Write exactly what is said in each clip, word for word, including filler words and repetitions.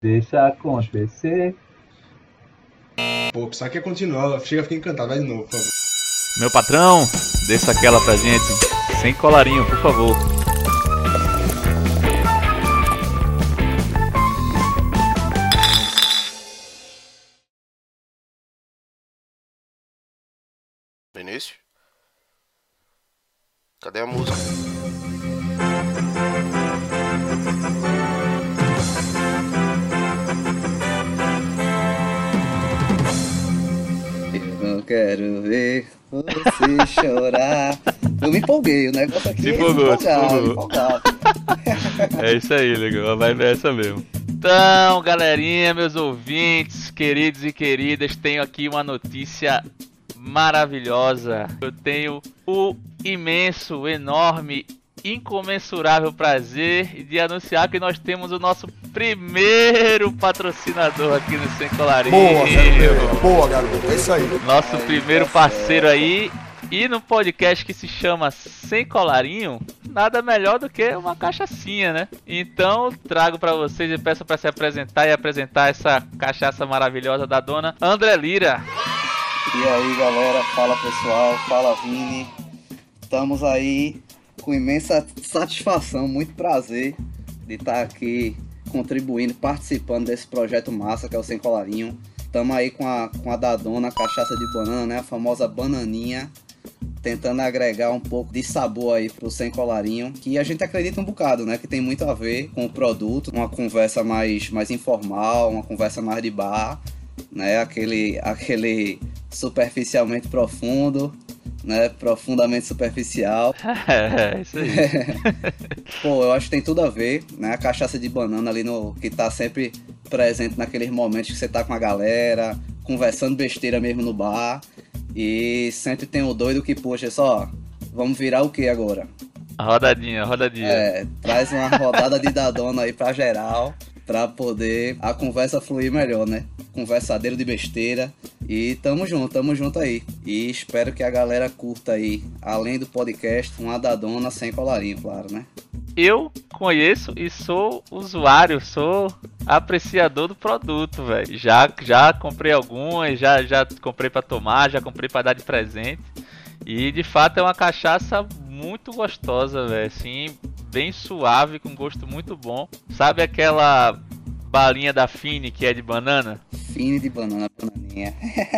Deixa acontecer. Pô, pensava que ia continuar. Chega, fica encantado. Vai de novo, por favor. Meu patrão, desça aquela pra gente. Sem colarinho, por favor. Vinícius? Cadê a música? Eu não quero ver você chorar. Eu me empolguei, o negócio aqui Se é empolgou, se empolgado, empolgou. empolgado. É isso aí, legal. Vai nessa mesmo. Então, galerinha, meus ouvintes, queridos e queridas, tenho aqui uma notícia maravilhosa. Eu tenho o imenso, enorme, incomensurável prazer de anunciar que nós temos o nosso primeiro patrocinador aqui no Sem Colarinho. Boa, garoto. Boa, garoto. É isso aí. Nosso primeiro parceiro aí. E no podcast que se chama Sem Colarinho, nada melhor do que uma cachaçinha, né? Então trago pra vocês e peço pra se apresentar e apresentar essa cachaça maravilhosa da dona André Lira. E aí, galera, fala pessoal, fala Vini. Estamos aí com imensa satisfação, muito prazer de estar aqui contribuindo, participando desse projeto massa que é o Sem Colarinho. Estamos aí com a, com a da dona cachaça de banana, né? A famosa bananinha. Tentando agregar um pouco de sabor aí pro Sem Colarinho, que a gente acredita um bocado, né? Que tem muito a ver com o produto, uma conversa mais, mais informal, uma conversa mais de bar, né? Aquele, aquele superficialmente profundo, né? Profundamente superficial. É, isso aí. Pô, eu acho que tem tudo a ver, né? A cachaça de banana ali no que tá sempre presente naqueles momentos que você tá com a galera, conversando besteira mesmo no bar. E sempre tem o doido que, poxa, só, vamos virar o que agora? A rodadinha, a rodadinha. É, traz uma rodada de dadona aí pra geral, pra poder a conversa fluir melhor, né? Conversadeiro de besteira. E tamo junto, tamo junto aí. E espero que a galera curta aí, além do podcast, uma dadona sem colarinho, claro, né? Eu conheço e sou usuário, sou apreciador do produto, velho. Já, já comprei algumas, já, já comprei pra tomar, já comprei pra dar de presente. E de fato é uma cachaça muito gostosa, velho. Assim, bem suave, com gosto muito bom. Sabe aquela balinha da Fini que é de banana? Fini de banana, bananinha.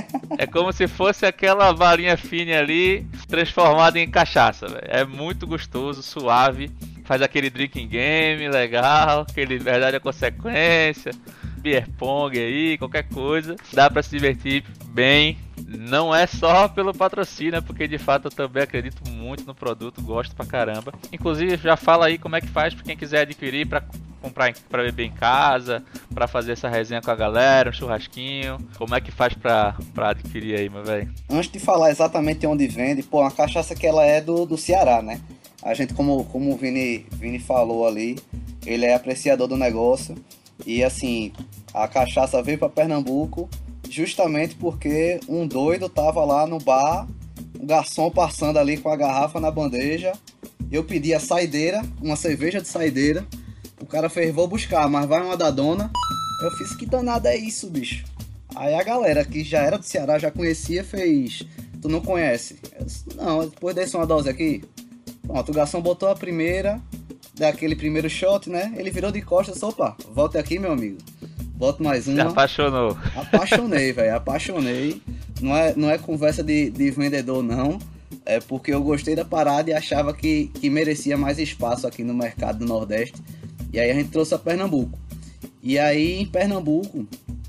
É como se fosse aquela balinha Fini ali transformada em cachaça, velho. É muito gostoso, suave. Faz aquele drinking game legal, aquele verdade é consequência, beer pong aí, qualquer coisa. Dá pra se divertir bem. Não é só pelo patrocínio, porque de fato eu também acredito muito no produto, gosto pra caramba. Inclusive já fala aí como é que faz pra quem quiser adquirir, pra comprar, pra beber em casa, pra fazer essa resenha com a galera, um churrasquinho. Como é que faz pra, pra adquirir aí, meu velho? Antes de falar exatamente onde vende, pô, uma cachaça que ela é do, do Ceará, né? A gente, como, como o Vini, Vini falou ali, ele é apreciador do negócio. E assim, a cachaça veio para Pernambuco justamente porque um doido tava lá no bar, o garçom passando ali com a garrafa na bandeja. Eu pedi a saideira, uma cerveja de saideira. O cara fez, vou buscar, mas vai uma da dona. Eu fiz, que danada é isso, bicho? Aí a galera que já era do Ceará, já conhecia, fez, tu não conhece? Eu disse, não, depois desse uma dose aqui. Pronto, o garçom botou a primeira, daquele primeiro shot, né? Ele virou de costas, opa, volta aqui, meu amigo. Boto mais uma. Se apaixonou. Apaixonei, velho, apaixonei. Não é, não é conversa de, de vendedor, não. É porque eu gostei da parada e achava que, que merecia mais espaço aqui no mercado do Nordeste. E aí a gente trouxe a Pernambuco. E aí em Pernambuco,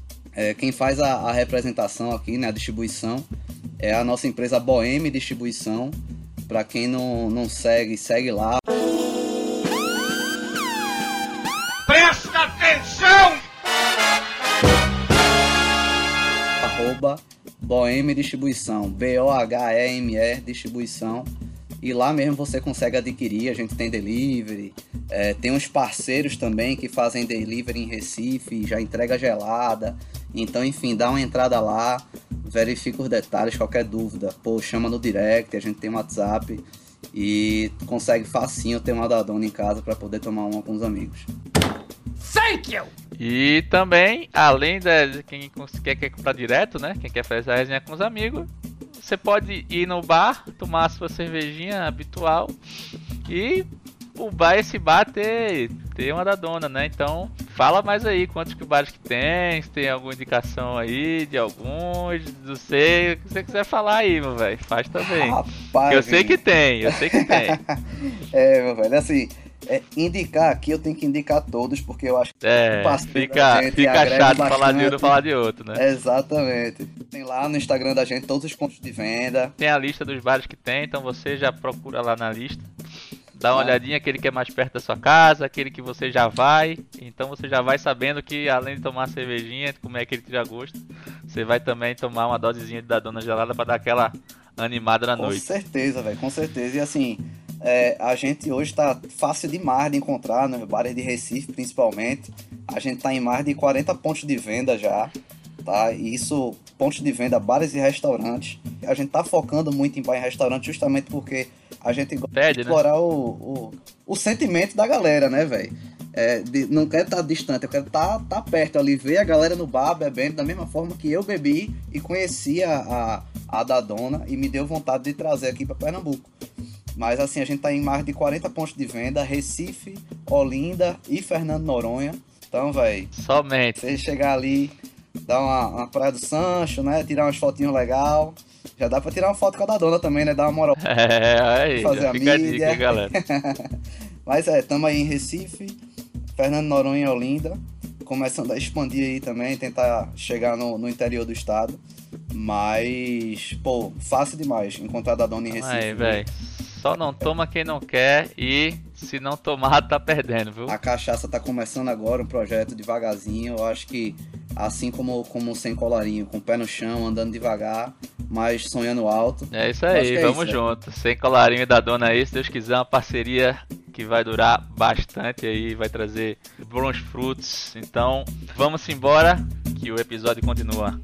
é, quem faz a, a representação aqui, né, a distribuição, é a nossa empresa Boheme Distribuição. Pra quem não, não segue, segue lá. Presta atenção! Arroba Boheme Distribuição. B O H E M E Distribuição. E lá mesmo você consegue adquirir. A gente tem delivery. É, tem uns parceiros também que fazem delivery em Recife. Já entrega gelada. Então, enfim, dá uma entrada lá. Verifica os detalhes, qualquer dúvida, pô, chama no direct, a gente tem um WhatsApp e consegue facinho ter uma da dona em casa para poder tomar uma com os amigos. Thank you! E também, além de quem quer, quer comprar direto, né? Quem quer fazer a resenha com os amigos, você pode ir no bar, tomar a sua cervejinha habitual e o bar, esse bar ter, ter uma da dona, né? Então, fala mais aí quantos que bares que tem, se tem alguma indicação aí de alguns, não sei, o que você quiser falar aí, meu velho, faz também. Rapaz, eu sei que tem, eu sei que tem. É, meu velho, assim, é, indicar aqui eu tenho que indicar todos, porque eu acho que É, o parceiro fica, da gente fica agrega chato falar de um e não bastante. falar de outro, né? Exatamente. Tem lá no Instagram da gente todos os pontos de venda. Tem a lista dos bares que tem, então você já procura lá na lista. Dá uma Ah. olhadinha, aquele que é mais perto da sua casa, aquele que você já vai. Então você já vai sabendo que além de tomar cervejinha, comer aquele que já gosta, você vai também tomar uma dosezinha da dona gelada pra dar aquela animada na Com noite. certeza, velho, com certeza. E assim, é, a gente hoje tá fácil demais de encontrar, nos bares de Recife principalmente. A gente tá em mais de quarenta pontos de venda já, tá? E isso, pontos de venda, bares e restaurantes. A gente tá focando muito em bar e restaurante justamente porque a gente gosta Pede, de né? explorar o, o, o sentimento da galera, né, velho? É, de- não quero estar distante, eu quero estar tá, tá perto ali, ver a galera no bar bebendo da mesma forma que eu bebi e conheci a, a, a da dona e me deu vontade de trazer aqui para Pernambuco. Mas assim, a gente tá em mais de quarenta pontos de venda, Recife, Olinda e Fernando Noronha. Então, velho, Somente. você chegar ali, dar uma, uma praia do Sancho, né? Tirar umas fotinhas legal. Já dá pra tirar uma foto com a da dona também, né? Dar uma moral. É, aí, Fazer já a fica a mídia. dica, hein, galera. Mas é, tamo aí em Recife, Fernando Noronha e Olinda. Começando a expandir aí também, tentar chegar no, no interior do estado. Mas, pô, fácil demais encontrar a da dona em Recife. Aí, velho. Só não toma quem não quer e se não tomar, tá perdendo, viu? A cachaça tá começando agora, um projeto devagarzinho. Eu acho que assim como, como sem colarinho, com o pé no chão, andando devagar, mas sonhando alto. É isso Eu acho aí, que é vamos isso, junto. Sem colarinho e da dona aí, se Deus quiser, uma parceria que vai durar bastante aí, vai trazer bons frutos. Então, vamos embora, que o episódio continua.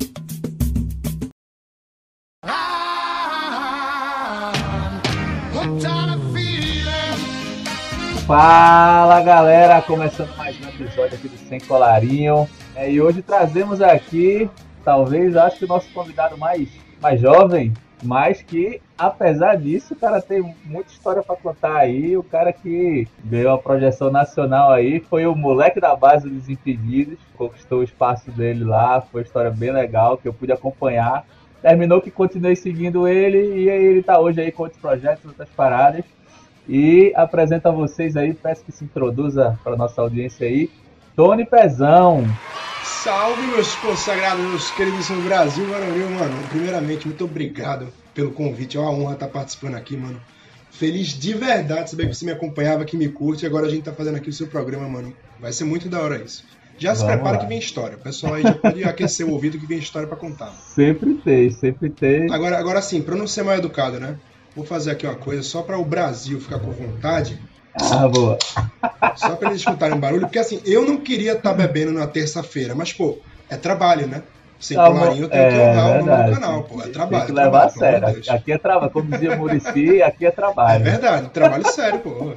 Fala galera, começando mais um episódio aqui do Sem Colarinho. É, e hoje trazemos aqui, talvez, acho que o nosso convidado mais, mais jovem, mas que, apesar disso, o cara tem muita história pra contar aí. O cara que ganhou a projeção nacional aí foi o moleque da base dos Desimpedidos, conquistou o espaço dele lá, foi uma história bem legal que eu pude acompanhar. Terminou que continuei seguindo ele e aí ele tá hoje aí com outros projetos, outras paradas. E apresento a vocês aí, peço que se introduza para nossa audiência aí, Tony Pezão. Salve, meus consagrados, meus queridíssimos Brasil, Varonil, mano. Primeiramente, muito obrigado pelo convite. É uma honra estar participando aqui, mano. Feliz de verdade saber que você me acompanhava, que me curte. E agora a gente tá fazendo aqui o seu programa, mano. Vai ser muito da hora isso. Já se Vamos prepara lá. que vem história. O pessoal aí já pode aquecer o ouvido que vem história pra contar. Sempre tem, sempre tem. Agora, agora sim, pra não ser mal educado, né? Vou fazer aqui uma coisa só para o Brasil ficar com vontade, Ah, boa. só para eles escutarem barulho, porque assim, eu não queria estar bebendo na terça-feira, mas pô, é trabalho, né? Sem Tá bom. colarinho eu tenho que É, honrar o nome verdade. do canal, pô, é trabalho. Tem que levar a trabalho, pelo amor de sério. Deus. Aqui é trabalho, como dizia o Muricy, aqui é É trabalho. verdade, trabalho sério, pô.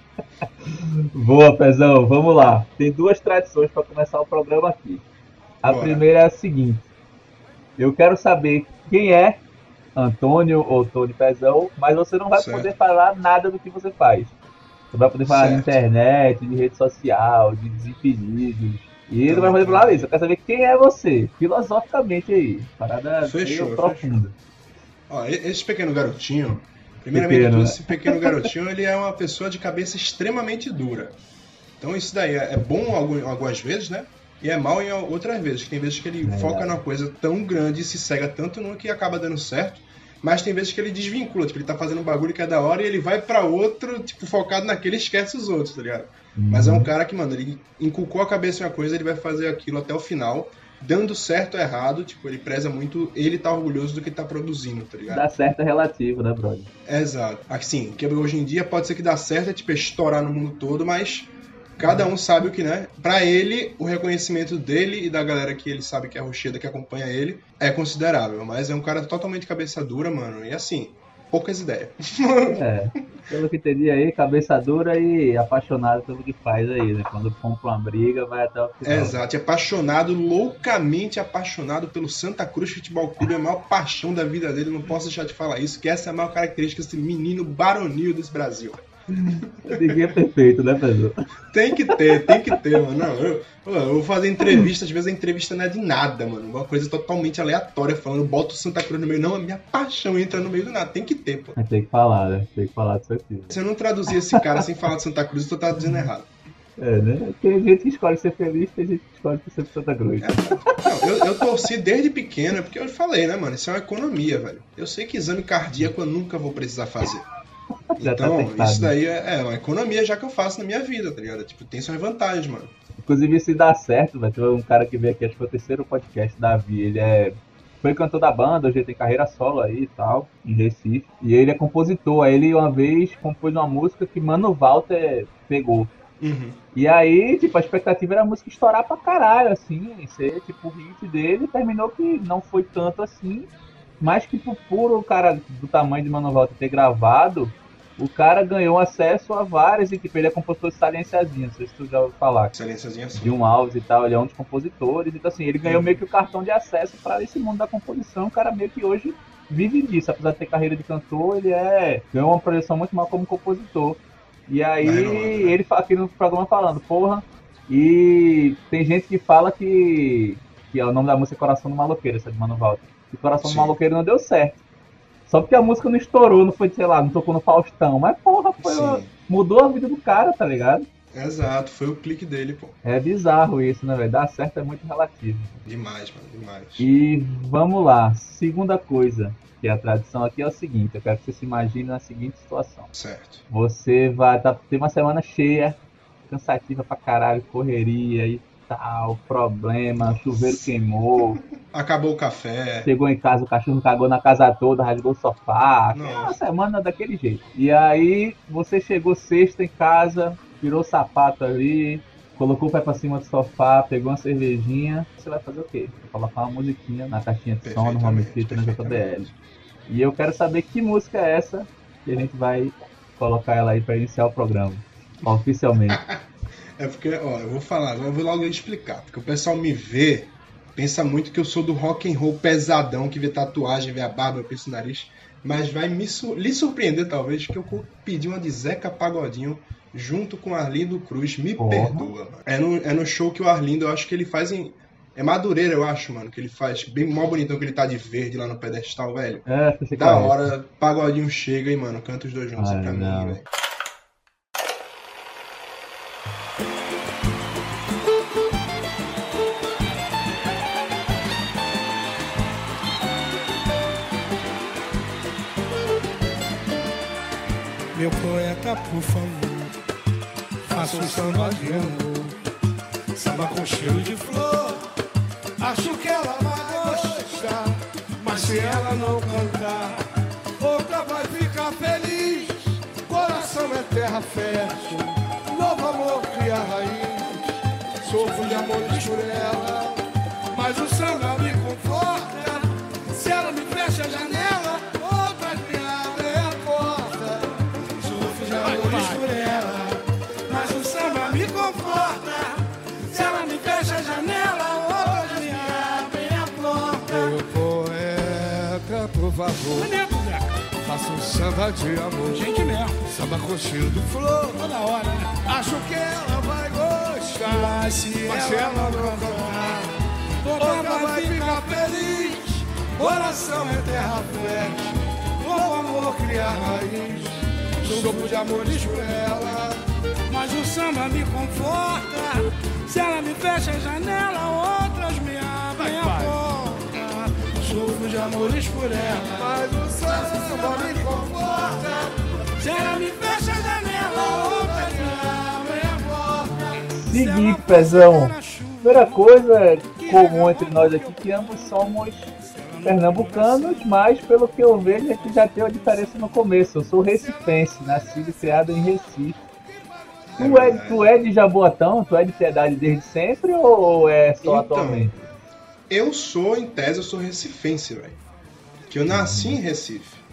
Boa, Pezão, vamos lá. Tem duas tradições para começar o programa aqui. A Bora. primeira é a seguinte: eu quero saber quem é Antônio ou Tony Pezão, mas você não vai Certo. poder falar nada do que você faz. Você vai poder falar de Certo. internet, de rede social, de Desimpedidos. E Tá, não vai poder tá. falar isso. Eu quero saber quem é você, filosoficamente aí. Parada Fechou, meio profunda. Ó, e- esse pequeno garotinho, primeiramente, Pequeno, de tudo, né? esse pequeno garotinho, ele é uma pessoa de cabeça extremamente dura. Então isso daí é é bom algum- algumas vezes, né? E é mal em outras vezes. Tem vezes que ele Verdade. foca numa coisa tão grande e se cega tanto numa que acaba dando certo. Mas tem vezes que ele desvincula, tipo, ele tá fazendo um bagulho que é da hora e ele vai pra outro, tipo, focado naquele e esquece os outros, tá ligado? Mas é um cara que, mano, ele inculcou a cabeça em uma coisa, ele vai fazer aquilo até o final, dando certo ou errado, tipo, ele preza muito, ele tá orgulhoso do que tá produzindo, tá ligado? Dá certo é relativo, né, brother? Exato. Assim, que hoje em dia pode ser que dá certo, é tipo, estourar no mundo todo, mas cada um sabe o que, né? Pra ele, o reconhecimento dele e da galera que ele sabe que é rocheda, que acompanha ele, é considerável. Mas é um cara totalmente cabeça dura, mano. E assim, poucas ideias. É, pelo que entendi aí, cabeça dura e apaixonado pelo que faz aí, né? Quando compra uma briga, vai até o final. Exato, e apaixonado, loucamente apaixonado pelo Santa Cruz Futebol Clube, é a maior paixão da vida dele, não posso deixar de falar isso, que essa é a maior característica desse menino baronil desse Brasil. Ninguém é perfeito, né, Pedro? Tem que ter, tem que ter, mano. Não, eu, eu vou fazer entrevista, às vezes a entrevista não é de nada, mano. Uma coisa totalmente aleatória, falando, bota o Santa Cruz no meio. Não, a minha paixão entra no meio do nada. Tem que ter, pô. Tem que falar, né? Tem que falar disso aqui. Se eu não traduzir esse cara sem falar de Santa Cruz, eu tô tá dizendo errado. É, né? Tem gente que escolhe ser feliz, tem gente que escolhe ser de Santa Cruz. É, não, eu, eu torci desde pequeno, porque eu falei, né, mano? Isso é uma economia, velho. Eu sei que exame cardíaco eu nunca vou precisar fazer. Já Então, tá isso daí é, é uma economia já que eu faço na minha vida, tá ligado? Tipo, tem suas vantagens, mano. Inclusive, se dá certo, vai ter um cara que veio aqui, acho que foi o terceiro podcast, Davi. Ele é. Foi cantor da banda, hoje ele tem carreira solo aí e tal, em Recife. E ele é compositor. Aí ele uma vez compôs uma música que Mano Walter pegou. Uhum. E aí, tipo, a expectativa era a música estourar pra caralho, assim, ser tipo o hit dele. Terminou que não foi tanto assim. Mas que por puro cara do tamanho de Mano Walter ter gravado, o cara ganhou acesso a várias, e tipo, ele é compositor de Saliênciazinha, não sei se tu já ouviu falar. Saliênciazinha sim. De um Alves e tal, ele é um dos compositores, então assim, ele ganhou meio que o cartão de acesso para esse mundo da composição, o cara meio que hoje vive disso, apesar de ter carreira de cantor, ele é ganhou uma projeção muito mal como compositor. E aí, Vai, não, né? ele aqui no programa falando, porra, e tem gente que fala que, que é o nome da música é Coração do Maloqueiro, essa de Mano Walter. E Coração Sim. do Maloqueiro não deu certo. Só porque a música não estourou, não foi, sei lá, não tocou no Faustão. Mas, porra, foi uma... mudou a vida do cara, tá ligado? Exato, foi o clique dele, pô. É bizarro isso, né, velho? Dar certo é muito relativo. Demais, mano, demais. E vamos lá. Segunda coisa, que é a tradição aqui, é o seguinte. Eu quero que você se imagine na seguinte situação. Certo. Você vai tá, ter uma semana cheia, cansativa pra caralho, correria e tal, problema, chuveiro queimou. Acabou o café. Chegou em casa, o cachorro cagou na casa toda, rasgou o sofá. Nossa. É uma semana daquele jeito. E aí, você chegou sexta em casa, tirou o sapato ali, colocou o pé pra cima do sofá, pegou uma cervejinha. Você vai fazer o quê? Vai colocar uma musiquinha na caixinha de som, no home theater, na J B L. E eu quero saber que música é essa que a gente vai colocar ela aí pra iniciar o programa, oficialmente. É porque, ó, eu vou falar, eu vou logo explicar. Porque o pessoal me vê, pensa muito que eu sou do rock and roll pesadão, que vê tatuagem, vê a barba, pensa o nariz. Mas vai me su- lhe surpreender, talvez, que eu pedi uma de Zeca Pagodinho junto com Arlindo Cruz. Me Porra. perdoa, mano. É no, é no show que o Arlindo, eu acho que ele faz em... É Madureira, eu acho, mano, que ele faz bem mó bonitão, que ele tá de verde lá no pedestal, velho. É, você Da conhece. hora, Pagodinho chega e, mano, canta os dois juntos Ai, pra não. mim, velho. Meu poeta, por favor, faça um samba de amor, samba com cheiro de flor. Acho que ela vai gostar, mas se ela não cantar, outra vai ficar feliz. Coração é terra fértil, novo amor cria raiz. Sofro de amores por ela, mas o samba me conforta. Se ela me fecha a janela, outras me abrem a porta. Sofro de amores por ela, mas o samba me conforta. Se ela me fecha a janela, outras me abrem a porta. Meu poeta, por favor, faça um samba de amor. Gente mesmo. Samba com cheiro de flor. Toda hora, né? Acho que ela vai gostar, mas se, mas se ela não cantar, outra vai ficar feliz. Coração é terra fértil, novo amor cria raiz. Sopro de amores por ela, mas o samba me conforta. Se ela me fecha a janela, outras me abrem a porta. Sopro de amores por ela, mas o samba me conforta. Se ela me fecha a janela, outras me abrem a porta. Seguinte, Pezão. Primeira coisa comum entre nós aqui que ambos somos pernambucanos, mas pelo que eu vejo a gente já tem uma diferença no começo. Eu sou recifense, nascido e criado em Recife. Tu é, tu é de Jaboatão? Tu é de Piedade desde sempre ou é só Então, atualmente? Eu sou, em tese, eu sou recifense, velho. Que eu nasci em Recife.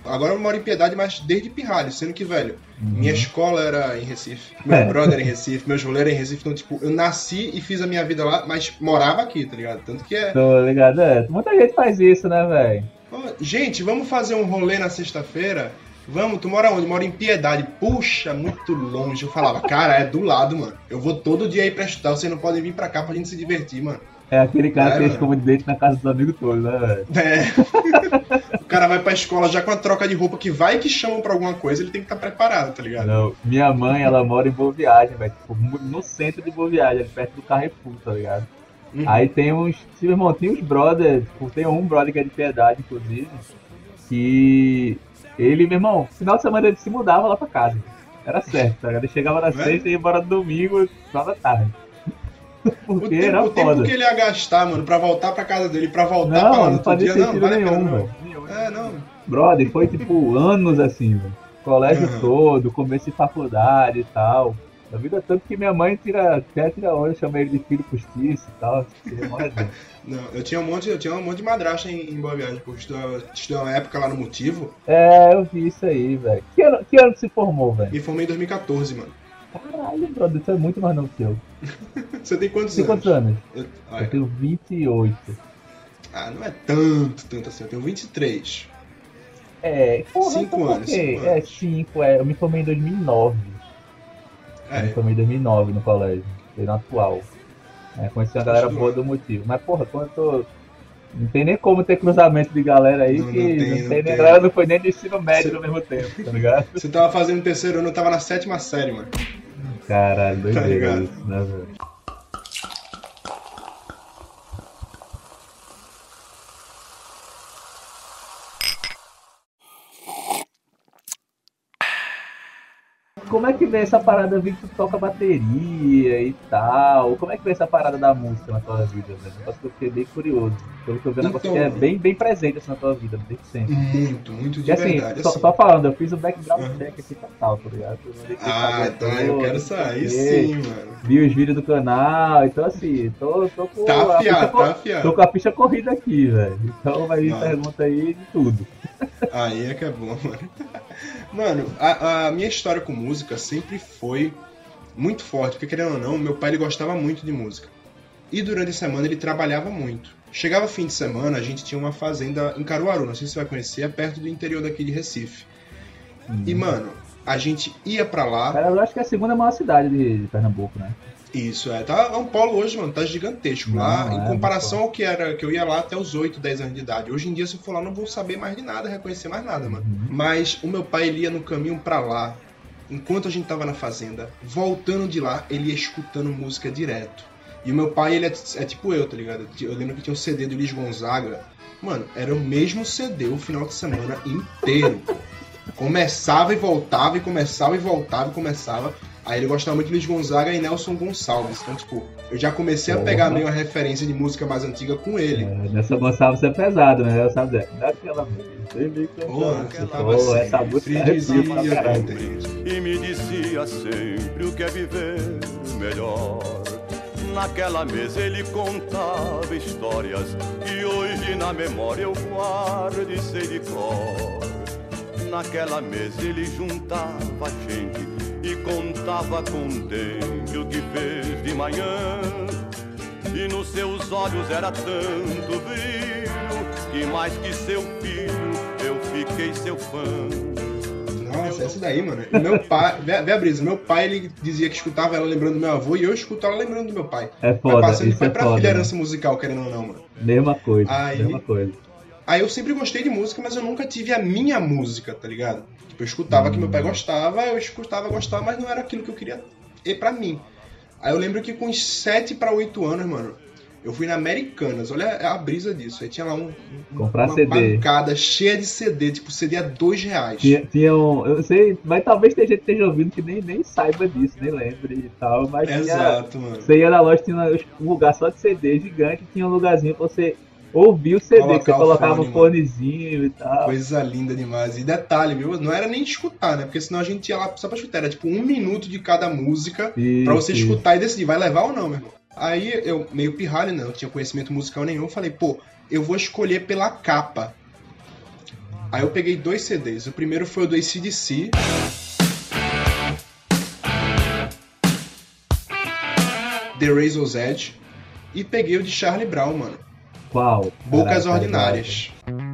Agora eu moro em Piedade, mas desde pirralho, sendo que, velho, Uhum. minha escola era em Recife, meu É. brother era em Recife, meus rolês eram em Recife, então, tipo, eu nasci e fiz a minha vida lá, mas morava aqui, tá ligado? Tanto que é... Tô ligado, é. Muita gente faz isso, né, velho? Pô, gente, vamos fazer um rolê na sexta-feira? Vamos, tu mora onde? Mora em Piedade. Puxa, muito longe. Eu falava, cara, é do lado, mano. Eu vou todo dia ir pra estudar, vocês não podem vir pra cá pra gente se divertir, mano. É aquele cara É, que tem mano. escova de dente na casa dos amigos todos, né, velho? É. O cara vai pra escola já com a troca de roupa que vai que chamam pra alguma coisa, ele tem que estar preparado, tá ligado? Não, minha mãe, ela mora em Boa Viagem, velho. Tipo, no centro de Boa Viagem, ali perto do Carrefour, tá ligado? Uhum. Aí tem uns. Meu irmão, tem uns brothers, tipo, tem um brother que é de Piedade, inclusive, que ele, meu irmão, final de semana ele se mudava lá pra casa. Era certo, tá ligado? Ele chegava na É? sexta e ia embora no domingo, só da tarde. O Porque tempo, era o tempo foda. que ele ia gastar, mano, pra voltar pra casa dele, pra voltar pra lá Não, no não outro fazia dia, não, sentido vale a pena, nenhum, não. velho. Nenhum. É, não. Brother, foi tipo anos assim, velho. Colégio Uhum. todo, começo de faculdade e tal. A vida tanto que minha mãe tira, até tira onda, chama ele de filho postiço e tal. Assim, é mó resenha. Não, eu tinha um monte, eu tinha um monte de madrasta em, em Boa Viagem, porque eu estudava, estudei uma época lá no Motivo, É, eu vi isso aí, velho. Que ano, que ano que se formou, velho? e formei em dois mil e quatorze, mano. Caralho, brother, isso é muito mais novo que eu. Você tem quantos Tem anos? quantos anos? Eu, ah, Eu tenho vinte e oito. ah, não é tanto, tanto assim, eu tenho vinte e três. É, porra, Cinco então por anos, quê? cinco É, anos. cinco, é. Eu me formei em dois mil e nove. Eu me É, formei em dois mil e nove no colégio. Foi no atual. É, conheci uma galera Acho boa doido. do motivo. Mas, porra, quando eu tô... Não tem nem como ter cruzamento de galera aí, Não, não que tem, não não tem, nem tem. a galera não foi nem de ensino médio Cê- ao mesmo tempo, tá ligado? você tava fazendo terceiro ano, eu tava na sétima série, mano. Caralho, doideira ligado? isso, né, velho? Como é que vem essa parada, vi que tu toca bateria e tal? Como é que vem essa parada da música na tua vida, velho? Um negócio que eu fiquei bem curioso. Pelo que eu vi, é um negócio Então- que é bem, bem presente assim, na tua vida, desde sempre. Muito, muito de E assim, verdade, só, assim. só falando, eu fiz o background Uhum. check aqui total, tá ligado? Eu mandei pro Ah, Instagram então eu todo, quero não sei sair o quê, sim, mano. Vi os vídeos do canal, então assim, tô, tô com Tá a ficha, afiado, co- tá afiado. tô com a ficha corrida aqui, velho. Então vai vir Não. pergunta aí de tudo. Aí é que é bom, mano. Mano, a, a minha história com música sempre foi muito forte, porque querendo ou não, meu pai ele gostava muito de música. E durante a semana ele trabalhava muito. Chegava fim de semana, a gente tinha uma fazenda em Caruaru, não sei se você vai conhecer, é perto do interior daqui de Recife. E, mano, a gente ia pra lá. Cara, eu acho que é a segunda maior cidade de, de Pernambuco, né? Isso, é. Tá, é um polo hoje, mano, tá gigantesco. Não, lá, em é, comparação ao que era, que eu ia lá até os oito, dez anos de idade. Hoje em dia, se eu for lá, eu não vou saber mais de nada, reconhecer mais nada, mano. Uhum. Mas o meu pai, ele ia no caminho pra lá, enquanto a gente tava na fazenda, voltando de lá, ele ia escutando música direto. E o meu pai, ele é, é tipo eu, tá ligado? Eu lembro que tinha um C D do Luiz Gonzaga. Mano, era o mesmo C D o final de semana inteiro, pô. Começava e voltava, e começava e voltava, e começava. Aí ele gostava muito de Luiz Gonzaga e Nelson Gonçalves. Então, tipo, eu já comecei a pegar meio a referência de música mais antiga com ele. É, nessa Gonçalves é pesado, né? Eu sabe dizer, daquela música. Porra, Pô, tava assim, essa música fridizia, arrepia pra caralho. E me dizia sempre o que é viver melhor. Naquela mesa ele contava histórias que hoje na memória eu guardo e sei de cor. Naquela mesa ele juntava gente e contava contente o que fez de manhã. E nos seus olhos era tanto brilho que mais que seu filho eu fiquei seu fã. Nossa, essa daí, mano. E meu pai, vê, vê a brisa, meu pai ele dizia que escutava ela lembrando do meu avô e eu escuto ela lembrando do meu pai. É Vai foda, passando de isso pai é pra foda. filha, né? herança musical, querendo ou não, mano. Mesma coisa, Aí- mesma coisa. Aí eu sempre gostei de música, mas eu nunca tive a minha música, tá ligado? Tipo, eu escutava que meu pai gostava, eu escutava, gostava, mas não era aquilo que eu queria ter pra mim. Aí eu lembro que com uns sete pra oito anos, mano, eu fui na Americanas, olha a brisa disso. Aí tinha lá um, um- Comprar uma C D. bancada cheia de C D, tipo, C D a dois reais. Tinha, tinha um, eu sei, mas talvez tenha gente que esteja ouvindo que nem, nem saiba disso, nem lembre e tal, mas tinha, Exato, mano. você ia na loja, tinha um lugar só de C D gigante, tinha um lugarzinho pra você ouvir o C D, que você Colocar o colocava fone, um fonezinho e tal. Coisa linda demais. E detalhe, viu? Não era nem escutar, né? Porque senão a gente ia lá só pra escutar. Era tipo um minuto de cada música pra você Isso, escutar e decidir, vai levar ou não, meu irmão. Aí eu, meio pirralho, né? Não tinha conhecimento musical nenhum. Falei, pô, eu vou escolher pela capa. Aí eu peguei dois C Ds. O primeiro foi o do A C D C. The Razor's Edge. E peguei o de Charlie Brown, mano. Qual? Bocas Caraca, Ordinárias.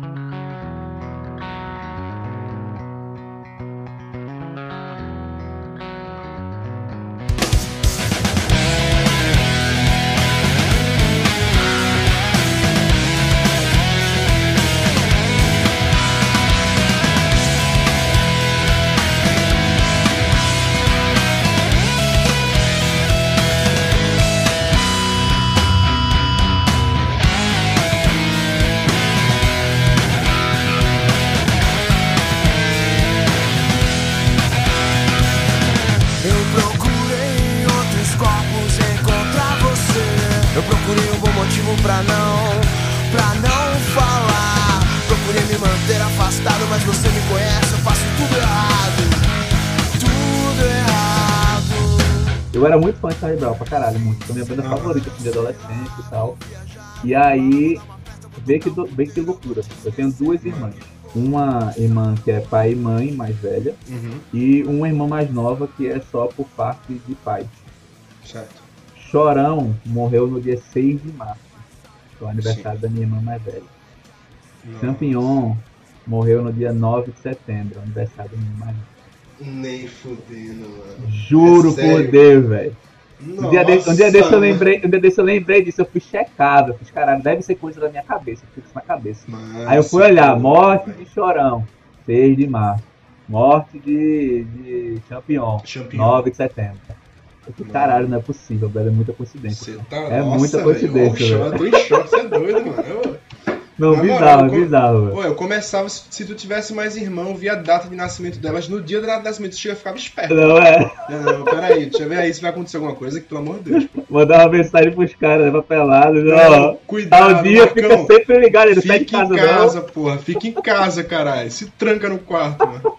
Eu era muito fã de Charlie Brown pra caralho, muito. Foi minha banda favorita assim, de adolescente e tal. E aí, vê que, do, vê que loucura. Eu tenho duas irmãs. Uma irmã que é pai e mãe, mais velha. Uhum. E uma irmã mais nova que é só por parte de pai. Certo. Chorão morreu no dia seis de março. Que é o aniversário Sim. da minha irmã mais velha. Nossa. Champignon morreu no dia nove de setembro, o aniversário da minha irmã mais velha. Nem fudendo, mano. Juro é por Deus, velho. Um dia desse, um dia desse eu lembrei, um dia desse eu lembrei disso, eu fui checado, eu fiz, caralho, deve ser coisa da minha cabeça, eu fiz isso na cabeça. Nossa, aí eu fui olhar, morte véio. de Chorão, seis de março. Morte de, de Champignon, Champignon, nove de setembro. Eu falei, caralho, não é possível, velho, é muita coincidência. Você tá, é nossa, muita coincidência, velho. Eu tô em choque, você é doido, mano. Eu... Não, mas, bizarro, mano, eu, bizarro. Pô, eu começava, se tu tivesse mais irmão, eu via a data de nascimento delas, no dia da data de nascimento, tu chega e ficava esperto. Não, é? Não, não, peraí, deixa eu ver aí se vai acontecer alguma coisa, que pelo amor de Deus. Pô. Mandar uma mensagem pros caras, né, papelado, não, cuidado, tal dia Marcão, fica sempre ligado, ele fica sai de casa, em casa, não. porra, fica em casa, caralho, se tranca no quarto, mano.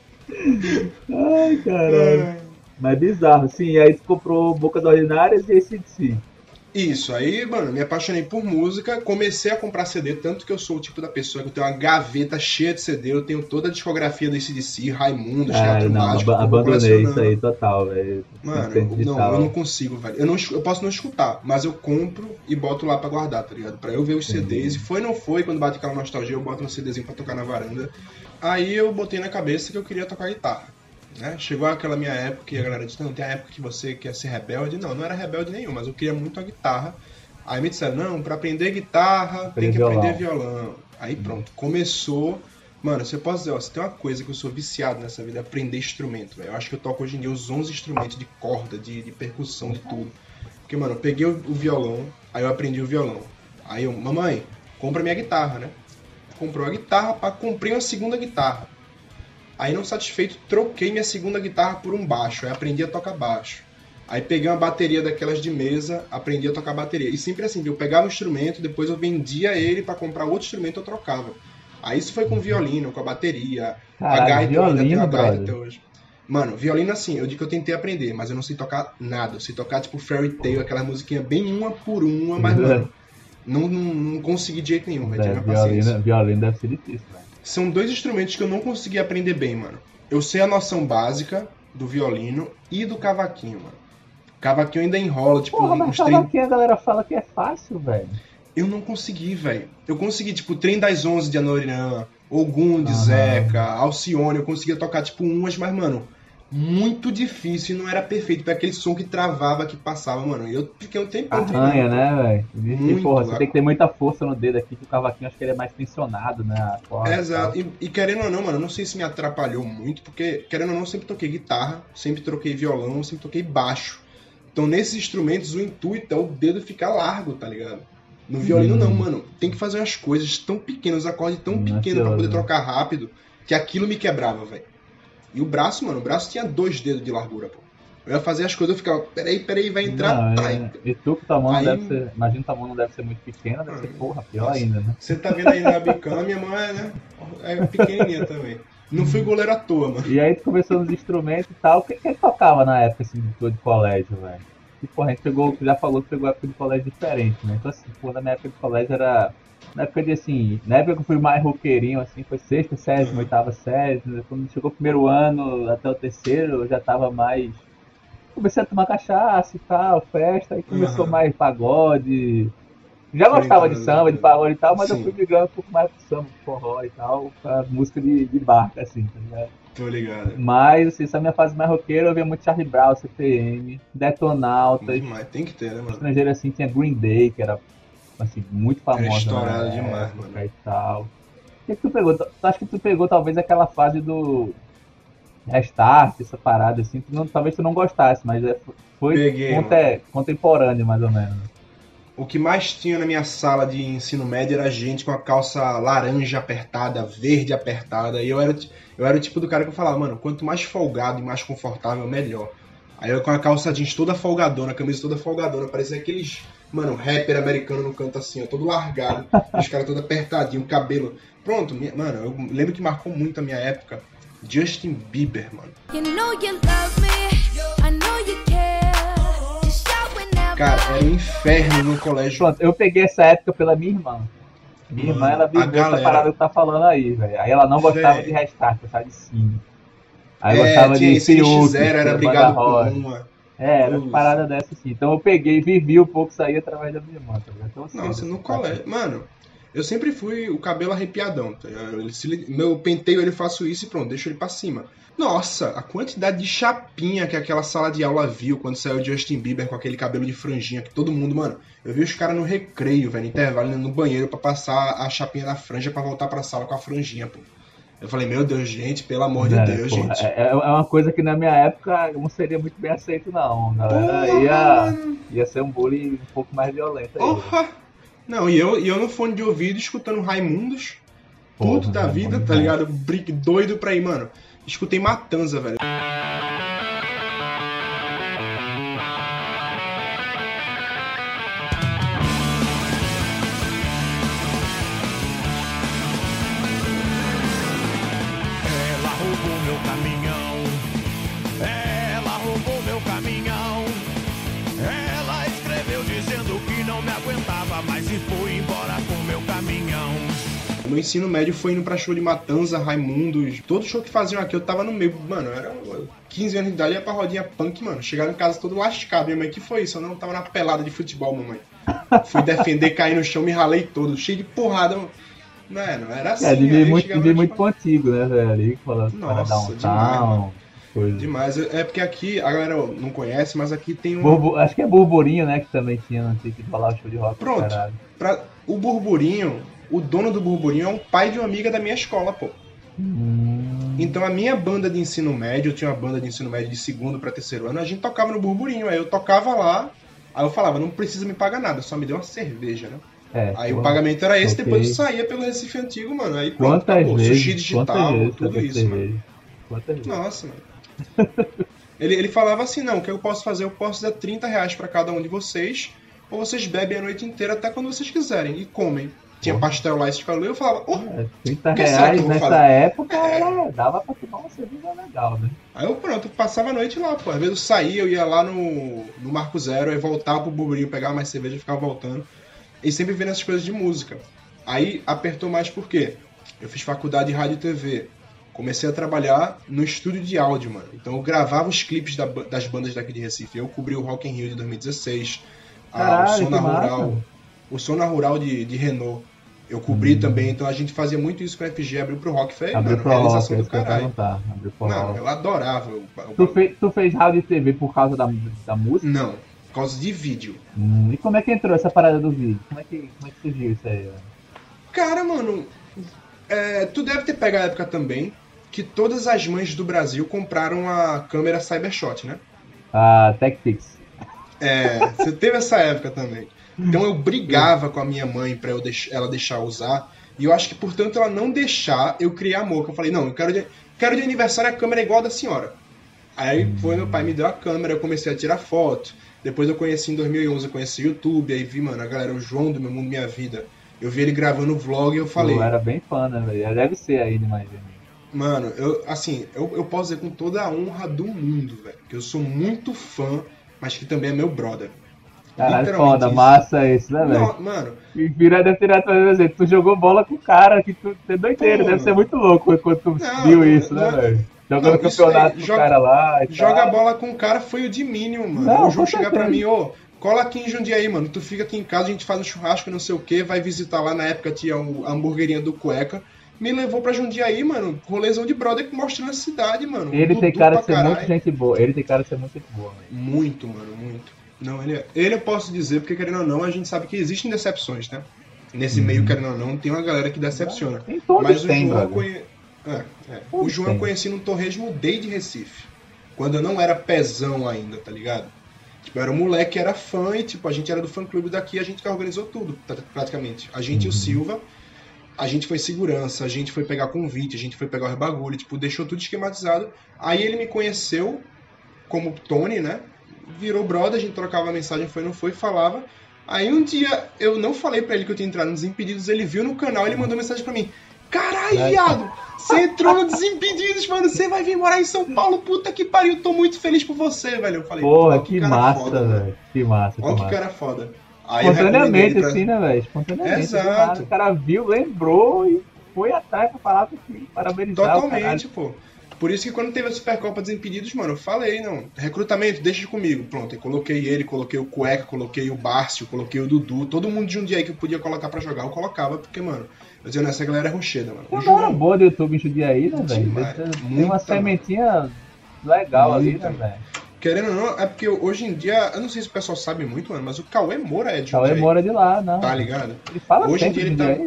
Ai, caralho. É. Mas bizarro, sim, e aí tu comprou Bocas Ordinárias e A C D C. Isso, aí, mano, me apaixonei por música, comecei a comprar C D, tanto que eu sou o tipo da pessoa que eu tenho uma gaveta cheia de C D, eu tenho toda a discografia do A C D C, Raimundo, Teatro Mágico, ab- abandonei isso aí total, velho. Mano, não, eu não consigo, velho. Eu, não, eu posso não escutar, mas eu compro e boto lá pra guardar, tá ligado? Pra eu ver os C Ds, e foi ou não foi, quando bate aquela nostalgia, eu boto um CDzinho pra tocar na varanda. Aí eu botei na cabeça que eu queria tocar guitarra. Né? Chegou aquela minha época que a galera disse, não, tem a época que você quer ser rebelde. Não, não era rebelde nenhum, mas eu queria muito a guitarra. Aí me disseram, não, pra aprender guitarra tem que violão. aprender violão. Aí pronto, começou. Mano, você pode dizer, ó, se tem uma coisa que eu sou viciado nessa vida, é aprender instrumento, velho. Eu acho que eu toco hoje em dia os onze instrumentos de corda, de, de percussão, de tudo. Porque, mano, eu peguei o, o violão, aí eu aprendi o violão. Aí eu, mamãe, compra minha guitarra, né? Comprou a guitarra, pá, comprei uma segunda guitarra. Aí, não satisfeito, troquei minha segunda guitarra por um baixo. Aí aprendi a tocar baixo. Aí peguei uma bateria daquelas de mesa, aprendi a tocar bateria. E sempre assim, eu pegava um instrumento, depois eu vendia ele pra comprar outro instrumento, eu trocava. Aí isso foi com violino, com a bateria, Caralho, a gaita, violino, eu ainda tenho a gaita brother. até hoje. Mano, violino assim, eu digo que eu tentei aprender, mas eu não sei tocar nada. Eu sei tocar tipo Fairy Tail, aquela musiquinha bem uma por uma, mas mano, não, não, não consegui de jeito nenhum, velho. É, violino, violino deve ser difícil, velho. São dois instrumentos que eu não consegui aprender bem, mano. Eu sei a noção básica do violino e do cavaquinho, mano. Cavaquinho ainda enrola, tipo, Porra, mas uns cavaquinho trem... a galera fala que é fácil, velho. Eu não consegui, velho. Eu consegui, tipo, Trem das Onze de Anorirã, Ogum de Ah. Zeca, Alcione, eu conseguia tocar, tipo, umas, mas, mano, muito difícil e não era perfeito. Foi aquele som que travava, que passava, mano. E eu fiquei um tempão Arranha, né, velho? Muito, Porra, você a- tem que ter muita força no dedo aqui, que o cavaquinho acho que ele é mais tensionado, né? a corda e Exato, tal. e, e querendo ou não, mano, eu não sei se me atrapalhou muito, porque querendo ou não, eu sempre toquei guitarra, sempre troquei violão, sempre toquei baixo. Então nesses instrumentos o intuito é o dedo ficar largo, tá ligado? No violino Hum. não, mano, tem que fazer umas coisas tão pequenas, os acordes tão Hum, pequenos pra poder ansioso. trocar rápido, que aquilo me quebrava, velho. E o braço, mano, o braço tinha dois dedos de largura, pô. Eu ia fazer as coisas, eu ficava, peraí, peraí, vai entrar, Não, tá. é- E tu que tua mão Aí- deve ser. Imagina que tua mão não deve ser muito pequena, deve ser porra, pior Nossa. ainda, né? Você tá vendo aí na bicama, minha mão é, né, é pequenininha também. Não fui goleiro à toa, mano. E aí tu começou nos instrumentos e tal. O que que tocava na época assim, de tua de colégio, velho? que, pô, a gente pegou, já falou que pegou época de colégio diferente, né? Então, assim, pô, na minha época de colégio era. Na época de, assim, na época que eu fui mais roqueirinho, assim, foi sexta, sétima, oitava série. Né? Quando chegou o primeiro ano até o terceiro, eu já tava mais. Comecei a tomar cachaça e tal, festa, aí começou Uhum. mais pagode. Já Foi gostava de entrando, samba, de né? pagode e tal, mas eu Sim. fui migrando um pouco mais pro samba, pro forró e tal, pra música de, de barca, assim, tá ligado? Tô ligado. Mas, assim, essa minha fase mais roqueira, eu via muito Charlie Brown, C P M, Detonautas. Demais, tem que ter, né, mano? Estrangeiro, assim, tinha Green Day, que era, assim, muito famosa na estourado demais, época mano. e tal. O que, que tu pegou? Tu acha que tu pegou, talvez, aquela fase do Restart, essa parada, assim, tu não, talvez tu não gostasse, mas é- foi Peguei, conte- contemporâneo, mais ou menos. O que mais tinha na minha sala de ensino médio era gente com a calça laranja apertada, verde apertada. E eu era, eu era o tipo do cara que eu falava, mano, quanto mais folgado e mais confortável, melhor. Aí eu com a calça jeans toda folgadona, a camisa toda folgadona, parecia aqueles, mano, rapper americano no canto assim, ó, todo largado, os caras todo apertadinho, o cabelo. Pronto, minha- mano, eu lembro que marcou muito a minha época. Justin Bieber, mano. You know you love me, I know you care. Just shout whenever. Cara, era um inferno no colégio. Pronto, eu peguei essa época pela minha irmã. Minha Mano, irmã, ela a viveu essa galera- parada que tá falando aí, velho. Aí ela não gostava Véi. de Restart, gostava de Cine. Aí É, gostava tinha de esse N X Fiuk, zero, era Banda brigado com Rosa. uma. É, era Isso. parada dessa assim. Então eu peguei, vivi um pouco isso aí através da minha irmã, tá ligado? Então, cedo, Nossa, no assim, colégio. Mano, eu sempre fui o cabelo arrepiadão. Tá ligado? Ele se- meu penteio, ele faço isso e pronto, deixo ele pra cima. Nossa, a quantidade de chapinha que aquela sala de aula viu quando saiu o Justin Bieber com aquele cabelo de franjinha, que todo mundo, mano. Eu vi os caras no recreio, velho, no intervalo, no banheiro, pra passar a chapinha na franja pra voltar pra sala com a franjinha, pô. Eu falei, meu Deus, gente, pelo amor de É, Deus, porra, gente. é, é uma coisa que na minha época não seria muito bem aceito, não. A galera Porra, ia, mano. ia ser um bullying um pouco mais violento aí. Porra! Não, e eu, e eu no fone de ouvido escutando Raimundos, Porra, puto da vida, Raimundos, tá né? ligado? Brick doido pra ir, mano. Escutei Matanza, velho. Ela roubou meu caminhão. Ela roubou meu caminhão. Ela escreveu dizendo que não me aguentava mais e foi embora com meu caminhão. Meu ensino médio foi indo pra show de Matanza, Raimundos. Todo show que faziam aqui eu tava no meio. Mano, eu era quinze anos de idade, ia pra rodinha punk, mano. Chegava em casa todo lascado. Minha mãe, que foi isso? Eu não tava na pelada de futebol, mamãe. Fui defender, caí no chão, me ralei todo, cheio de porrada. Mano, era assim. É, devia ir aí muito, chegava devia ir na muito pro antigo, né, velho? Ali, falando para Nossa, downtown, demais, mano. coisa. Demais. É porque aqui, a galera não conhece, mas aqui tem um. Burbu- Acho que é Burburinho, né, que também tinha no antigo de rolar o show de rock. Pronto. Caralho. Pra... O Burburinho, o dono do Burburinho é um pai de uma amiga da minha escola, pô. Hum, Então a minha banda de ensino médio, eu tinha uma banda de ensino médio de segundo pra terceiro ano, a gente tocava no Burburinho. Aí eu tocava lá, aí eu falava, não precisa me pagar nada, só me dê uma cerveja, né? é, Aí pô, o pagamento era esse, ok. depois eu saía pelo Recife Antigo, mano. Aí pronto, Quantas acabou. vezes, Sushi digital, quantas vezes tudo teve isso, mano. cerveja? Quantas vezes? Nossa, mano. Ele, ele falava assim, não, o que eu posso fazer? Eu posso dar trinta reais pra cada um de vocês, ou vocês bebem a noite inteira até quando vocês quiserem, e comem. Tinha Porra. pastel lá, esse calor, eu falava, oh. É, trinta Que certo, reais eu vou nessa fazer. época era, dava pra tomar uma cerveja legal, né? Aí eu pronto, passava a noite lá, pô. Às vezes eu saía, eu ia lá no, no Marco Zero, aí voltava pro Burburinho, pegava mais cerveja e ficava voltando. E sempre vendo essas coisas de música. Aí apertou mais por quê? Eu fiz faculdade de rádio e T V. Comecei a trabalhar no estúdio de áudio, mano. Então eu gravava os clipes da- das bandas daqui de Recife. Eu cobri o Rock in Rio de dois mil e dezesseis, a- Caralho, o Sona que massa. Rural, o Sona Rural de, de Renault. Eu cobri também, então a gente fazia muito isso com o F G, abriu pro Rock, foi, Abriu mano, pro rock, realização é do isso que eu ia caralho. perguntar. Abriu pro Não, rock. eu adorava o, o Tu, fez, tu fez rádio e T V por causa da, da música? Não, por causa de vídeo. Hum, e como é que entrou essa parada do vídeo? Como é que, como é que surgiu isso aí? velho? Cara, mano, é, tu deve ter pego a época também que todas as mães do Brasil compraram a câmera Cybershot, né? A TechPix. É, você teve essa época também. Então eu brigava com a minha mãe pra eu deix- ela deixar eu usar. E eu acho que, portanto, ela não deixar, eu criei amor. Que eu falei, não, eu quero de, quero de aniversário a câmera igual a da senhora. Aí foi, meu pai me deu a câmera, eu comecei a tirar foto. Depois eu conheci, em dois mil e onze, eu conheci o YouTube. Aí vi, mano, a galera, o João do Meu Mundo Minha Vida. Eu vi ele gravando o vlog e eu falei... Eu era bem fã, né, velho? Deve ser ainda, imagina. Mano, eu, assim, eu, eu posso dizer com toda a honra do mundo, velho, que eu sou muito fã, mas que também é meu brother. Caralho, Literalmente foda, isso. massa isso, né, velho? Não, mano, E vira deve ter assim, tu jogou bola com o cara, que tu é doideiro, Pô, deve ser muito louco quando tu Não, viu não, isso, não né, é- velho? Jogando Não, isso campeonato aí, com o joga- cara lá e joga tal. bola com o cara foi o de mínimo, mano. Não, o João com chegar pra certeza. mim, ô, cola aqui em Jundiaí, mano. Tu fica aqui em casa, a gente faz um churrasco, não sei o que, vai visitar lá, na época tinha o- a hamburguerinha do Cueca. Me levou pra Jundiaí, mano, rolezão de brother mostrando a cidade, mano. Ele tem Dudu cara pra de ser caralho. muito gente boa. Ele tem cara de ser muito gente boa, velho. Muito, mano, muito. Não, ele é. Ele eu posso dizer, porque querendo ou não, a gente sabe que existem decepções, né? Nesse meio, querendo ou não, tem uma galera que decepciona. Em todos Mas o tem, João eu brother. conhe... é, é. O Todos João eu tem. conheci no torresmo desde Recife. Quando eu não era pezão ainda, tá ligado? Tipo, eu era um moleque que era fã e, tipo, a gente era do fã-clube daqui, a gente que organizou tudo, tá- praticamente. A gente e o Silva, a gente foi segurança, a gente foi pegar convite, a gente foi pegar os bagulho, tipo, deixou tudo esquematizado. Aí ele me conheceu como Tony, né? Virou brother, a gente trocava mensagem, foi, não foi, falava. Aí um dia eu não falei pra ele que eu tinha entrado no Desimpedidos, ele viu no canal, ele mandou mensagem pra mim. Caralho, Ai, viado, você entrou no Desimpedidos, mano, você vai vir morar em São Paulo, puta que pariu, tô muito feliz por você, velho. Eu falei, Porra, ó, que cara massa, foda, mano. velho. Que massa, que Ó que massa. cara foda. Aí eu recomendei Espontaneamente, ele pra- assim, né, velho? Espontaneamente. Exato. do nada. O cara viu, lembrou e foi atrás pra falar com ele, parabenizar o Totalmente, caralho. pô. Por isso que quando teve a Supercopa Desimpedidos, mano, eu falei, não, recrutamento, deixa comigo. Pronto, eu coloquei ele, coloquei o Cueca, coloquei o Bárcio, coloquei o Dudu, todo mundo de um dia aí que eu podia colocar pra jogar, eu colocava, porque, mano, eu dizia, essa galera é rocheda, mano. Tem O uma hora João, boa do YouTube em Jundiaí, né, velho? Demais. Tem Muita, uma sementinha legal ali, Muita. né, velho? querendo ou não, é porque hoje em dia, eu não sei se o pessoal sabe muito, mano, mas o Cauê Moura é de Cauê Jundiaí. mora de lá, não. Tá ligado? Ele fala Hoje em sempre dia ele de tá- Jundiaí.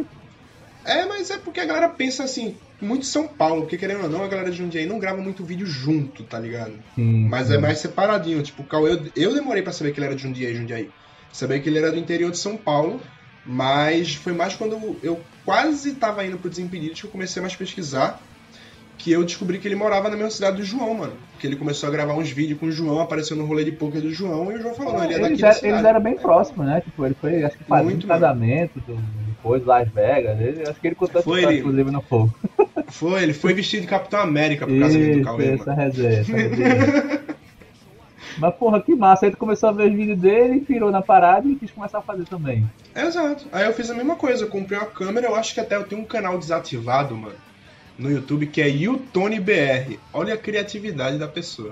É, mas é porque a galera pensa assim, muito São Paulo, porque querendo ou não, a galera de Jundiaí não grava muito vídeo junto, tá ligado? Sim, Mas sim. é mais separadinho. Tipo, o Cauê, eu, eu demorei pra saber que ele era de Jundiaí, Jundiaí. Saber que ele era do interior de São Paulo, mas foi mais quando eu quase tava indo pro Desimpedidos que eu comecei a mais pesquisar, que eu descobri que ele morava na mesma cidade do João, mano. Que ele começou a gravar uns vídeos com o João, apareceu no rolê de poker do João, e o João falou, não, ele é daqui eles, da era- cidade. eles eram bem próximos, né? Tipo, ele foi, acho que fazia um Muito, mano. casamento do, depois, Las Vegas. Ele, acho que ele contou essa Foi história, ele. inclusive, no fogo. Foi, ele foi vestido de Capitão América pro casamento do Isso, Cauê, essa mano. resenha, essa resenha. Mas, porra, que massa. Aí tu começou a ver os vídeos dele, pirou na parada e quis começar a fazer também. Exato. Aí eu fiz a mesma coisa, eu comprei uma câmera, eu acho que até eu tenho um canal desativado, mano, no YouTube, que é YouToneBR. Olha a criatividade da pessoa.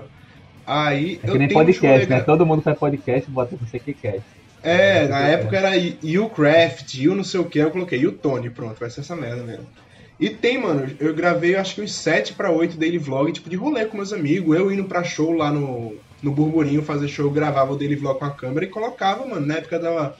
Aí É eu que nem tenho podcast, um rolê né? gra- Todo mundo faz podcast e bota não sei o que quer. É, na época era YouCraft, You não sei o que, eu coloquei YouTone, pronto, vai ser essa merda mesmo. E tem, mano, eu gravei acho que uns sete pra oito daily vlog, tipo, de rolê com meus amigos, eu indo pra show lá no, no Burburinho fazer show, eu gravava o daily vlog com a câmera e colocava, mano, na época dava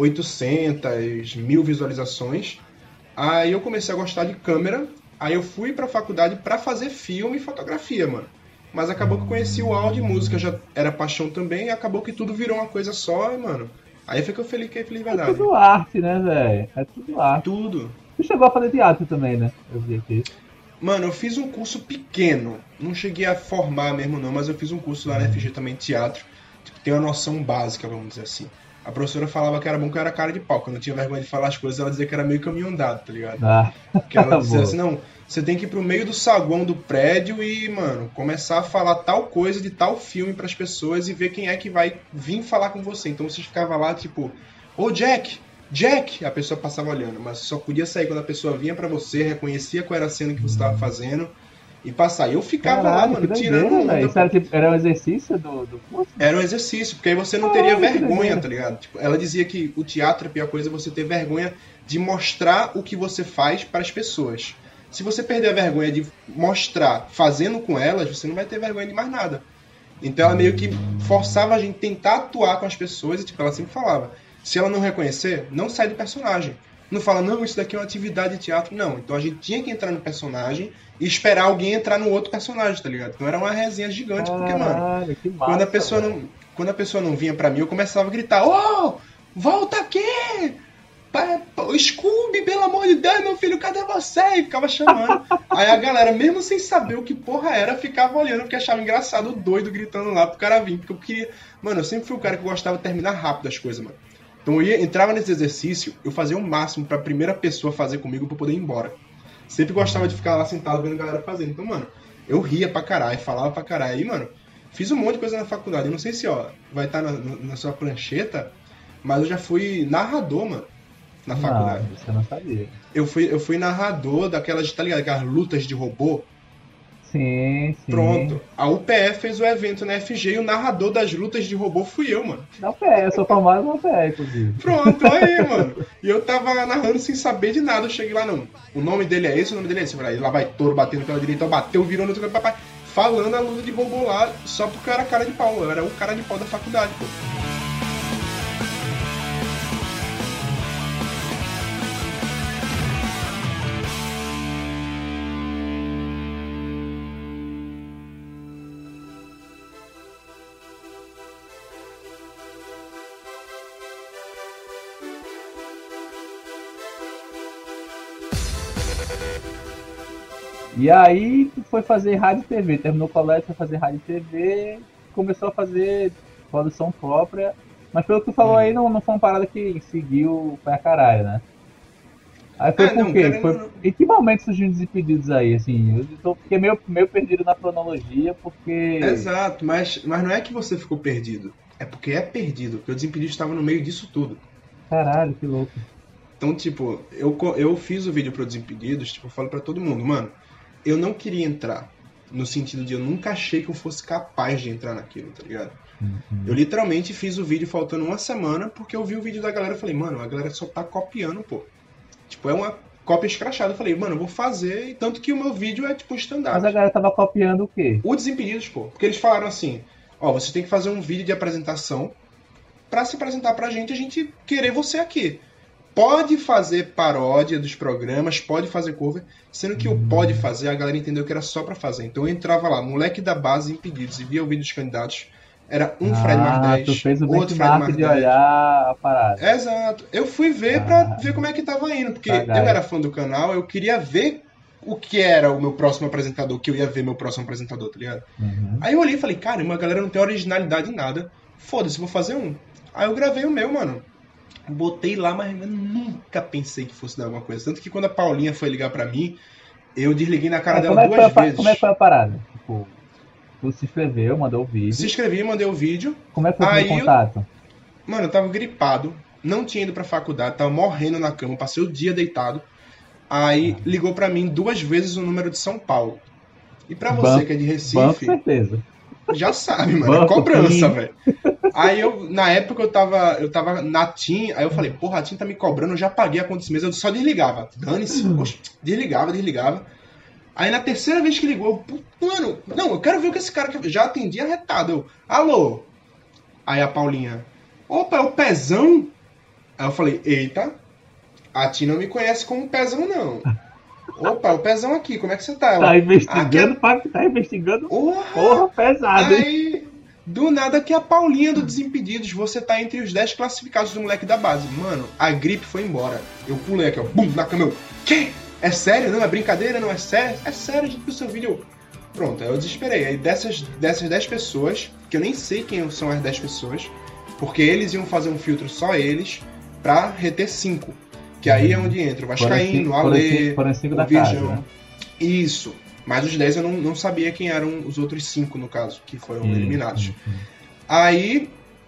oitocentas, mil visualizações. Aí eu comecei a gostar de câmera, aí eu fui pra faculdade pra fazer filme e fotografia, mano. Mas acabou que eu conheci o áudio e música, já era paixão também, e acabou que tudo virou uma coisa só, e, mano. Aí foi que eu falei que é feliz É verdade. tudo arte, né, velho? É tudo arte. Tudo. Tu chegou a fazer teatro também, né? Eu vi aqui. Mano, eu fiz um curso pequeno. Não cheguei a formar mesmo não, mas eu fiz um curso lá na F G também, teatro. Tipo, tem uma noção básica, vamos dizer assim. A professora falava que era bom que eu era cara de pau. Quando eu tinha vergonha de falar as coisas, ela dizia que era meio caminho andado, tá ligado? Ah, Que ela dizia boa. assim, não, você tem que ir pro meio do saguão do prédio e, mano, começar a falar tal coisa de tal filme pras pessoas e ver quem é que vai vir falar com você. Então você ficava lá, tipo, ô Jack, Jack! A pessoa passava olhando, mas só podia sair quando a pessoa vinha pra você, reconhecia qual era a cena que você tava fazendo e passar. E eu ficava lá, Caralho, mano, que tirando doideira, onda. velho. Isso era, tipo, era um exercício do, do curso? Era um exercício, porque aí você não teria Ah, que vergonha, doideira. tá ligado? Tipo, ela dizia que o teatro, a pior coisa é você ter vergonha de mostrar o que você faz para as pessoas. Se você perder a vergonha de mostrar fazendo com elas, você não vai ter vergonha de mais nada. Então ela meio que forçava a gente a tentar atuar com as pessoas e, tipo, ela sempre falava, se ela não reconhecer, não sai do personagem. Não fala, não, isso daqui é uma atividade de teatro. Não, então a gente tinha que entrar no personagem e esperar alguém entrar no outro personagem, tá ligado? Então era uma resenha gigante, porque, mano, Caralho, que massa, quando a pessoa velho. não, quando a pessoa não vinha pra mim, eu começava a gritar: "Ô, volta aqui! Pa- pa- Scooby, pelo amor de Deus, meu filho, cadê você?" E ficava chamando. Aí a galera, mesmo sem saber o que porra era, ficava olhando porque achava engraçado o doido gritando lá pro cara vir, porque eu queria, mano, eu sempre fui o cara que gostava de terminar rápido as coisas, mano. Então eu ia, entrava nesse exercício, eu fazia o máximo pra primeira pessoa fazer comigo pra eu poder ir embora. Sempre gostava de ficar lá sentado vendo a galera fazendo. Então, mano, eu ria pra caralho, falava pra caralho. Aí, mano, Fiz um monte de coisa na faculdade. Eu não sei se, ó, vai estar na, na sua prancheta, mas eu já fui narrador, mano, na faculdade. Não, você não sabia. Eu fui, eu fui narrador daquelas, tá ligado? Aquelas lutas de robô. Sim, sim. Pronto. A U P E fez o evento na F G e o narrador das lutas de robô fui eu, mano. Na U P E, eu sou formado na U P E, inclusive. Pronto, aí, mano. E eu tava narrando sem saber de nada. Eu cheguei lá, não. O nome dele é esse, o nome dele é esse. Lá vai touro batendo pela direita, bateu, virou no outro papai. Falando a luta de robô lá, só porque eu era cara de pau. Eu era o cara de pau da faculdade, pô. E aí tu foi fazer rádio e T V, terminou o colégio, foi fazer rádio e T V, começou a fazer produção própria, mas pelo que tu falou aí, não, não foi uma parada que seguiu pra caralho, né? Aí foi Ah, por não, quê? cara, Foi... não- Em que momento surgiu os Desimpedidos aí, assim? Eu tô, fiquei meio, meio perdido na cronologia, porque... Exato, mas, mas não é que você ficou perdido. É porque é perdido, porque o Desimpedido estava no meio disso tudo. Caralho, que louco. Então, tipo, eu, co- eu fiz o vídeo pro Desimpedidos, tipo, eu falo pra todo mundo, mano, eu não queria entrar, no sentido de eu nunca achei que eu fosse capaz de entrar naquilo, tá ligado? Uhum. Eu literalmente fiz o vídeo faltando uma semana, porque eu vi o vídeo da galera e falei, mano, a galera só tá copiando, pô. Tipo, é uma cópia escrachada. Eu falei, mano, eu vou fazer, e tanto que o meu vídeo é, tipo, um stand-up. Mas a galera tava copiando o quê? O Desimpedidos, pô. Porque eles falaram assim, ó, você tem que fazer um vídeo de apresentação pra se apresentar pra gente, a gente querer você aqui. Pode fazer paródia dos programas, pode fazer cover, sendo que o pode fazer, a galera entendeu que era só pra fazer. Então eu entrava lá, moleque da base Impedidos, e via o vídeo dos candidatos, era um Fred Ah, Mardez, tu fez o outro Fred benchmark de Mardez. olhar a parada. Exato. Eu fui ver Ah. pra ver como é que tava indo, porque Verdade. eu era fã do canal, eu queria ver o que era o meu próximo apresentador, que eu ia ver meu próximo apresentador, tá ligado? Uhum. Aí eu olhei e falei, caramba, a galera não tem originalidade em nada. Foda-se, vou fazer um. Aí eu gravei o meu, mano. Botei lá, mas eu nunca pensei que fosse dar alguma coisa. Tanto que quando a Paulinha foi ligar pra mim, eu desliguei na cara Mas dela como, é que foi duas a, pa- vezes. como é que foi a parada? Tipo, tu se inscreveu, mandou o vídeo. Se inscrevi, mandei o vídeo. Como é que foi o Aí primeiro eu- contato? Mano, eu tava gripado, não tinha ido pra faculdade, tava morrendo na cama, passei o dia deitado. Aí ligou pra mim duas vezes o número de São Paulo. E pra você Banco- que é de Banco, Recife, certeza. já sabe, mano, é Banco, cobrança, Tim. velho. Aí eu, na época eu tava, eu tava na TIM, aí eu falei, porra, a TIM tá me cobrando, eu já paguei a conta desse mês, eu só desligava. Dane-se, poxa, desligava, desligava. Aí na terceira vez que ligou, eu, "Pô, mano, não, eu quero ver o que esse cara quer." Já atendi arretado. Eu, alô? Aí a Paulinha, opa, é o Pezão? Aí eu falei, eita, a TIM não me conhece como Pezão, não. Opa, é o Pezão aqui, como é que você tá? Ela, Tá "Aqui investigando, é- Pac, tá investigando. Porra! Porra, pesado, hein? Aí, do nada que a Paulinha do Desimpedidos, você tá entre os dez classificados do moleque da base. Mano, a gripe foi embora. Eu pulei aqui, ó, bum, na cama, eu, quê? É sério? Não é brincadeira? Não é sério? É sério, gente, pro seu vídeo. Eu, pronto, aí eu desesperei. Aí dessas, dessas dez pessoas, que eu nem sei quem são as dez pessoas, porque eles iam fazer um filtro só eles, pra reter cinco. Que aí é onde entra o Foram Vascaíno, cinco- o foram Alê, cinco- foram cinco o da casa, Virgão. né? Isso. Mas os dez eu não, não sabia quem eram os outros cinco, no caso, que foram Hum, eliminados. hum, hum. Aí,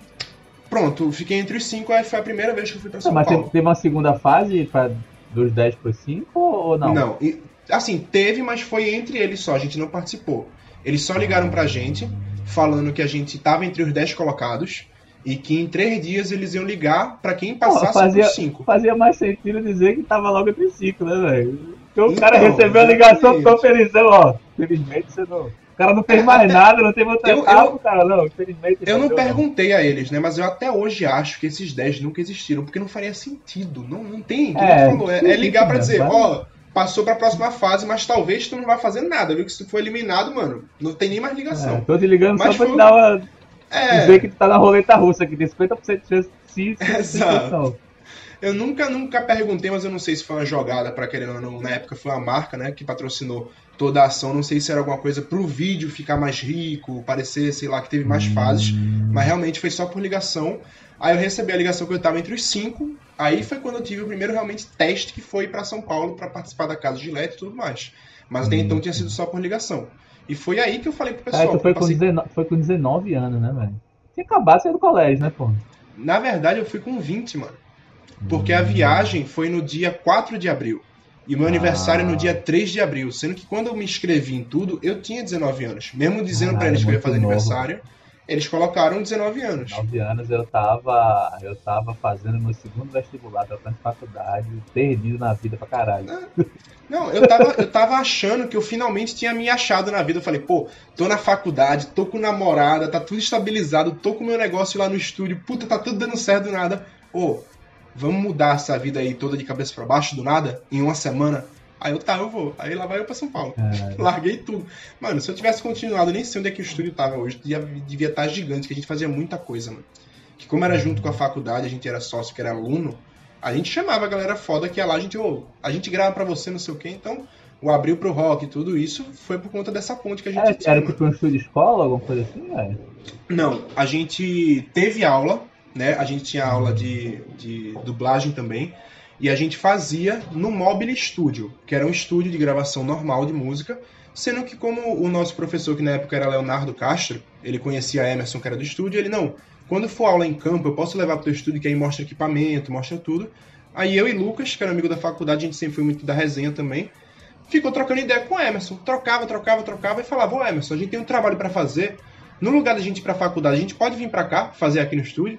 pronto, fiquei entre os cinco, aí foi a primeira vez que eu fui pra São Não, mas Paulo. teve, teve uma segunda fase pra, dos dez pros cinco ou não? Não, e, assim, teve, mas foi entre eles só, a gente não participou. Eles só ligaram pra gente, falando que a gente tava entre os dez colocados, e que em três dias eles iam ligar pra quem Pô, passasse fazia, pros cinco. fazia mais sentido dizer que tava logo entre os cinco, né, velho? Porque o Então, cara recebeu a ligação, exatamente. tão felizão, ó. Felizmente você não. O cara não fez mais nada, não teve outra Eu- etapa, eu- cara, não. Infelizmente. Eu não deu, perguntei a eles, né? Mas eu até hoje acho que esses dez nunca existiram, porque não faria sentido. Não, não tem. Que É, nem tu falou. É, é ligar pra né, dizer, vai. ó, passou pra próxima fase, mas talvez tu não vai fazer nada, viu? Que se tu for eliminado, mano, não tem nem mais É, ligação. tô te ligando Mas só pra foi- te dar uma. É, Dizer que tu tá na roleta russa, que tem cinquenta por cento de chance de sim, Exato. eu nunca, nunca perguntei, mas eu não sei se foi uma jogada pra querer ou não. Na época foi uma marca, né, que patrocinou toda a ação. Não sei se era alguma coisa pro vídeo ficar mais rico, parecer, sei lá, que teve mais fases. Mas realmente foi só por ligação. Aí eu recebi a ligação que eu tava entre os cinco. Aí foi quando eu tive o primeiro realmente teste, que foi pra São Paulo pra participar da Casa de Gillette e tudo mais. Mas até então tinha sido só por ligação. E foi aí que eu falei pro pessoal. É, tu foi eu com, passei- dezenove, foi com dezenove anos, né, velho? Tinha acabado de sair do colégio, né, pô? Na verdade, eu fui com vinte, mano. Porque a viagem foi no dia quatro de abril. E o meu Ah. aniversário é no dia três de abril. Sendo que quando eu me inscrevi em tudo, eu tinha dezenove anos. Mesmo dizendo pra Caralho, eles que eu ia muito fazer novo. aniversário, eles colocaram dezenove anos. nove anos eu tava, eu tava fazendo meu segundo vestibular, tava faculdade, perdido na vida pra caralho. Não, eu tava, eu tava achando que eu finalmente tinha me achado na vida. Eu falei, pô, tô na faculdade, tô com namorada, tá tudo estabilizado, tô com meu negócio lá no estúdio, puta, tá tudo dando certo do nada. Ô, vamos mudar essa vida aí toda de cabeça pra baixo do nada, em uma semana? Aí eu, tá, eu vou. Aí lá vai eu pra São Paulo. É. Larguei tudo. Mano, se eu tivesse continuado, eu nem sei onde é que o estúdio tava hoje. Devia, devia estar gigante, que a gente fazia muita coisa, mano. Que como era junto com a faculdade, a gente era sócio, que era aluno, a gente chamava a galera foda que ia lá, a gente, ô, a gente grava pra você, não sei o quê. Então, o abril pro rock e tudo isso foi por conta dessa ponte que a gente Era, tinha, era mano. tipo um estúdio de escola, alguma coisa assim, velho? Não, a gente teve aula, né? A gente tinha aula de, de dublagem também. E a gente fazia no Mobile Studio, que era um estúdio de gravação normal de música. Sendo que como o nosso professor, que na época era Leonardo Castro, ele conhecia a Emerson, que era do estúdio, ele, não, quando for aula em campo, eu posso levar pro teu estúdio, que aí mostra equipamento, mostra tudo. Aí eu e Lucas, que era amigo da faculdade, a gente sempre foi muito da resenha também, ficou trocando ideia com o Emerson. Trocava, trocava, trocava e falava, ô Emerson, a gente tem um trabalho pra fazer. No lugar da gente ir pra faculdade, a gente pode vir pra cá, fazer aqui no estúdio.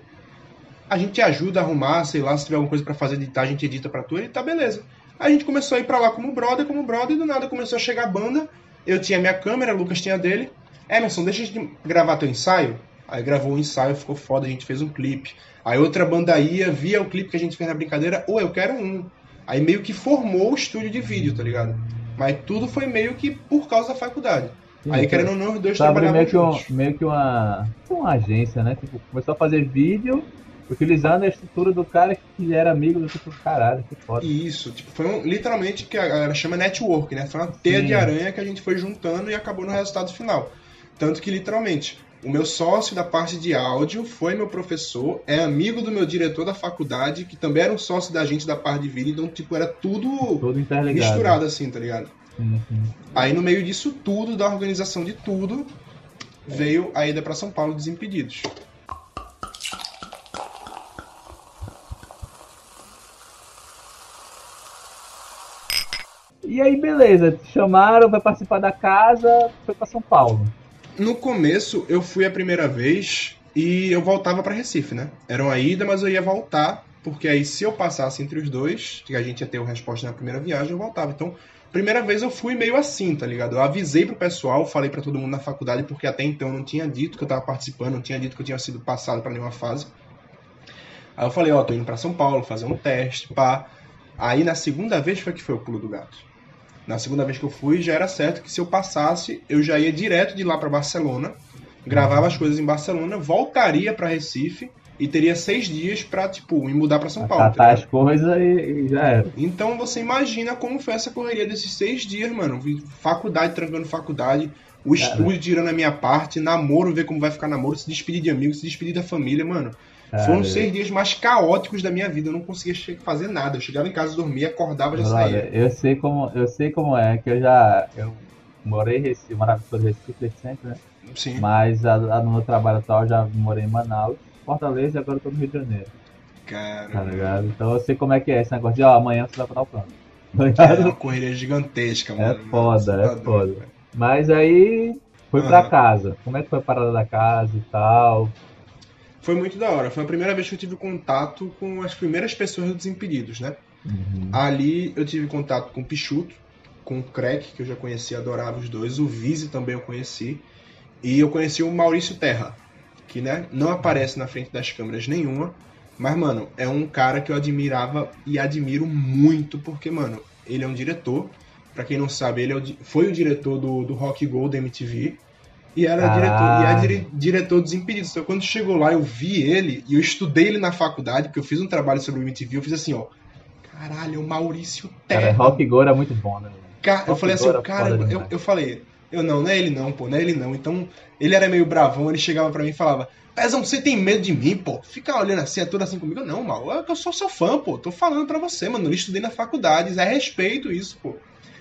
A gente te ajuda a arrumar, sei lá, se tiver alguma coisa pra fazer, editar, a gente edita pra tu e tá beleza. Aí a gente começou a ir pra lá como brother, como brother, e do nada começou a chegar a banda. Eu tinha minha câmera, o Lucas tinha a dele. Emerson, deixa a gente gravar teu ensaio. Aí gravou o ensaio, ficou foda, a gente fez um clipe. Aí outra banda ia, via o clipe que a gente fez na brincadeira, ou eu quero um. Aí meio que formou o estúdio de vídeo, tá ligado? Mas tudo foi meio que por causa da faculdade. Sim, Aí, então, querendo ou não, os dois Sabe, trabalhavam meio que, um, juntos. meio que uma, uma agência, né? Tipo, começou a fazer vídeo utilizando a estrutura do cara que era amigo do tipo, caralho, que foda. Isso, tipo, foi um, literalmente que a galera chama network, né? Foi uma teia Sim. de aranha que a gente foi juntando e acabou no resultado final. Tanto que, literalmente, o meu sócio da parte de áudio foi meu professor, é amigo do meu diretor da faculdade, que também era um sócio da gente da parte de vídeo, então, tipo, era tudo Tudo interligado. misturado assim, tá ligado? Sim, sim. Aí, no meio disso tudo, da organização de tudo, veio a ida pra São Paulo Desimpedidos. E aí, beleza, te chamaram, vai participar da casa, foi pra São Paulo. No começo, eu fui a primeira vez e eu voltava pra Recife, né? Era uma ida, mas eu ia voltar, porque aí se eu passasse entre os dois, que a gente ia ter a resposta na primeira viagem, eu voltava. Então, primeira vez eu fui meio assim, tá ligado? Eu avisei pro pessoal, falei pra todo mundo na faculdade, porque até então eu não tinha dito que eu tava participando, não tinha dito que eu tinha sido passado pra nenhuma fase. Aí eu falei, ó, tô indo pra São Paulo, fazer um teste, pá. Aí na segunda vez foi que foi o pulo do gato. Na segunda vez que eu fui, já era certo que se eu passasse, eu já ia direto de lá pra Barcelona, gravava as coisas em Barcelona, voltaria pra Recife e teria seis dias pra, tipo, me mudar pra São Paulo. tá Catar as ligado? coisas e, e já era. Então você imagina como foi essa correria desses seis dias, mano. Faculdade, trancando faculdade, o estúdio tirando a minha parte, namoro, ver como vai ficar namoro, se despedir de amigos, se despedir da família, mano. Foram Cara, seis dias mais caóticos da minha vida. Eu não conseguia che- fazer nada. Eu chegava em casa, dormia, acordava, já brother, saía. eu sei como, eu sei como é, que eu já eu morei em Recife, eu morava em Recife sempre, né? Sim. Mas a, a, no meu trabalho atual eu já morei em Manaus, Fortaleza e agora eu tô no Rio de Janeiro, tá Cara, ligado? Então eu sei como é que é esse negócio de, ó, amanhã você vai pra tal canto. Tá é ligado? uma correria gigantesca, É mano. foda, Você é tá doido, foda. velho. Mas aí foi pra Aham. casa. Como é que foi a parada da casa e tal? Foi muito da hora. Foi a primeira vez que eu tive contato com as primeiras pessoas do Desimpedidos, né? Uhum. Ali eu tive contato com o Pichuto, com o Crack, que eu já conhecia, adorava os dois. O Vise também eu conheci. E eu conheci o Maurício Terra, que, né, não aparece na frente das câmeras nenhuma. Mas, mano, é um cara que eu admirava e admiro muito, porque, mano, ele é um diretor. Pra quem não sabe, ele é o di- foi o diretor do, do Rock Go da M T V. E era Caralho. diretor, e é dire- diretor dos Impedidos. Então, quando chegou lá, eu vi ele e eu estudei ele na faculdade, porque eu fiz um trabalho sobre o M T V. Eu fiz assim, ó. Caralho, é o Maurício Terra. Cara, Rock Go era muito bom, né? Ca- eu Rock falei assim, Go era cara, foda eu, demais. eu falei, eu não, não é ele não, pô, não é ele não. Então, ele era meio bravão, ele chegava pra mim e falava, Pezão, você tem medo de mim, pô? Fica olhando assim, é tudo assim comigo. Eu, não, mal, é que eu sou seu fã, pô, tô falando pra você, mano, eu estudei na faculdade, é respeito isso, pô.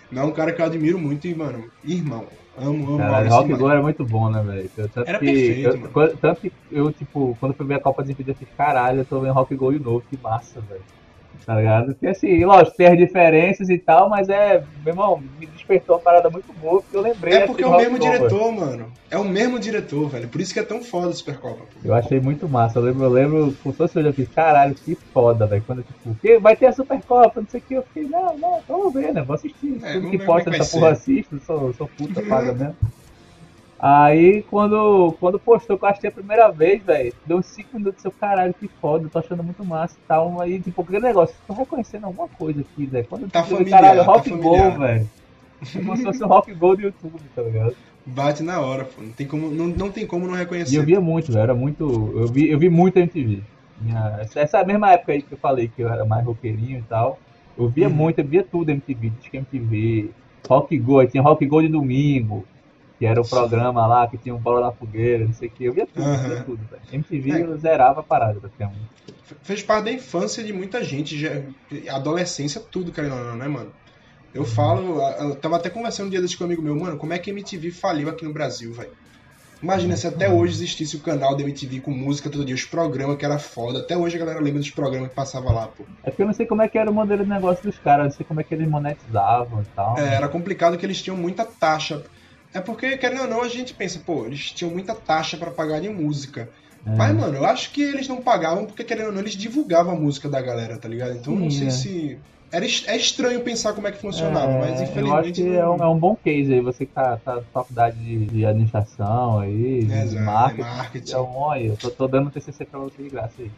Mas é um cara que eu admiro muito e, mano, irmão, amo, amo. Caralho, Maurício Rock demais. Go era muito bom, né, velho? Eu- Tanto Era que, perfeito, eu, mano. quando- tanto que eu, tipo, quando fui ver a Copa dos Impedidos, eu fiz, caralho, eu tô vendo Rock Go de novo, que massa, velho. Tá ligado? Porque assim, lógico, tem as diferenças e tal, mas é, meu irmão, me despertou uma parada muito boa, porque eu lembrei É assim, porque é do o Rock mesmo Go, velho. diretor, mano. É o mesmo diretor, velho. Por isso que é tão foda a Supercopa. Pô. Eu achei muito massa. Eu lembro, eu lembro, como se fosse hoje, eu fiz, caralho, que foda, velho. Quando, tipo, que vai ter a Supercopa, não sei o que, eu fiquei, não, não, vamos ver, né? Vou assistir. É, Tudo vamos que ver como é posta que vai nessa porra ser. assisto, sou, sou puta, paga mesmo. Aí, quando, quando postou que eu achei a primeira vez, velho, deu uns cinco minutos, seu caralho, que foda, eu tô achando muito massa e tal. Aí, tipo, aquele negócio, tô reconhecendo alguma coisa aqui, velho. Quando eu Tá vi, familiar, caralho, tá Rock Go, familiar. velho. É como se fosse o Rock Go do YouTube, tá ligado? Bate na hora, pô. Não tem como não, não, tem como não E eu reconhecer. via muito, velho, era muito. Eu vi, eu vi muito M T V. Minha- essa, essa mesma época aí que eu falei que eu era mais roqueirinho e tal. Eu via Uhum. muito, eu via tudo M T V, Disque M T V, Rock Go, aí tinha Rock Go de domingo, que era o Sim. programa lá, que tinha um bola na fogueira, não sei o que. Eu via tudo, eu via Aham. tudo, velho. M T V É. eu zerava a parada praticamente. Fez parte da infância de muita gente, já, adolescência, tudo, querendo ou não, né, mano? Eu falo, eu tava até conversando um dia desse com um amigo meu, mano, como é que a M T V faliu aqui no Brasil, velho? Imagina se até hoje existisse o canal da M T V com música todo dia, os programas que era foda. Até hoje a galera lembra dos programas que passava lá, pô. É porque eu não sei como é que era o modelo de negócio dos caras, eu não sei como é que eles monetizavam e tal. É, era complicado que eles tinham muita taxa. É porque, querendo ou não, a gente pensa, pô, eles tinham muita taxa pra pagar de música. É. Mas, mano, eu acho que eles não pagavam porque, querendo ou não, eles divulgavam a música da galera, tá ligado? Então, não Sim, sei é. se... Era, es- é estranho pensar como é que funcionava, É, mas eu acho infelizmente que não... é um, é um bom case aí, você que tá, tá na faculdade de, de administração aí, de Exato, marketing. marketing. É um, olha, eu tô, tô dando T C C pra você de graça aí.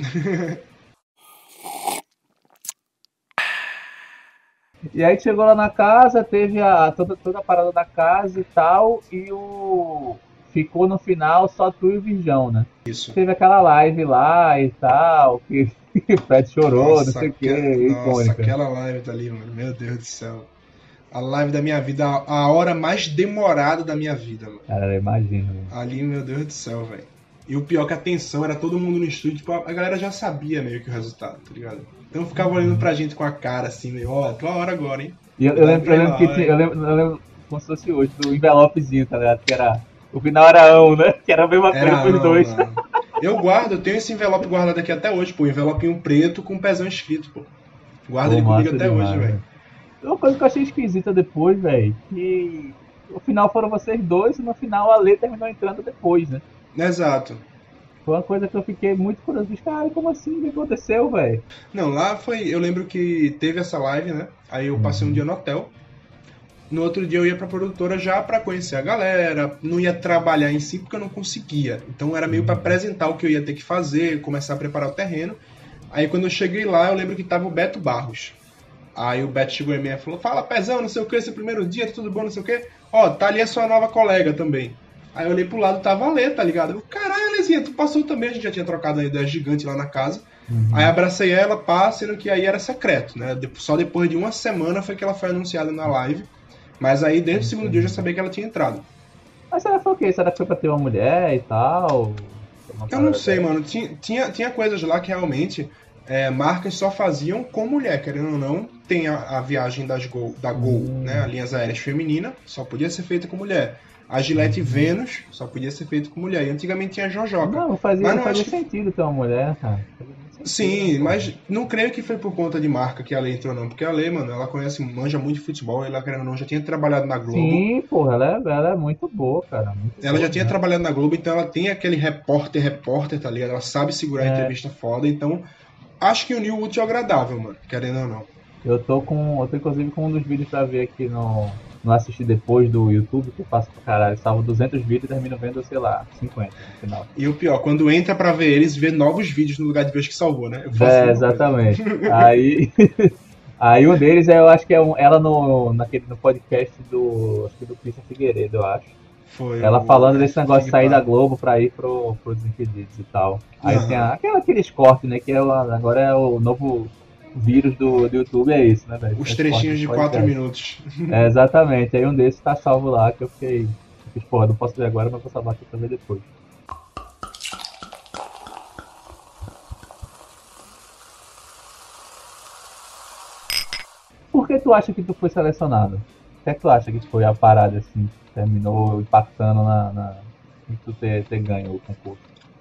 E aí chegou lá na casa, teve a, toda, toda a parada da casa e tal, e o. Ficou no final só tu e o Virgão, né? Isso. Teve aquela live lá e tal, que o Fred chorou, não sei o que, aque- Nossa, icônica. aquela live dali, mano, meu Deus do céu. A live da minha vida, a a hora mais demorada da minha vida, mano. Cara, eu imagino. Né? Ali, meu Deus do céu, velho. E o pior que a tensão era todo mundo no estúdio, tipo, a galera já sabia meio que o resultado, tá ligado? Então eu ficava olhando pra gente com a cara assim, meio, ó, tua hora agora, hein? E eu, eu lembro, eu lembro que tinha, eu lembro, eu lembro como se fosse hoje, do envelopezinho, tá ligado? Que era. O final era ão, né? Que era a mesma coisa Era, pros não, dois. mano. Eu guardo, eu tenho esse envelope guardado aqui até hoje, pô. Envelopinho preto com um pezão escrito, pô. Guardo Pô, ele comigo massa até demais, hoje, velho. Uma coisa que eu achei esquisita depois, velho, que no final foram vocês dois e no final a Lê terminou entrando depois, né? Exato. Foi uma coisa que eu fiquei muito curioso. Cara, como assim? O que aconteceu, velho? Não, lá foi. Eu lembro que teve essa live, né? Aí eu passei um dia no hotel. No outro dia eu ia pra produtora já pra conhecer a galera. Não ia trabalhar em si porque eu não conseguia. Então era meio pra apresentar o que eu ia ter que fazer, começar a preparar o terreno. Aí quando eu cheguei lá, eu lembro que tava o Beto Barros. Aí o Beto chegou em mim e falou: Fala, Pezão, não sei o que, esse primeiro dia, tudo bom, não sei o que. Ó, tá ali a sua nova colega também. Aí eu olhei pro lado, tava a Lê, tá ligado? Eu, caralho, Lezinha, tu passou também, a gente já tinha trocado uma ideia gigante lá na casa. Uhum. Aí abracei ela, pá, sendo que aí era secreto, né? Só depois de uma semana foi que ela foi anunciada na live. Mas aí desde o segundo dia eu já sabia que ela tinha entrado. Mas será que foi o quê? Será que foi pra ter uma mulher e tal? Eu não sei, mano. Tinha, tinha, tinha coisas lá que realmente é, marcas só faziam com mulher, querendo ou não. Tem a, a viagem das Gol, da Gol, hum. né? A linhas aéreas feminina, só podia ser feita com mulher. A Gillette Venus só podia ser feita com mulher. E antigamente tinha a Jojoca. Não, fazia, mas não fazia que... sentido ter uma mulher, cara. Sim, mas não creio que foi por conta de marca que a Lê entrou, não. Porque a Lê, mano, ela conhece, manja muito de futebol. Ela, querendo ou não, já tinha trabalhado na Globo. Sim, porra, ela é, ela é muito boa, cara. Muito ela boa, já tinha né? trabalhado na Globo, então ela tem aquele repórter, repórter, tá ligado? Ela sabe segurar É. a entrevista foda. Então, acho que uniu o útil ao agradável, mano. Querendo ou não. Eu tô com. Eu tô inclusive com um dos vídeos pra ver aqui no. No assistir depois do YouTube, que eu faço pra caralho. Salvo duzentos vídeos e termino vendo, sei lá, cinquenta no final. E o pior, quando entra pra ver eles, vê novos vídeos no lugar de ver os que salvou, né? Eu faço É, exatamente. aí. Aí um deles é, eu acho que é um, ela no, naquele, no podcast do. Acho que do Christian Figueiredo, eu acho. Foi ela o... falando desse negócio de sair Pá. da Globo pra ir pro, pros Desimpedidos e tal. Aí Uhum. tem a, aquela, aqueles cortes, né? Que é o, agora é o novo vírus do, do YouTube, é isso, né, velho? Os Esse trechinhos de corte quatro podcast. minutos. É, exatamente. Aí um desses tá salvo lá, que eu fiquei. Eu fiz, porra, não posso ver agora, mas vou salvar aqui pra ver depois. Por que que tu acha que tu foi selecionado? O que é que tu acha que foi a parada assim, que terminou impactando na, na em tu ter, ter ganho o concurso?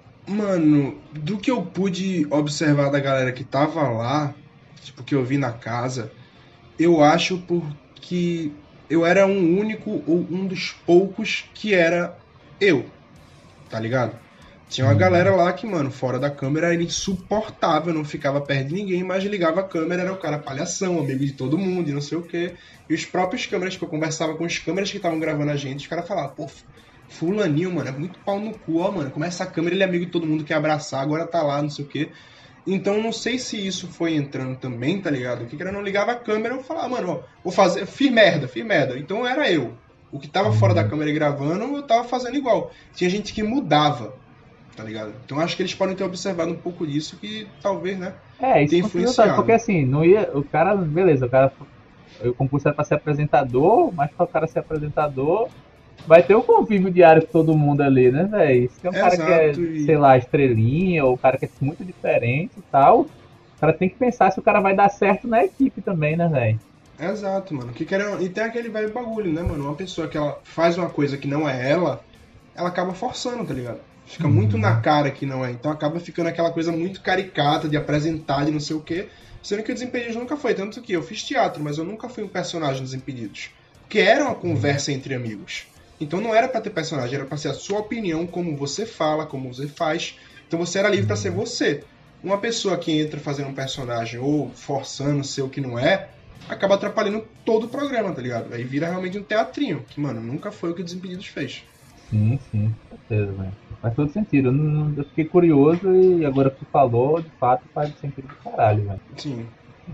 Mano, do que eu pude observar da galera que tava lá, tipo, que eu vi na casa, eu acho porque eu era um único ou um dos poucos que era eu, tá ligado? Tinha uma galera lá que, mano, fora da câmera era insuportável, não ficava perto de ninguém, mas ligava a câmera, era o cara palhação, amigo de todo mundo e não sei o quê. E os próprios câmeras que eu conversava com os câmeras que estavam gravando a gente, os caras falavam, pô, fulaninho, mano, é muito pau no cu, ó, mano, começa a câmera, ele é amigo de todo mundo, quer abraçar, agora tá lá, não sei o quê. Então, não sei se isso foi entrando também, tá ligado? O que era, não ligava a câmera, eu falava, mano, ó, vou fazer, fiz merda, fiz merda. Então, era eu. O que tava fora da câmera e gravando, eu tava fazendo igual. Tinha gente que mudava, tá ligado? Então, acho que eles podem ter observado um pouco disso, que talvez, né, É, isso tenha foi influenciado. porque assim, não ia, o cara, beleza, o cara, o concurso era pra ser apresentador, mas pra o cara ser apresentador, vai ter um convívio diário com todo mundo ali, né, velho? Se tem um cara que é, Exato, e- sei lá, estrelinha, ou o cara que é muito diferente e tal, o cara tem que pensar se o cara vai dar certo na equipe também, né, velho? Exato, mano. Que quer... E tem aquele velho bagulho, né, mano? Uma pessoa que ela faz uma coisa que não é ela, ela acaba forçando, tá ligado? Fica muito na cara que não é. Então acaba ficando aquela coisa muito caricata de apresentar, de não sei o quê. Sendo que o Desimpedidos nunca foi. Tanto que eu fiz teatro, mas eu nunca fui um personagem dos Desimpedidos. Porque era uma conversa entre amigos. Então não era pra ter personagem, era pra ser a sua opinião, como você fala, como você faz. Então você era livre pra ser você. Uma pessoa que entra fazendo um personagem ou forçando ser o que não é, acaba atrapalhando todo o programa, tá ligado? Aí vira realmente um teatrinho, que, mano, nunca foi o que o Desimpedidos fez. Sim, sim, com certeza, velho. Faz todo sentido. Eu, não- eu fiquei curioso e agora que tu falou, de fato, faz sentido do caralho, velho. Sim.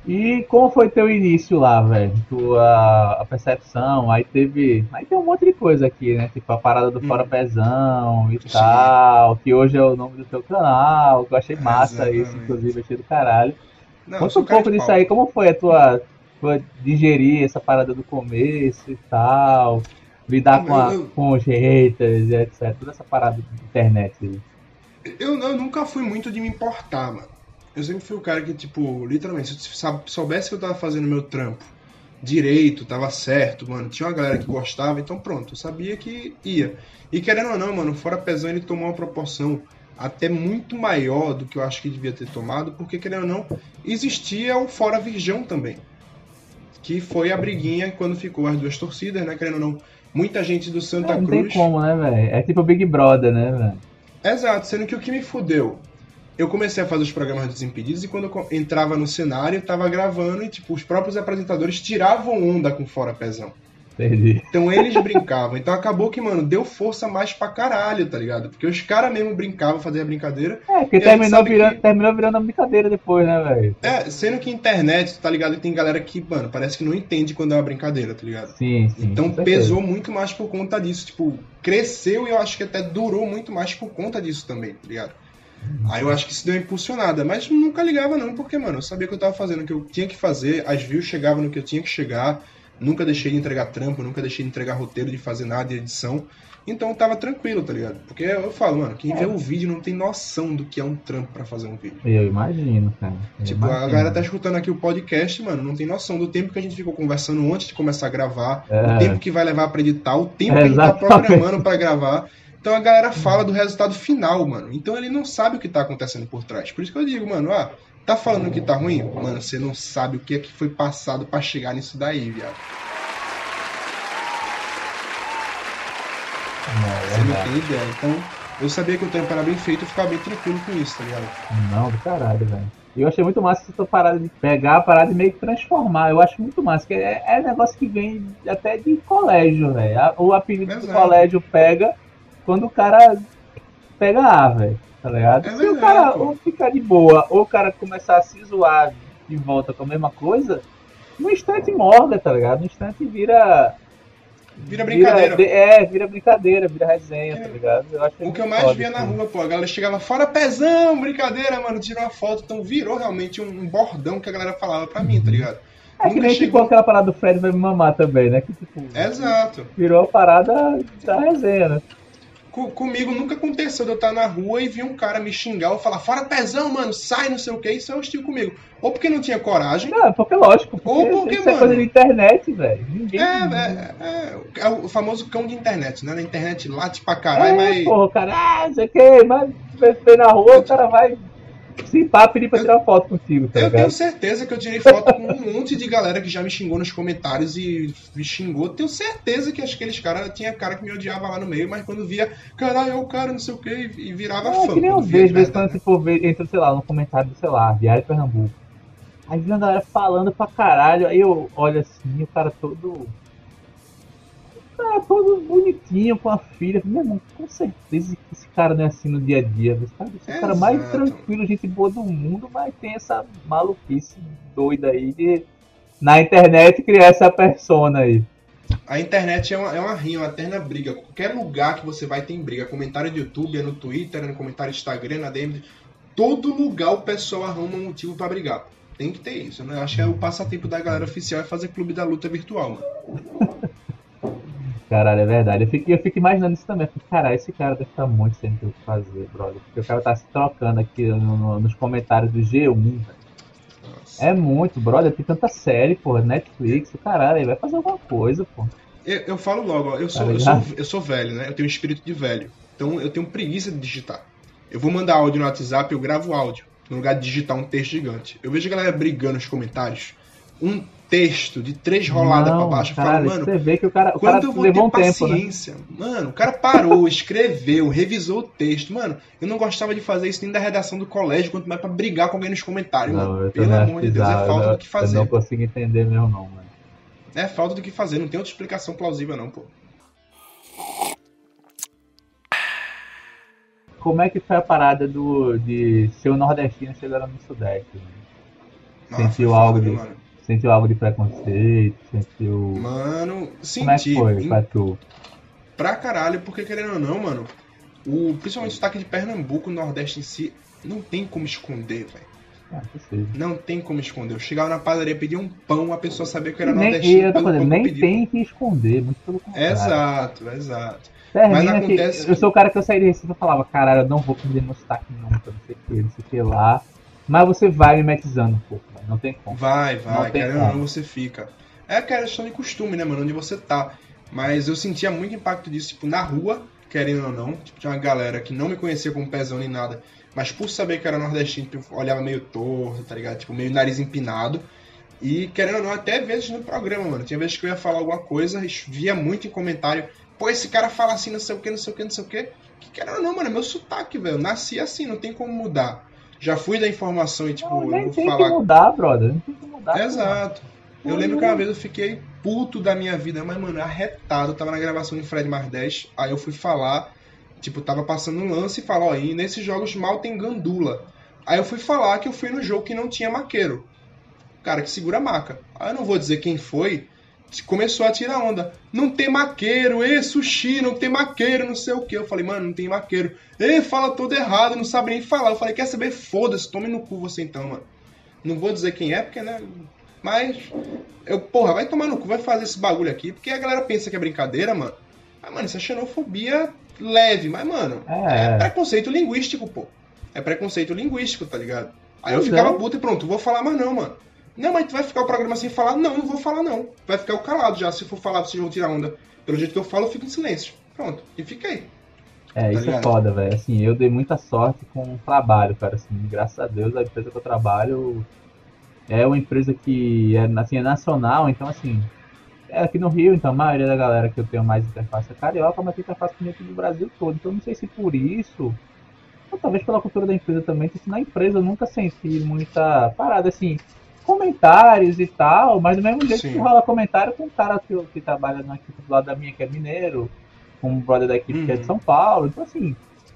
E como foi teu início lá, velho? Tua a percepção, aí teve. Aí tem um monte de coisa aqui, né? Tipo a parada do Hum. Fora Pezão e Sim. tal, que hoje é o nome do teu canal, que eu achei massa isso, Exatamente. inclusive, achei do caralho. Não, eu Conta sou um cara pouco de disso pau. aí, como foi a tua, tua digerir essa parada do começo e tal, lidar Não, com, a- eu- eu- com os haters e etcétera. Toda essa parada de internet aí. Eu, eu nunca fui muito de me importar, mano. Eu sempre fui o cara que, tipo, literalmente, se eu sab- soubesse que eu tava fazendo meu trampo direito, tava certo, mano, tinha uma galera que gostava, então pronto, eu sabia que ia. E querendo ou não, mano, o Fora Pezão ele tomou uma proporção até muito maior do que eu acho que devia ter tomado, porque querendo ou não, existia o Fora Virgão também. Que foi a briguinha quando ficou as duas torcidas, né? Querendo ou não, muita gente do Santa É, não tem Cruz. como, né, velho? É tipo o Big Brother, né, velho? Exato, sendo que o que me fudeu, eu comecei a fazer os programas dos Desimpedidos e quando eu co- entrava no cenário, eu tava gravando e, tipo, os próprios apresentadores tiravam onda com Fora Pezão. Entendi. Então eles brincavam. Então acabou que, mano, deu força mais pra caralho, tá ligado? Porque os caras mesmo brincavam, faziam a brincadeira. É, porque E a gente terminou sabe virando, que- terminou virando uma brincadeira depois, né, velho? É, sendo que internet, tá ligado? Tem galera que, mano, parece que não entende quando é uma brincadeira, tá ligado? Sim, sim. Então com certeza. pesou muito mais por conta disso. Tipo, cresceu e eu acho que até durou muito mais por conta disso também, tá ligado? Aí eu acho que isso deu uma impulsionada, mas nunca ligava não, porque, mano, eu sabia que eu tava fazendo o que eu tinha que fazer, as views chegavam no que eu tinha que chegar, nunca deixei de entregar trampo, nunca deixei de entregar roteiro, de fazer nada de edição, então eu tava tranquilo, tá ligado? Porque eu falo, mano, quem vê o vídeo não tem noção do que é um trampo pra fazer um vídeo. Eu imagino, cara. Eu Tipo, a imagino. galera tá escutando aqui o podcast, mano, não tem noção do tempo que a gente ficou conversando antes de começar a gravar, É. o tempo que vai levar pra editar, o tempo É, que a gente tá exatamente. programando pra gravar. Então a galera fala do resultado final, mano. Então ele não sabe o que tá acontecendo por trás. Por isso que eu digo, mano, ah, tá falando que tá ruim? Mano, você não sabe o que é que foi passado pra chegar nisso daí, viado. É, Você não verdade. tem ideia. Então, eu sabia que o trampo era bem feito e ficava bem tranquilo com isso, tá ligado? Não, do caralho, velho. E eu achei muito massa essa tua parada de pegar a parada e meio que transformar. Eu acho muito massa, que é, é negócio que vem até de colégio, velho. A- O apelido do Exato. colégio pega quando o cara pega A, velho. Tá ligado? É Se o verdade, cara pô. ou ficar de boa, ou o cara começar a se zoar de volta com a mesma coisa, no instante morga, tá ligado? No instante vira. Vira brincadeira. Vira, é, vira brincadeira, vira resenha, É. tá ligado? Eu acho O que eu muito mais foda via isso na aí. rua, pô, a galera chegava fora pezão, brincadeira, mano, tirou uma foto, então virou realmente um, um bordão que a galera falava pra mim, tá ligado? É que Nunca nem chegou- ficou aquela parada do Fred vai me mamar também, né? Que tipo, Exato. virou a parada da resenha, né? Co- comigo nunca aconteceu de eu estar na rua e vir um cara me xingar ou falar, fora pezão, mano, sai, não sei o que, isso é hostil comigo. Ou porque não tinha coragem. Não, porque lógico. Porque Ou porque, isso é mano, coisa de internet, velho. Ninguém. É, é, é, é o famoso cão de internet, né? Na internet late pra caralho, É, mas. porra, cara, ah, não sei o que, mas vê na rua, o cara vai se pá, pedir pra tirar uma foto contigo, tá Eu ligado? tenho certeza que eu tirei foto com um monte de galera que já me xingou nos comentários e me xingou. Tenho certeza que aqueles caras tinha cara que me odiava lá no meio, mas quando via, caralho, é o cara, não sei o que, e virava É fã. que nem eu quando via vejo, de às vezes, verdade, quando você for ver, entra, sei lá, no comentário do, sei lá, Diário de Pernambuco. Aí vem a galera falando pra caralho, aí eu olho assim, o cara todo. O cara todo bonitinho com a filha. Meu irmão, com certeza que esse cara não é assim no dia a dia. Esse cara, esse é o cara mais Exato. tranquilo, gente boa do mundo, mas tem essa maluquice doida aí de na internet criar essa persona aí. A internet é uma, é uma rinha, uma eterna briga. Qualquer lugar que você vai tem briga. Comentário do YouTube, é no Twitter, é no comentário do Instagram, na D M. Todo lugar o pessoal arruma um motivo pra brigar. Tem que ter isso, né? Eu acho que é o passatempo da galera oficial é fazer clube da luta virtual, mano. Caralho, é verdade. Eu fico, eu fico imaginando isso também. Eu fico, caralho, esse cara deve estar muito sem ter o que fazer, brother. Porque o cara tá se trocando aqui no- no- nos comentários do G um, velho. Nossa. É muito, brother. Tem tanta série, porra. Netflix, o caralho. Ele vai fazer alguma coisa, pô. Eu, eu falo logo, ó, eu sou, Tá eu, sou, ligado? eu sou velho, né? Eu tenho um espírito de velho. Então eu tenho preguiça de digitar. Eu vou mandar áudio no WhatsApp, eu gravo áudio. No lugar de digitar um texto gigante. Eu vejo a galera brigando nos comentários. Um texto de três roladas pra Não, baixo. Eu caralho, falo, mano, você vê que o cara, o quando cara eu vou levou um ter tempo, né? paciência? Mano, o cara parou, escreveu, revisou o texto. Mano, eu não gostava de fazer isso nem da redação do colégio, quanto mais pra brigar com alguém nos comentários, Não, mano. eu Pelo também acho amor de Deus, bizarro. é falta eu, do que fazer. Eu não pô. consigo entender mesmo, não, mano. É falta do que fazer, não tem outra explicação plausível, não, pô. Como é que foi a parada do, de ser um nordestino chegando no Sudeste? Né? Nossa, Sentiu foi algo foda, de, viu, mano? sentiu algo de preconceito? Sentiu. Mano, senti. Como é que foi em- pra tu? Pra caralho, porque querendo ou não, mano, o, principalmente o sotaque de Pernambuco, o Nordeste em si, não tem como esconder, velho. Ah, possível. Não tem como esconder. Eu chegava na padaria, pedia um pão, a pessoa sabia que eu era Nem, e nordestino eu tô pelo falando, pão que eu nem pedia. tem que esconder, muito pelo contrário. Exato, exato. Termina Mas que acontece eu que- sou o cara que eu saí de Recife e falava, caralho, eu não vou perder meu sotaque nunca, não sei o que, não sei o que lá. Mas você vai mimetizando um pouco, né? Não tem como. Vai, Não vai, tem querendo ou não, como. você fica. É aquela questão de costume, né, mano, onde você tá. Mas eu sentia muito impacto disso, tipo, na rua, querendo ou não. Tipo, tinha uma galera que não me conhecia como pezão nem nada, mas por saber que eu era nordestino, tipo, olhava meio torto, tá ligado? Tipo, meio nariz empinado. E, querendo ou não, até vezes no programa, mano. Tinha vezes que eu ia falar alguma coisa, via muito em comentário, pô, esse cara fala assim, não sei o que, não sei o que, não sei o que. Que querendo ou não, mano, é meu sotaque, velho. Eu nasci assim, não tem como mudar. Já fui da informação e, tipo, Não, eu nem vou tem falar. que mudar, brother. Não tem que mudar. pô. Exato. Eu Não, lembro que não. uma vez eu fiquei puto da minha vida, mas, mano, arretado. Eu tava na gravação de Fred mais dez, aí eu fui falar, tipo, tava passando um lance e falou, ó, e nesses jogos mal tem gandula. Aí eu fui falar que eu fui no jogo que não tinha maqueiro. Cara, que segura a maca. Aí eu não vou dizer quem foi, começou a tirar onda. Não tem maqueiro, ê, sushi, não tem maqueiro, não sei o que. Eu falei, mano, não tem maqueiro. Ê, fala tudo errado, não sabe nem falar. Eu falei, quer saber? Foda-se, tome no cu você então, mano. Não vou dizer quem é, porque, né, mas, eu, porra, vai tomar no cu, vai fazer esse bagulho aqui, porque a galera pensa que é brincadeira, mano. Mas, mano, isso é xenofobia leve, mas, mano, É. é preconceito linguístico, pô. É preconceito linguístico, tá ligado? Aí eu Pois ficava é. puto e pronto, vou falar mais não, mano. Não, mas tu vai ficar o programa sem falar? Não, não vou falar não. Vai ficar o calado já, se for falar, vocês vão tirar onda. Pelo jeito que eu falo, eu fico em silêncio. Pronto, e fiquei. É, isso é ligado? foda, velho. Assim, eu dei muita sorte com o trabalho, cara. Assim, graças a Deus, a empresa que eu trabalho é uma empresa que é, assim, é nacional, então, assim, é aqui no Rio, então a maioria da galera que eu tenho mais interface é carioca, mas tem interface com gente do Brasil todo. Então, não sei se por isso, ou talvez pela cultura da empresa também, que assim, na empresa eu nunca senti muita parada, assim, comentários e tal, mas do mesmo jeito Sim. que rola comentário com um cara que, que trabalha na equipe do lado da minha, que é mineiro, com um brother da equipe que é de Uhum. São Paulo, então assim,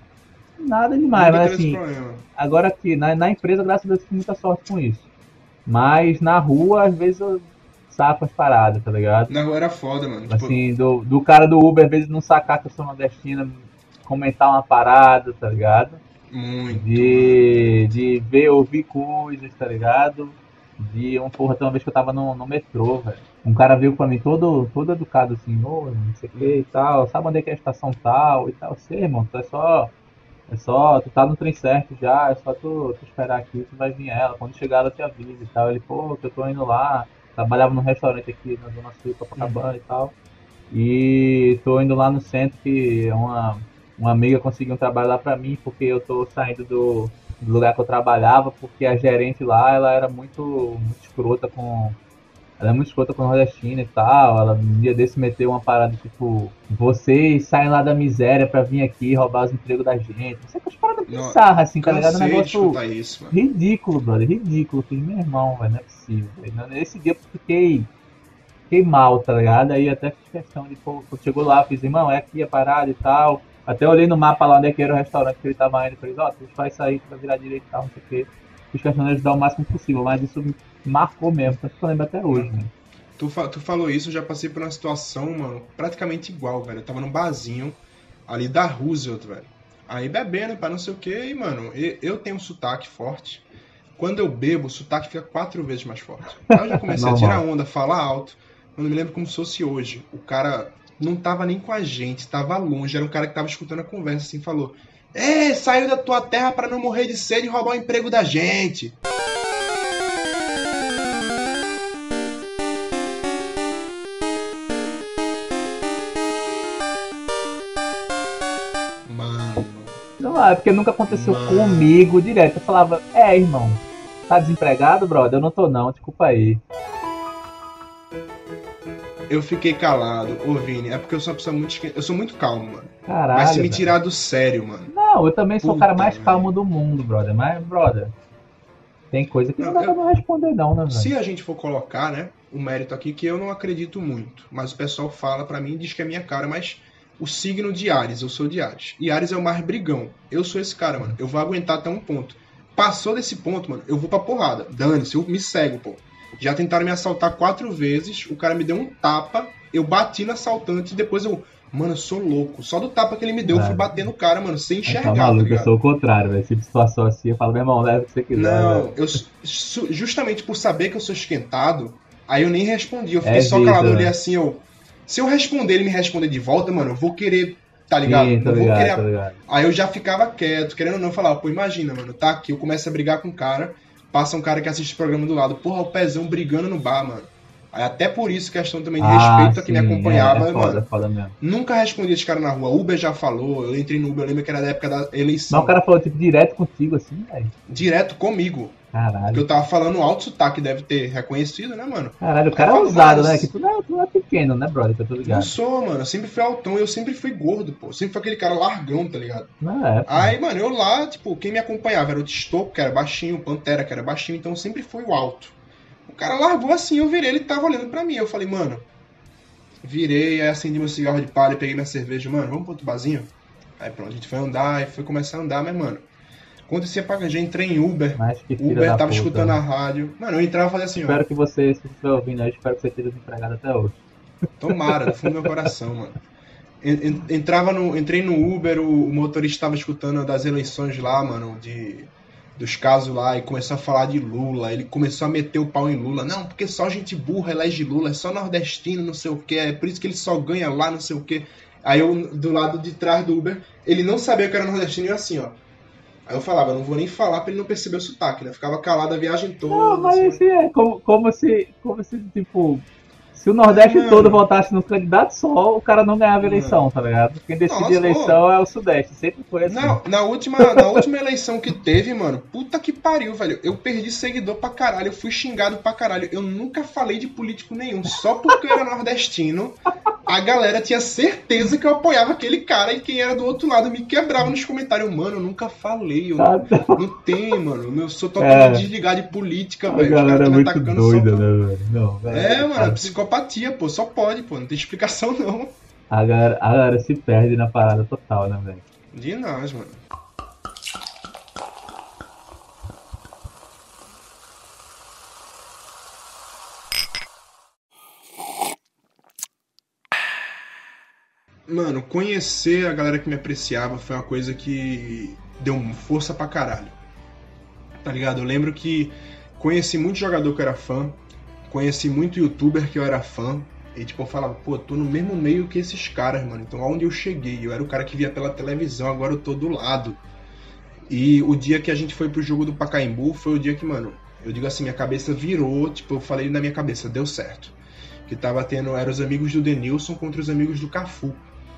nada demais, Nunca mas teve esse assim, problema. agora aqui, na, na empresa, graças a Deus, eu tive muita sorte com isso. Mas na rua, às vezes eu saco as paradas, tá ligado? Na rua era foda, mano. Tipo, Assim, do, do cara do Uber, às vezes não sacar que eu sou nordestina, comentar uma parada, tá ligado? muito. De, de ver, ouvir coisas, tá ligado? De um porra, tem uma vez que eu tava no, no metrô, velho. Um cara veio pra mim todo, todo educado assim, ô, não sei o que e tal, sabe onde é que é a estação tal e tal. Sei, irmão, tu é só. É só, tu tá no trem certo já, é só tu, tu esperar aqui, tu vai vir ela. Quando chegar ela te avisa e tal. Ele, pô, que eu tô indo lá, trabalhava num restaurante aqui na Zona Sul, Copacabana e tal. E tô indo lá no centro que uma, uma amiga conseguiu um trabalho lá pra mim, porque eu tô saindo do, do lugar que eu trabalhava, porque a gerente lá, ela era muito, muito escrota com... Ela é muito escrota com o nordestino e tal. Ela um dia desse meteu uma parada tipo: vocês saem lá da miséria pra vir aqui roubar os empregos da gente. Não sei que as paradas bizarras assim, tá ligado? Um negócio isso, ridículo, brother. Ridículo. Eu falei, meu irmão, velho, não é possível. Véio. Nesse dia eu fiquei, fiquei mal, tá ligado? Aí até fiz questão de, pô, quando chegou lá, eu fiz, irmão, é aqui a parada e tal. Até olhei no mapa lá onde é que era o restaurante que ele tava indo. Falei, ó, oh, tu vai sair, tu vai virar direito e tal, não sei o quê. Fiz questão de ajudar o máximo possível, mas isso marcou mesmo, tanto que eu lembro até hoje, né? Tu, fa tu falou isso, eu já passei por uma situação, mano, praticamente igual, velho. Eu tava num barzinho ali da Roosevelt, velho. Aí bebendo, pra não sei o que, e, mano, eu, eu tenho um sotaque forte. Quando eu bebo, o sotaque fica quatro vezes mais forte. Aí eu já comecei a tirar onda, falar alto. Eu não me lembro como se fosse hoje. O cara não tava nem com a gente, tava longe. Era um cara que tava escutando a conversa, assim, falou: é, saiu da tua terra pra não morrer de sede e roubar o emprego da gente. Não, é porque nunca aconteceu Mano. comigo direto. Eu falava, é, irmão, tá desempregado, brother? Eu não tô não, desculpa aí. Eu fiquei calado, ô Vini, é porque eu sou uma pessoa muito... Eu sou muito calmo, mano. Caralho, mas se me velho. tirar do sério, mano... Não, eu também sou Puta, o cara mais velho. calmo do mundo, brother. Mas, brother, tem coisa que não, não dá eu... pra não responder não, né, velho? Se a gente for colocar, né, o mérito aqui, que eu não acredito muito, mas o pessoal fala pra mim, diz que é minha cara, mas... O signo de Áries, eu sou de Áries. E Áries é o mais brigão. Eu sou esse cara, mano. Eu vou aguentar até um ponto. Passou desse ponto, mano, eu vou pra porrada. Dane-se, eu me cego, pô. Já tentaram me assaltar quatro vezes, o cara me deu um tapa, eu bati no assaltante e depois eu... Mano, eu sou louco. Só do tapa que ele me deu, eu fui bater no cara, mano, sem enxergar. Tá maluco, tá eu sou o contrário, velho. Tipo situação assim, eu falo, meu irmão, leva o que você quiser. Não, véio. eu justamente por saber que eu sou esquentado, aí eu nem respondi. Eu fiquei é só vida, calado, eu olhei assim, eu... Se eu responder, ele me responder de volta, mano, eu vou querer, tá ligado? Sim, tô eu vou ligado, querer... tô ligado. Aí eu já ficava quieto, querendo ou não, falar, pô, imagina, mano, tá aqui, eu começo a brigar com o cara, passa um cara que assiste o programa do lado, porra, o Pezão brigando no bar, mano. Aí até por isso, questão também de ah, respeito a sim, quem me acompanhava, é, é foda, mano. É foda mesmo. Nunca respondi esse cara na rua, Uber já falou, eu entrei no Uber, eu lembro que era da época da eleição. Mas o cara falou, tipo, direto contigo, assim, velho? Direto comigo. Caralho. Porque eu tava falando alto sotaque, deve ter reconhecido, né, mano? Caralho, o cara é ousado, né? Que tu não é, tu não é pequeno, né, brother? Que eu tô ligado. Não sou, mano. Eu sempre fui altão e eu sempre fui gordo, pô. Eu sempre fui aquele cara largão, tá ligado? Não é, pô. Aí, mano, eu lá, tipo, quem me acompanhava era o Tistoco, que era baixinho, o Pantera, que era baixinho, então eu sempre fui o alto. O cara largou assim, eu virei, ele tava olhando pra mim. Eu falei, mano, virei, aí acendi meu cigarro de palha, peguei minha cerveja, mano, vamos pro outro barzinho? Aí pronto, a gente foi andar, aí foi começar a andar, mas, mano, acontecia pra já entrei em Uber, Uber tava puta, escutando a rádio. Mano, eu entrava e fazia assim, espero ó. que você, se você estiver ouvindo aí, espero que você esteja desempregado até hoje. Tomara, do fundo do meu coração, mano. Entrava no, entrei no Uber, o, o motorista tava escutando das eleições lá, mano, de, dos casos lá, e começou a falar de Lula, ele começou a meter o pau em Lula. Não, porque só gente burra elege Lula, é só nordestino, não sei o que, é por isso que ele só ganha lá, não sei o que. Aí eu, do lado de trás do Uber, ele não sabia que eu era nordestino e eu assim, ó. Aí eu falava, não vou nem falar pra ele não perceber o sotaque, né? Ficava calado a viagem toda. Não, mas assim, assim, é como, como se, como se, tipo, se o Nordeste mano, todo votasse no candidato só, o cara não ganhava eleição, tá ligado? Quem decide Nossa, eleição pô. é o Sudeste, sempre foi assim. Na, na, última, na última eleição que teve, mano, puta que pariu, velho. Eu perdi seguidor pra caralho, eu fui xingado pra caralho. Eu nunca falei de político nenhum, só porque eu era nordestino. A galera tinha certeza que eu apoiava aquele cara e quem era do outro lado me quebrava nos comentários. Mano, eu nunca falei, eu não, não tem, mano. Eu sou totalmente é. desligado de política, velho. A galera é muito doida, só... né, velho? Não, velho. É, mano, psicopatia, pô. Só pode, pô. Não tem explicação, não. A galera, a galera se perde na parada total, né, velho? De nós, mano. Mano, conhecer a galera que me apreciava foi uma coisa que deu força pra caralho. Tá ligado? Eu lembro que conheci muito jogador que eu era fã, conheci muito youtuber que eu era fã, e tipo, eu falava, pô, tô no mesmo meio que esses caras, mano, então aonde eu cheguei? Eu era o cara que via pela televisão, agora eu tô do lado. E o dia que a gente foi pro jogo do Pacaembu foi o dia que, mano, eu digo assim, minha cabeça virou, tipo, eu falei na minha cabeça, deu certo. Que tava tendo, eram os amigos do Denilson contra os amigos do Cafu.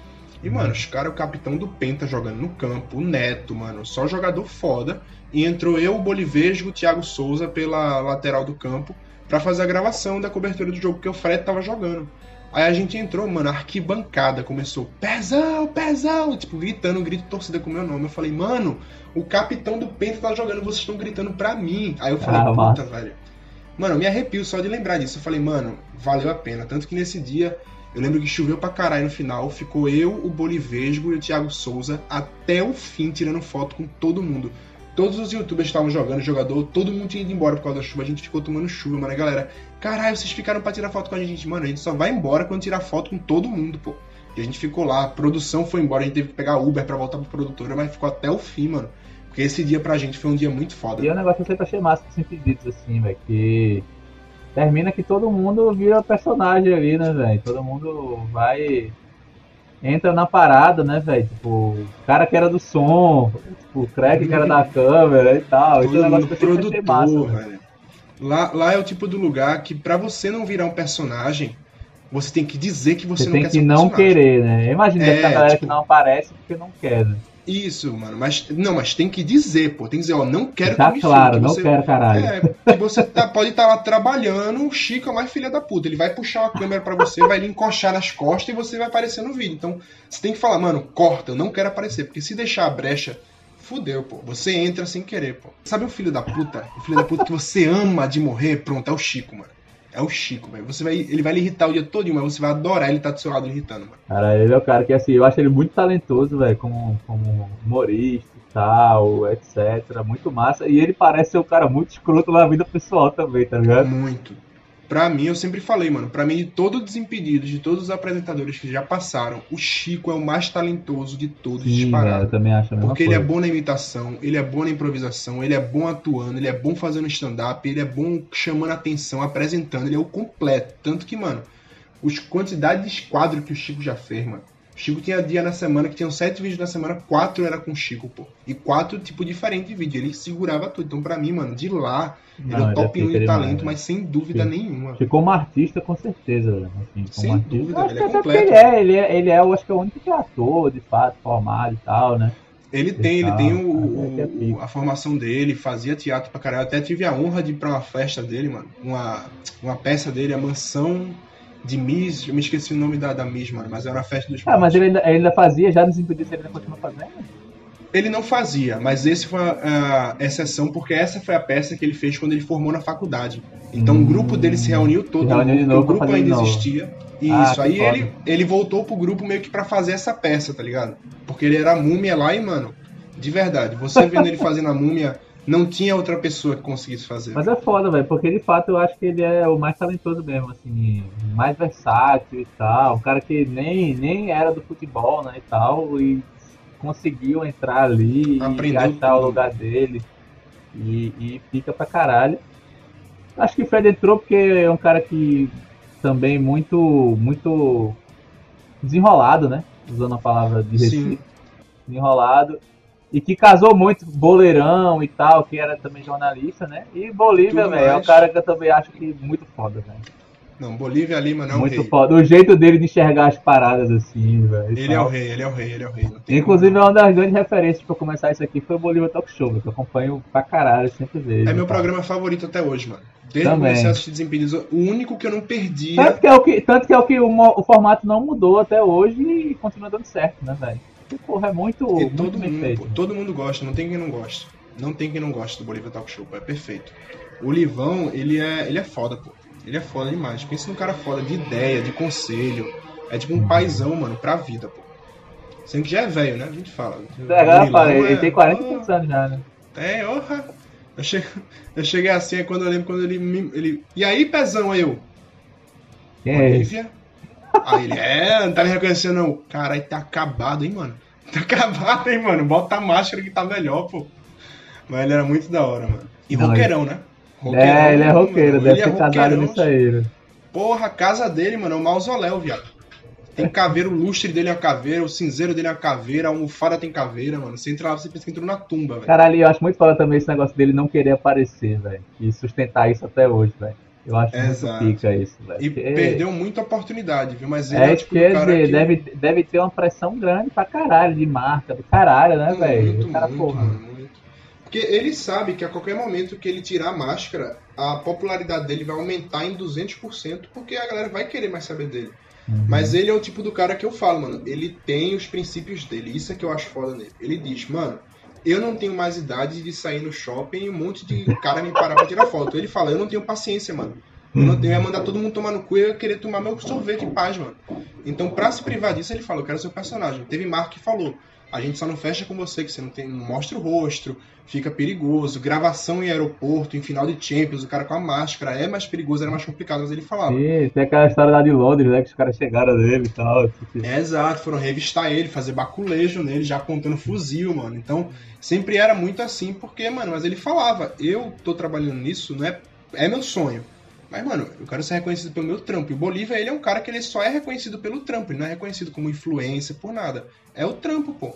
E, mano, os caras, o capitão do Penta jogando no campo, o Neto, mano, só jogador foda. E entrou eu, o Bolivesgo, o Thiago Souza pela lateral do campo pra fazer a gravação da cobertura do jogo, porque o Fred tava jogando. Aí a gente entrou, mano, a arquibancada começou, Pezão, Pezão, tipo, gritando, um grito de torcida com o meu nome. Eu falei, mano, o capitão do Penta tá jogando, vocês estão gritando pra mim. Aí eu falei, Ah, puta, massa. velho. Mano, eu me arrepio só de lembrar disso. Eu falei, mano, valeu a pena. Tanto que nesse dia, eu lembro que choveu pra caralho no final. Ficou eu, o Bolivesgo e o Thiago Souza até o fim, tirando foto com todo mundo. Todos os youtubers estavam jogando, jogador, todo mundo tinha ido embora por causa da chuva. A gente ficou tomando chuva, mano. A galera, caralho, vocês ficaram pra tirar foto com a gente. Mano, a gente só vai embora quando tirar foto com todo mundo, pô. E a gente ficou lá, a produção foi embora, a gente teve que pegar Uber pra voltar pro produtora, mas ficou até o fim, mano. Porque esse dia pra gente foi um dia muito foda. E é um negócio que eu sempre achei massa com Sem Pedidos, assim, velho, que termina que todo mundo vira personagem ali, né, velho? Todo mundo vai... entra na parada, né, velho? Tipo, o cara que era do som, tipo, o crack que era da câmera e tal. Isso é um Todo negócio mundo que eu sempre achei massa, produtor, velho. velho. Lá, lá é o tipo do lugar que pra você não virar um personagem, você tem que dizer que você, Você não tem quer que ser um não personagem. querer, né? Imagina É, essa galera tipo- que não aparece porque não quer, né? Isso, mano, mas não, mas tem que dizer, pô, tem que dizer, ó, não quero Tá que me claro, filme, que não você... quero, caralho. É, que você tá- pode estar lá trabalhando, o Chico é mais filha da puta, ele vai puxar uma câmera pra você, vai lhe encoxar nas costas e você vai aparecer no vídeo. Então, você tem que falar, mano, corta, eu não quero aparecer, porque se deixar a brecha, fudeu, pô, você entra sem querer, pô. Sabe o filho da puta? O filho da puta que você ama de morrer, pronto, é o Chico, mano. É o Chico, velho. Você vai, ele vai lhe irritar o dia todo, mas você vai adorar ele estar do seu lado lhe irritando, mano. Cara, ele é o cara que, assim, eu acho ele muito talentoso, velho, como, como humorista e tal, etcétera. Muito massa. E ele parece ser um cara muito escroto na vida pessoal também, tá ligado? Muito. Pra mim, eu sempre falei, mano, pra mim, de todo Desimpedidos, de todos os apresentadores que já passaram, o Chico é o mais talentoso de todos, Sim, velho, disparado. eu também acho a mesma Porque ele é coisa. bom na imitação, ele é bom na improvisação, ele é bom atuando, ele é bom fazendo stand-up, ele é bom chamando atenção, apresentando, ele é o completo. Tanto que, mano, os quantidades de quadros que o Chico já fez, mano. O Chico tinha dia na semana que tinham sete vídeos na semana, quatro era com o Chico, pô. E quatro, tipo, diferentes de vídeo. Ele segurava tudo. Então, pra mim, mano, de lá, ele Não, é o ele top é um pica de demais, talento, velho. mas sem dúvida Sim. nenhuma. Ficou como artista, com certeza, velho. Assim, como Sem artista. dúvida, Eu acho ele que é até porque completo. ele é, ele é, ele é, eu acho que é o único que é ator, de fato, formado e tal, né? Ele tem, ele tal, tem o, mas é que é o- pica. a formação dele, fazia teatro pra caralho. Eu até tive a honra de ir pra uma festa dele, mano. Uma, uma peça dele, a Mansão de Miss. Eu me esqueci o nome da, da Miss, mano, mas era uma festa dos Ah, mas ele ainda, ele ainda fazia, já nos impediu, ele ainda continua fazendo? Ele não fazia, mas esse foi a, a exceção, porque essa foi a peça que ele fez quando ele formou na faculdade. Então Hum, o grupo dele se reuniu todo, se reuniu de porque novo o pra grupo fazer de ainda novo. existia. Ah, Isso, que aí foda. ele, ele voltou pro grupo meio que pra fazer essa peça, tá ligado? Porque ele era múmia lá e, mano, de verdade, você vendo ele fazendo a múmia, não tinha outra pessoa que conseguisse fazer. Mas é foda, velho, porque de fato eu acho que ele é o mais talentoso mesmo, assim, mais versátil e tal, um cara que nem, nem era do futebol, né, e tal, e conseguiu entrar ali Aprendeu e achar tudo. o lugar dele e, e fica pra caralho. Acho que o Fred entrou porque é um cara que também muito, muito desenrolado, né, usando a palavra de Recife, Sim. desenrolado. E que casou muito, Boleirão e tal, que era também jornalista, né? E Bolívia, Tudo velho, é um mais. cara que eu também acho que muito foda, velho. Não, Bolívia ali, mano, é o Muito rei. foda. O jeito dele de enxergar as paradas assim, velho. e Ele é tal. o rei, ele é o rei, ele é o rei. Não tem Inclusive, como. uma das grandes referências pra começar isso aqui foi o Bolívia Talk Show, que eu acompanho pra caralho, sempre vejo. É meu e tal. programa favorito até hoje, mano. Desde que eu Também. comecei a assistir Desimpedidos, o único que eu não perdia. Tanto que é o que, tanto que, é o, que o, mo- o formato não mudou até hoje e continua dando certo, né, velho? Porque, porra, é muito, E muito todo bem mundo, feito. pô, todo mundo gosta, não tem quem não gosta. Não tem quem não gosta do Bolívia Talk Show, pô, é perfeito. O Livão, ele é, ele é foda, pô. Ele é foda demais. Pensa num cara foda de ideia, de conselho. É tipo um paizão, mano, pra vida, pô. Sendo que já é velho, né? A gente fala. É, agora, Murilão fala, ele é- tem quarenta e poucos anos já, né? É, orra. Eu cheguei, eu cheguei assim, aí quando eu lembro quando ele, me- ele... E aí, pezão, aí eu... Quem é esse? Bolívia? Aí ele, é, não tá me reconhecendo não. Caralho, tá acabado, hein, mano. Tá acabado, hein, mano. Bota a máscara que tá melhor, pô. Mas ele era muito da hora, mano. E Não, roqueirão, né? É, ele é roqueiro, mano. deve Ele é ter casado roqueirão. nisso aí. né? Porra, a casa dele, mano, é um mausoléu, viado. Tem caveira, o lustre dele é uma caveira, o cinzeiro dele é uma caveira, a almofada tem caveira, mano. Você entra lá, você pensa que entrou na tumba, velho. Caralho, eu acho muito foda também esse negócio dele não querer aparecer, velho. E sustentar isso até hoje, velho. Eu acho Exato. muito pica isso, velho. E Porque- perdeu muita oportunidade, viu? Mas ele É, é, isso tipo do quer cara dizer, que... deve, deve ter uma pressão grande pra caralho de marca, do caralho, né, velho? Muito, O cara, muito, porra. mano, muito. Porque ele sabe que a qualquer momento que ele tirar a máscara, a popularidade dele vai aumentar em duzentos por cento, porque a galera vai querer mais saber dele. Uhum. Mas ele é o tipo do cara que eu falo, mano, ele tem os princípios dele, isso é que eu acho foda nele. Ele diz, mano, eu não tenho mais idade de sair no shopping e um monte de cara me parar pra tirar foto. Ele fala, eu não tenho paciência, mano. Eu não tenho, eu ia mandar todo mundo tomar no cu e eu ia querer tomar meu sorvete em paz, mano. Então, pra se privar disso, ele falou, eu quero ser o personagem. Teve Marco que falou, a gente só não fecha com você, que você não, tem, não mostra o rosto, fica perigoso. Gravação em aeroporto, em final de Champions, o cara com a máscara, é mais perigoso, era mais complicado, mas ele falava. Sim, tem aquela história lá de Londres, né, que os caras chegaram nele e tal. tipo, É, exato, foram revistar ele, fazer baculejo nele, já apontando fuzil, mano. Então, sempre era muito assim, porque, mano, mas ele falava, eu tô trabalhando nisso, não é, é meu sonho. Mas, mano, eu quero ser reconhecido pelo meu trampo. E o Bolívia, ele é um cara que ele só é reconhecido pelo trampo, ele não é reconhecido como influência, por nada. É o trampo, pô.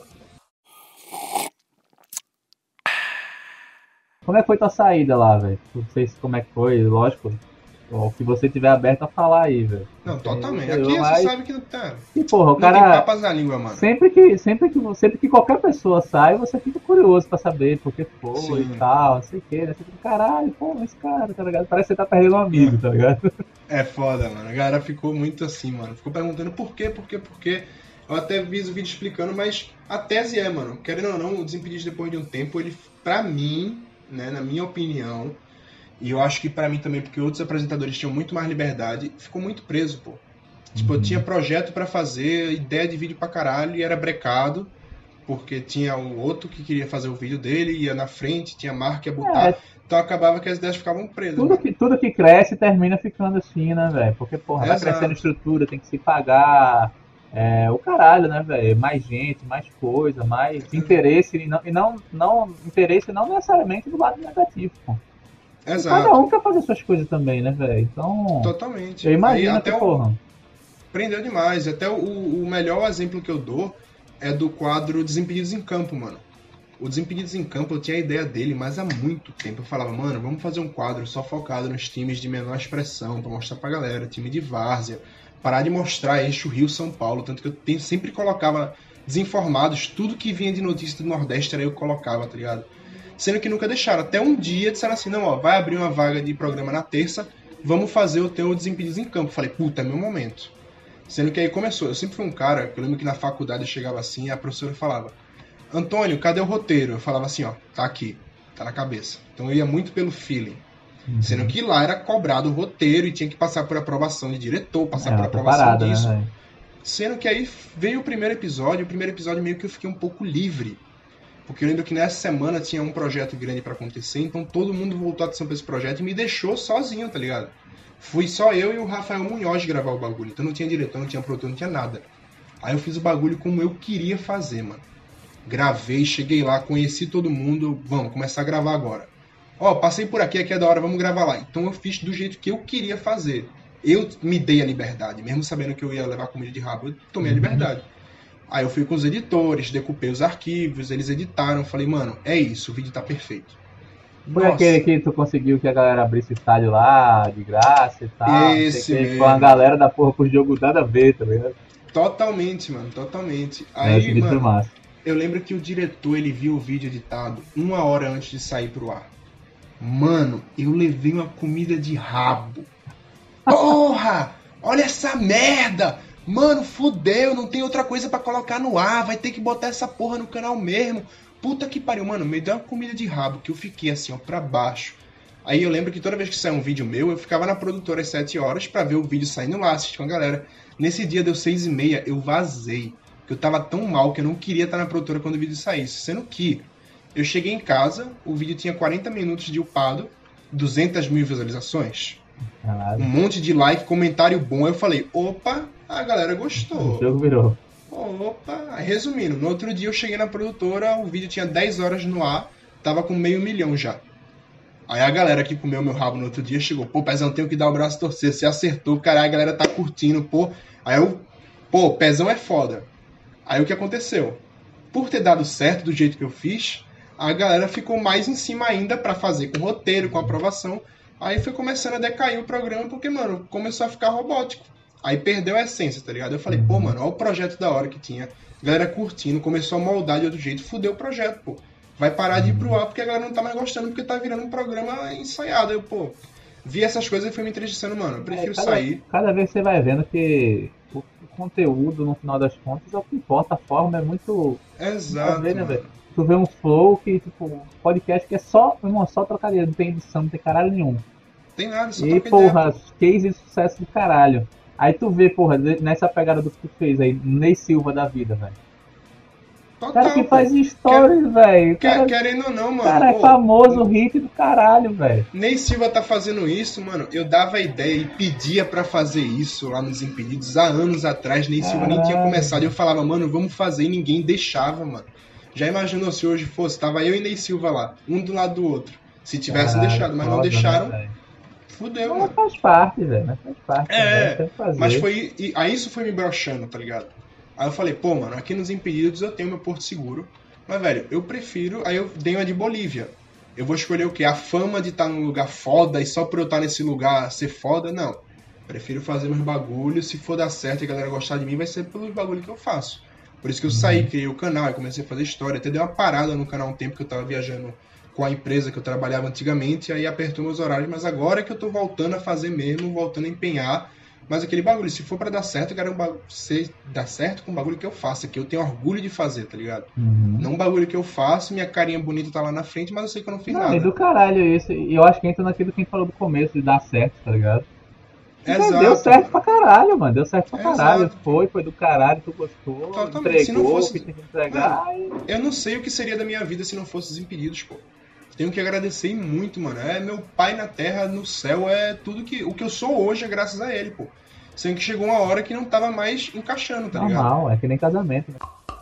Como é que foi tua saída lá, velho? Não sei se como é que foi, lógico. O que você tiver aberto a falar aí, velho. Não, totalmente. Eu- Aqui mas- você sabe que não tá. E porra, o Não tem cara. papas na língua, mano. Sempre que, sempre, que, sempre que qualquer pessoa sai, você fica curioso pra saber por que foi Sim. e tal, não sei o que, né? Você fica, caralho, pô, esse cara, tá ligado? Parece que você tá perdendo um amigo, tá ligado? É foda, mano. A galera ficou muito assim, mano. Ficou perguntando por quê, por quê, por quê. Eu até vi o vídeo explicando, mas a tese é, mano, querendo ou não, o Desimpedidos depois de um tempo, ele, pra mim, né, na minha opinião, e eu acho que pra mim também, porque outros apresentadores tinham muito mais liberdade, ficou muito preso, pô. Tipo, eu tinha projeto pra fazer, ideia de vídeo pra caralho, e era brecado, porque tinha o outro que queria fazer o vídeo dele, ia na frente, tinha marca, ia botar. É. Então acabava que as ideias ficavam presas. Tudo mano. que, tudo que cresce termina ficando assim, né, velho? Porque, porra, vai Exato. crescendo estrutura, tem que se pagar. É, o caralho, né, velho? Mais gente, mais coisa, mais interesse, e, não, e não, não interesse não necessariamente do lado negativo, pô. Exato. Cada um quer fazer suas coisas também, né, velho? Então, Totalmente. eu imagino Aí, que, até o- porra. Prendeu demais. Até o, o melhor exemplo que eu dou é do quadro Desimpedidos em Campo, mano. O Desimpedidos em Campo, eu tinha a ideia dele, mas há muito tempo. Eu falava, mano, vamos fazer um quadro só focado nos times de menor expressão, pra mostrar pra galera, time de várzea. Parar de mostrar eixo Rio-São Paulo. Tanto que eu te- sempre colocava desinformados, tudo que vinha de notícia do Nordeste era eu que colocava, tá ligado? Sendo que nunca deixaram. Até um dia disseram assim, não, ó, vai abrir uma vaga de programa na terça, vamos fazer o teu Desimpedidos em Campo. Falei, puta, é meu momento. Sendo que aí começou. Eu sempre fui um cara, que eu lembro que na faculdade eu chegava assim e a professora falava, Antônio, cadê o roteiro? Eu falava assim, ó, tá aqui, tá na cabeça. Então eu ia muito pelo feeling. Sendo que lá era cobrado o roteiro e tinha que passar por aprovação de diretor, passar É por uma aprovação parada, né, disso. velho? Sendo que aí veio o primeiro episódio, o primeiro episódio meio que eu fiquei um pouco livre. Porque eu lembro que nessa semana tinha um projeto grande pra acontecer, então todo mundo voltou a atenção pra esse projeto e me deixou sozinho, tá ligado? Fui só eu e o Rafael Munhoz gravar o bagulho. Então não tinha diretor, não tinha produtor, não tinha nada. Aí eu fiz o bagulho como eu queria fazer, mano. Gravei, cheguei lá, conheci todo mundo, vamos começar a gravar agora. Ó, passei por aqui, aqui é da hora, vamos gravar lá. Então eu fiz do jeito que eu queria fazer. Eu me dei a liberdade, mesmo sabendo que eu ia levar comida de rabo, eu tomei a liberdade. Aí eu fui com os editores, decupei os arquivos, eles editaram, falei, mano, é isso, o vídeo tá perfeito. Foi Nossa. aquele que tu conseguiu que a galera abrisse o estádio lá, de graça e tal. não sei Esse o quê, mesmo. com a galera da porra com o jogo nada a ver, tá ligado? Totalmente, mano, totalmente. É, Aí, esse vídeo foi mano, massa. eu lembro que o diretor, ele viu o vídeo editado uma hora antes de sair pro ar. Mano, eu levei uma comida de rabo. Porra! Olha essa merda! Mano, fudeu, não tem outra coisa pra colocar no ar, vai ter que botar essa porra no canal mesmo. Puta que pariu, mano, me deu uma comida de rabo que eu fiquei assim, ó, pra baixo. Aí eu lembro que toda vez que saia um vídeo meu, eu ficava na produtora às sete horas pra ver o vídeo saindo lá, assistir com a galera. Nesse dia deu seis e meia, eu vazei. Porque eu tava tão mal que eu não queria estar na produtora quando o vídeo saísse. Sendo que eu cheguei em casa, o vídeo tinha quarenta minutos de upado, duzentas mil visualizações, Caralho. um monte de like, comentário bom. Eu falei, opa, a galera O gostou. jogo virou. Opa, resumindo, no outro dia eu cheguei na produtora, o vídeo tinha dez horas no ar, tava com meio milhão já. Aí a galera que comeu meu rabo no outro dia chegou, pô, Pezão, tenho que dar o braço a torcer, você acertou, caralho, a galera tá curtindo, pô. Aí eu, pô, Pezão é foda. Aí o que aconteceu? Por ter dado certo do jeito que eu fiz, a galera ficou mais em cima ainda pra fazer com roteiro, com aprovação. Aí foi começando a decair o programa, porque, mano, começou a ficar robótico. Aí perdeu a essência, tá ligado? Eu falei, pô, mano, olha o projeto da hora que tinha. A galera curtindo, começou a moldar de outro jeito, fudeu o projeto, pô. Vai parar de ir pro ar porque a galera não tá mais gostando, porque tá virando um programa ensaiado. Eu, pô, vi essas coisas e fui me entristecendo, mano. Eu prefiro é, cada, sair. Cada vez você vai vendo que o, o conteúdo, no final das contas, é o que importa. A forma é muito... Exato, ver, né, mano. velho? Tu vê um flow que, tipo, podcast que é só, irmão, só trocaria, não tem edição, não tem caralho nenhum. Tem nada, só E, troca porra, ideia, case de sucesso do caralho. Aí tu vê, porra, nessa pegada do que tu fez aí, Ney Silva da vida, velho. O cara que faz stories, velho. Quer, querendo ou não, mano. O cara é pô, famoso, hit do caralho, velho. Ney Silva tá fazendo isso, mano. Eu dava a ideia e pedia pra fazer isso lá nos Impedidos há anos atrás. Ney Silva nem tinha começado. E eu falava, mano, vamos fazer, e ninguém deixava, mano. Já imaginou se hoje fosse? Tava eu e Ney Silva lá, um do lado do outro. Se tivessem Caralho, deixado, mas não foda, deixaram. Né, fudeu, mas mano. Faz parte, velho. Mas faz parte. É, né? fazer. Mas foi. E, aí isso foi me broxando, tá ligado? Aí eu falei, pô, mano, aqui nos Impedidos eu tenho meu porto seguro. Mas, velho, eu prefiro... Aí eu dei uma de Bolívia. Eu vou escolher o quê? A fama de estar num lugar foda e só por eu estar nesse lugar ser foda? Não. Prefiro fazer meus bagulhos. Se for dar certo e a galera gostar de mim, vai ser pelos bagulhos que eu faço. Por isso que eu saí, criei o canal e comecei a fazer história. Até dei uma parada no canal um tempo que eu tava viajando com a empresa que eu trabalhava antigamente. E aí apertou meus horários. Mas agora é que eu tô voltando a fazer mesmo, voltando a empenhar. Mas aquele bagulho, se for pra dar certo, eu quero um bagulho, ser, dar certo com o bagulho que eu faço, que eu tenho orgulho de fazer, tá ligado? Uhum. Não um bagulho que eu faço, minha carinha bonita tá lá na frente, mas eu sei que eu não fiz não, nada. É do caralho isso. E eu acho que entra naquilo que a gente falou do começo, de dar certo, tá ligado? Exato, deu certo mano. pra caralho, mano. Deu certo pra Exato. caralho. Foi, foi do caralho, tu gostou, Totalmente. entregou Se não fosse... o que tinha que entregar. Mano, eu não sei o que seria da minha vida se não fosse os Impedidos, pô. Tenho que agradecer muito, mano. É meu pai na terra, no céu, é tudo que... O que eu sou hoje é graças a ele, pô. Sendo que chegou uma hora que não tava mais encaixando, tá ligado? Normal, é que nem casamento, né?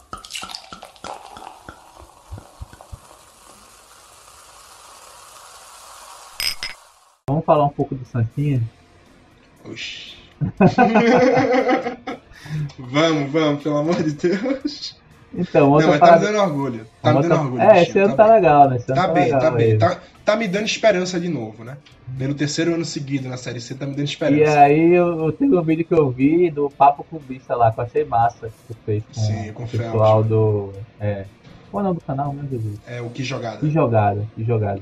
Vamos falar um pouco do Santinha? Oxi. Vamos, vamos, pelo amor de Deus. Então, não, mas parada... tá me dando orgulho. Tá me dando outra... orgulho. É, bichinho. esse ano tá tá legal, né? Esse ano tá, tá bem, legal, tá bem. aí. Tá, tá me dando esperança de novo, né? Pelo terceiro ano seguido na Série C, tá me dando esperança. E aí eu, eu tenho um vídeo que eu vi do Papo Clubista lá, que eu achei massa que tu fez com, Sim, com o o pessoal do... É, qual é o nome do canal, meu Jesus? É, o Que Jogada. Que Jogada, Que Jogada.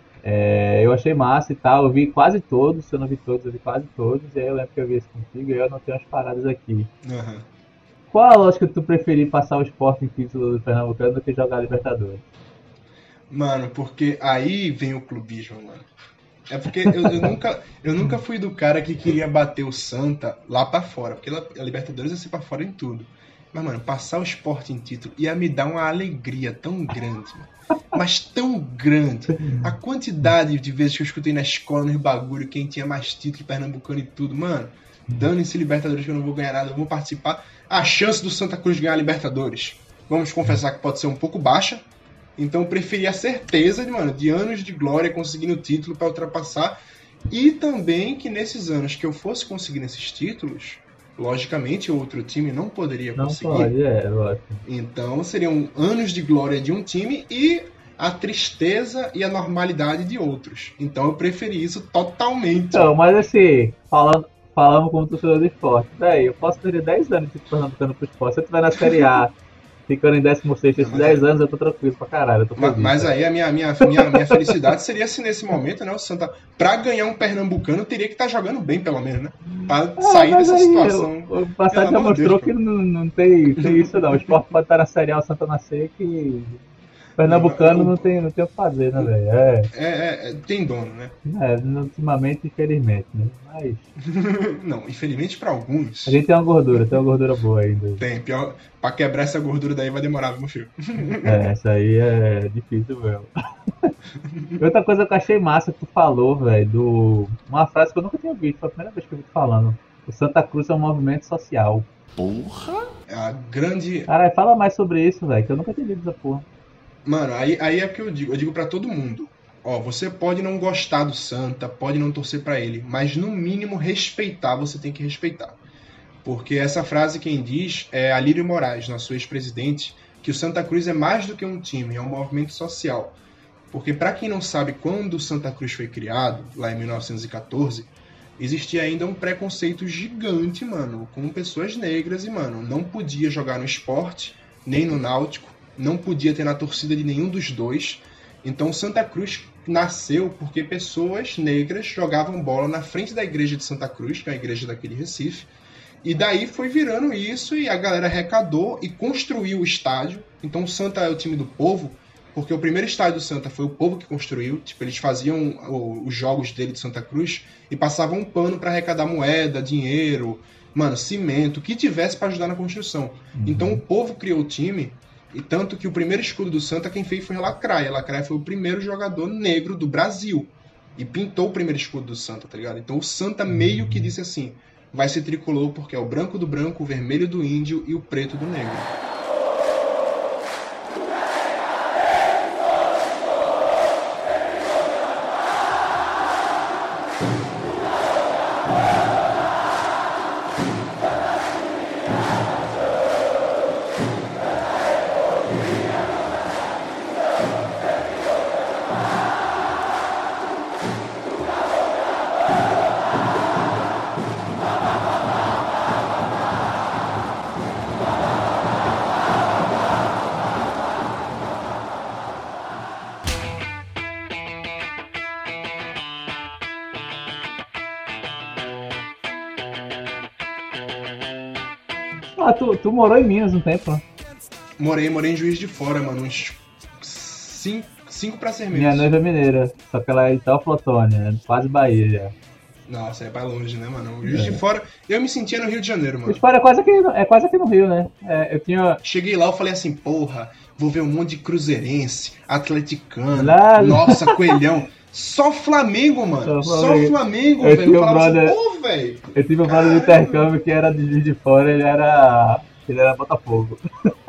É, eu achei massa e tal, eu vi quase todos, se eu não vi todos, eu vi quase todos, e aí eu lembro que eu vi isso contigo e eu anotei umas paradas aqui. Uhum. Qual a lógica que tu preferir passar o esporte em título do Pernambucano do que jogar Libertadores? Mano, porque aí vem o clubismo, mano. É porque eu, eu, nunca, eu nunca fui do cara que queria bater o Santa lá pra fora, porque a Libertadores ia ser pra fora em tudo. Mas, mano, passar o esporte em título ia me dar uma alegria tão grande, mano. Mas tão grande. A quantidade de vezes que eu escutei na escola, nos bagulho, quem tinha mais título Pernambucano e tudo, mano. Dane-se Libertadores que eu não vou ganhar nada, eu vou participar. A chance do Santa Cruz ganhar a Libertadores, vamos confessar que pode ser um pouco baixa. Então eu preferi a certeza de, mano, de anos de glória conseguindo o título pra ultrapassar. E também que nesses anos que eu fosse conseguindo esses títulos, logicamente outro time não poderia Não conseguir. pode, é, lógico. Então seriam anos de glória de um time e a tristeza e a normalidade de outros. Então eu preferi isso totalmente. Então, mas assim, falando, falando como torcedor de esporte, véi, eu posso perder dez anos de Pernambucano pro esporte. Se eu estiver na Série A, ficando em décimo sexto, esses dez anos eu tô tranquilo pra caralho. Eu tô Mas, feliz, mas cara. aí a minha, minha, minha, minha felicidade seria se nesse momento, né, o Santa, pra ganhar um Pernambucano, teria que estar jogando bem, pelo menos, né? Pra É, sair mas dessa aí, situação. O, o passado já Pelo amor de mostrou Deus, que não, não tem, tem isso não. O esporte pode estar na Série A, o Santa na C, que Pernambucano Não, não tem, não tem o que fazer, né, velho? É, É, é, é, tem dono, né? é, ultimamente, infelizmente, né? Mas Não, infelizmente pra alguns. a gente tem uma gordura, tem uma gordura boa ainda. Tem, pior. Pra quebrar essa gordura daí vai demorar, meu filho. É, essa aí é difícil mesmo. E outra coisa que eu achei massa que tu falou, velho, do... uma frase que eu nunca tinha visto, foi a primeira vez que eu vi tu falando. O Santa Cruz é um movimento social. Porra! É a grande. Caralho, fala mais sobre isso, velho, que eu nunca tinha visto essa porra. Mano, aí, aí é que eu digo, eu digo pra todo mundo. Ó, você pode não gostar do Santa, pode não torcer pra ele, mas no mínimo respeitar, você tem que respeitar. Porque essa frase quem diz é Alírio Moraes, nosso ex-presidente, que o Santa Cruz é mais do que um time, é um movimento social. Porque pra quem não sabe, quando o Santa Cruz foi criado, lá em mil novecentos e catorze, existia ainda um preconceito gigante, mano, com pessoas negras e, mano, não podia jogar no esporte, nem no Náutico, não podia ter na torcida de nenhum dos dois. Então o Santa Cruz nasceu porque pessoas negras jogavam bola na frente da igreja de Santa Cruz, que é a igreja daquele Recife, e daí foi virando isso e a galera arrecadou e construiu o estádio. Então o Santa é o time do povo, porque o primeiro estádio do Santa foi o povo que construiu. Tipo, eles faziam os jogos dele de Santa Cruz e passavam um pano para arrecadar moeda, dinheiro, mano, cimento, o que tivesse para ajudar na construção. Uhum. Então o povo criou o time, e tanto que o primeiro escudo do Santa quem fez foi o Lacraia. Lacraia foi o primeiro jogador negro do Brasil e pintou o primeiro escudo do Santa, tá ligado? Então o Santa meio que disse assim, vai ser tricolor porque é o branco do branco, o vermelho do índio e o preto do negro. Ah, tu, tu morou em Minas um tempo, né? Morei, morei em Juiz de Fora, mano, uns cinco, cinco pra ser menos. Minha noiva é mineira, só que ela é de Teoflotone, quase Bahia já. Nossa, é pra longe, né, mano? Juiz é. de Fora, eu me sentia no Rio de Janeiro, mano. Juiz de Fora é quase aqui, é quase aqui no Rio, né? É, eu tinha... Cheguei lá, eu falei assim, porra, vou ver um monte de cruzeirense, atleticano, lá, nossa, coelhão. Só Flamengo, mano. Só Flamengo, Só Flamengo velho. Eu, eu falava brother... assim, pô, velho. Eu tive um brother de intercâmbio que era de Juiz de Fora, ele era... Ele era Botafogo.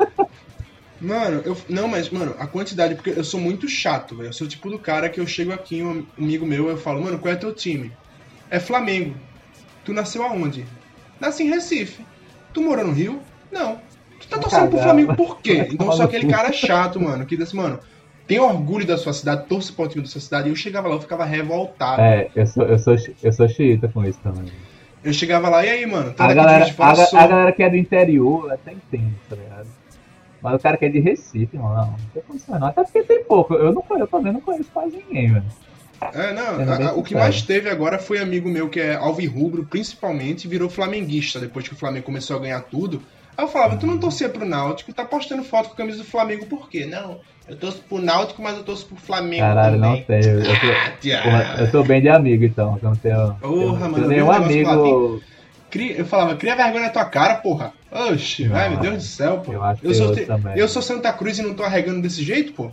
Mano, eu... Não, mas, mano, a quantidade... Porque eu sou muito chato, velho. Eu sou o tipo do cara que eu chego aqui, um amigo meu, eu falo, mano, qual é teu time? É Flamengo. Tu nasceu aonde? Nasci em Recife. Tu morou no Rio? Não. Tu tá torcendo pro Flamengo por quê? Então eu sou aquele cara chato, mano, que diz, mano... Tem orgulho da sua cidade, torce para o time da sua cidade. E eu chegava lá, eu ficava revoltado. É, eu sou, eu sou, eu sou xiita com isso também. Eu chegava lá, e aí, mano? Tá a, galera, de fora, a, sou... a galera que é do interior até entende, tá ligado? Mas o cara que é de Recife, mano, não, não tem condição não. Até porque tem pouco. Eu, não, eu também não conheço quase ninguém, velho. É, não, a, a, o que mais teve agora foi amigo meu que é alvirrubro, principalmente, virou flamenguista depois que o Flamengo começou a ganhar tudo. Aí eu falava, tu não torcia pro Náutico, tá postando foto com a camisa do Flamengo por quê? Não, eu torço pro Náutico, mas eu torço pro Flamengo. Caralho, também. não tenho. Eu tô, porra, eu tô bem de amigo, então. Eu não tenho, porra, eu, mano, eu nenhum amigo... Cria, eu falava, cria vergonha na tua cara, porra. Oxi, não, vai, meu Deus do céu, pô. Eu, acho eu, sou, eu, eu sou Santa Cruz e não tô arregando desse jeito, pô.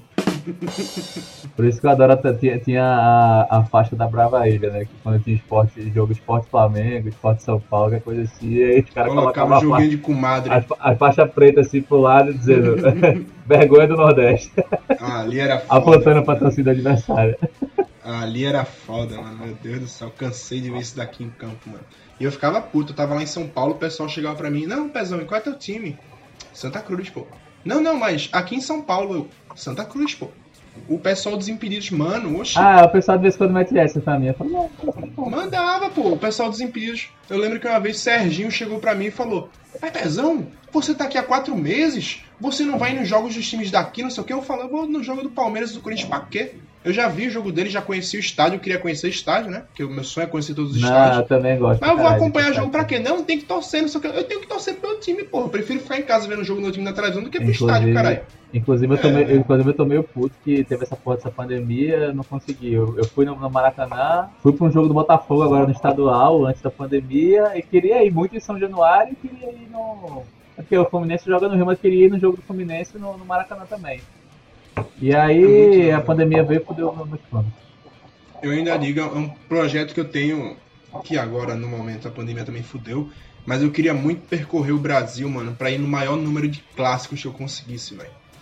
Por isso que eu adoro, tinha, tinha a, a faixa da Brava Ilha, né? Que quando tinha esporte, jogo Esporte Flamengo, Esporte São Paulo, qualquer coisa assim, e aí os caras colocavam um joguinho faixa, de comadre. A, a faixa preta assim pro lado, dizendo vergonha do Nordeste. Ah, ali era foda. Apontando pra torcida adversária. Ah, ali era foda, mano. Meu Deus do céu, cansei de ver isso daqui em campo, mano. E eu ficava puto, eu tava lá em São Paulo, o pessoal chegava pra mim, não, Pezão, e qual é teu time? Santa Cruz, pô. Não, não, mas aqui em São Paulo, eu... Santa Cruz, pô. O pessoal dos Impedidos, mano, oxi. Ah, o pessoal de vez em quando mete essa pra mim. Eu falo, não, não, mandava, pô, o pessoal dos Impedidos. Eu lembro que uma vez Serginho chegou pra mim e falou, mas Pezão, você tá aqui há quatro meses? Você não vai nos jogos dos times daqui, não sei o que? Eu falo, eu vou no jogo do Palmeiras e do Corinthians pra quê? Eu já vi o jogo dele, já conheci o estádio, eu queria conhecer o estádio, né? Porque o meu sonho é conhecer todos os não, estádios. Eu também gosto. Mas eu vou acompanhar o jogo pra quê? Não, tem que torcer, não sei o que. Eu tenho que torcer pro meu time, porra. Eu prefiro ficar em casa vendo o jogo do meu time na televisão do que pro inclusive, estádio, caralho. Inclusive eu, tomei, é. eu, inclusive eu tô meio puto que teve essa porra dessa pandemia, não consegui. Eu, eu fui no, no Maracanã, fui pra um jogo do Botafogo agora no estadual, antes da pandemia, e queria ir muito em São Januário e queria ir no... Porque o Fluminense joga no Rio, mas queria ir no jogo do Fluminense no, no Maracanã também. E aí é a pandemia veio e fudeu o meu plano. Eu ainda digo, é um projeto que eu tenho, que agora no momento a pandemia também fudeu, mas eu queria muito percorrer o Brasil, mano, pra ir no maior número de clássicos que eu conseguisse, velho.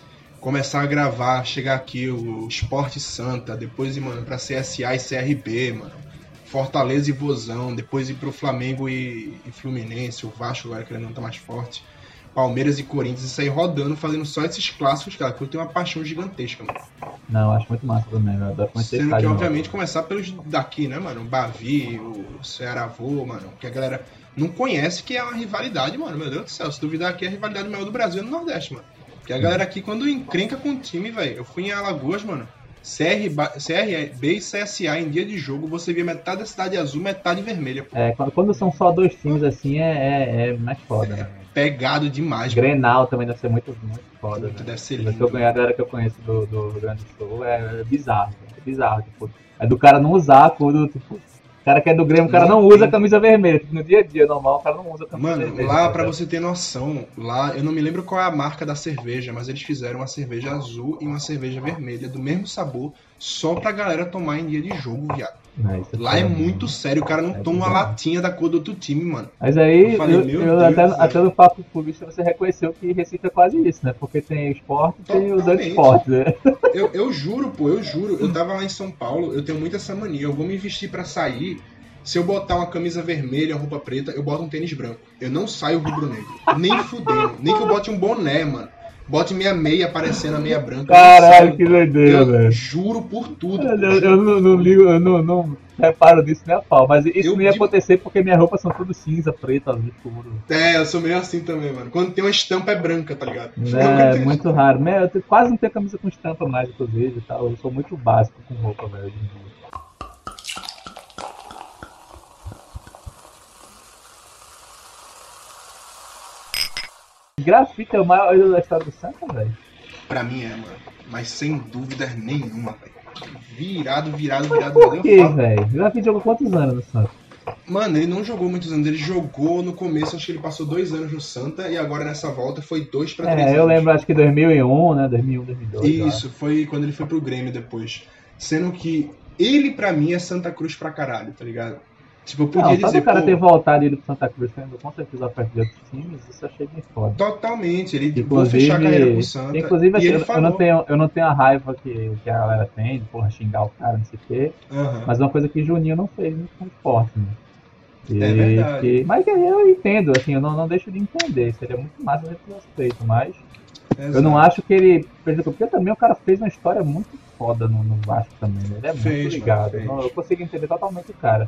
começar a gravar, chegar aqui o Sport Santa, depois ir, mano, pra C S A e C R B, mano. Fortaleza e Vozão, depois ir pro Flamengo e, e Fluminense, o Vasco agora querendo não tá mais forte. Palmeiras e Corinthians, e sair rodando, fazendo só esses clássicos, cara, que eu tenho uma paixão gigantesca, mano. Não, eu acho muito massa também, eu adoro conhecer Sendo que, estádio obviamente, novo. começar pelos daqui, né, mano? O Bavi, o Cearavô, mano, que a galera não conhece, que é uma rivalidade, mano. Meu Deus do céu, se duvidar aqui, é a rivalidade maior do Brasil e do Nordeste, mano. Porque a galera aqui, quando encrenca com o time, velho, eu fui em Alagoas, mano, C R B e C S A em dia de jogo, você via metade da cidade azul, metade vermelha, pô. É, quando, quando são só dois times assim, é, é, é mais foda, né? Pegado demais, Grenal também deve ser muito, muito foda, Muito, né? deve ser Se lindo. eu ganhar a galera que eu conheço do, do Rio Grande do Sul, é, é bizarro, é bizarro, tipo, é do cara não usar a cor do, tipo, o cara que é do Grêmio, o cara não, Não usa tem. a camisa vermelha, tipo, no dia a dia normal, o cara não usa a camisa Mano, vermelha. lá tá pra ligado? você ter noção, lá eu não me lembro qual é a marca da cerveja, mas eles fizeram uma cerveja azul e uma cerveja vermelha do mesmo sabor, só pra galera tomar em dia de jogo, viado. Não, isso Lá é foda, muito né? sério, o cara não É toma uma bizarro. latinha da cor do outro time, mano. Mas aí, Eu falei, eu, meu eu Deus até, do céu. até no papo clubista você reconheceu que Recife é quase isso, né? Porque tem o esporte e tem os Totalmente. anti-esportes, né? Eu, eu juro, pô, eu juro, eu tava lá em São Paulo, eu tenho muito essa mania, eu vou me vestir pra sair, se eu botar uma camisa vermelha, uma roupa preta, eu boto um tênis branco. Eu não saio rubro-negro, nem fudendo, nem que eu bote um boné, mano. Bote minha meia aparecendo a meia branca. eu não Caralho, saio. que doideira, Eu velho. juro por tudo. Eu, pô, eu juro não, por não tudo. ligo, eu não, não reparo nisso nem a pau, mas isso Eu não ia de- acontecer porque minhas roupas são tudo cinza, preto, azul escuro. É, eu sou meio assim também, mano. Quando tem uma estampa é branca, tá ligado? É muito raro. Meu, eu tenho- quase não tenho camisa com estampa mais, inclusive, e tal. Eu sou muito básico com roupa, velho, hoje em dia. Grafite é o maior ídolo da história do Santa, velho. Pra mim é, mano. Mas sem dúvidas nenhuma, velho. Virado, virado, virado. Por virado, quê, eu falo. velho? Grafite jogou quantos anos no Santa? Mano, ele não jogou muitos anos. Ele jogou no começo, acho que ele passou dois anos no Santa. E agora nessa volta foi dois pra três É, anos. eu lembro, acho que dois mil e um, né? dois mil e um, dois mil e dois. eu Isso, foi quando ele foi pro Grêmio depois. Sendo que ele, pra mim, é Santa Cruz pra caralho, tá ligado? Tipo, eu acho. podia Não, só dizer, do cara pô, ter voltado e ido pro Santa Cruz, tendo com certeza a oferta de outros times, isso eu achei bem foda. totalmente. Ele vou Inclusive, fechar a carreira com o Santa. inclusive assim, e ele eu, eu falou. não tenho, eu não tenho a raiva que, que a galera tem, de porra, xingar o cara, não sei o quê, Aham. mas uma coisa que Juninho não fez muito com o esporte, né? E É verdade. que- mas que eu entendo, assim, eu não, não deixo de entender, seria muito massa esse respeito, mas eu não Exato. acho que ele, por exemplo, porque também o cara fez uma história muito foda no, no Vasco também, né? Ele é Fez, muito ligado, mano, fez. não, eu consigo entender totalmente o cara.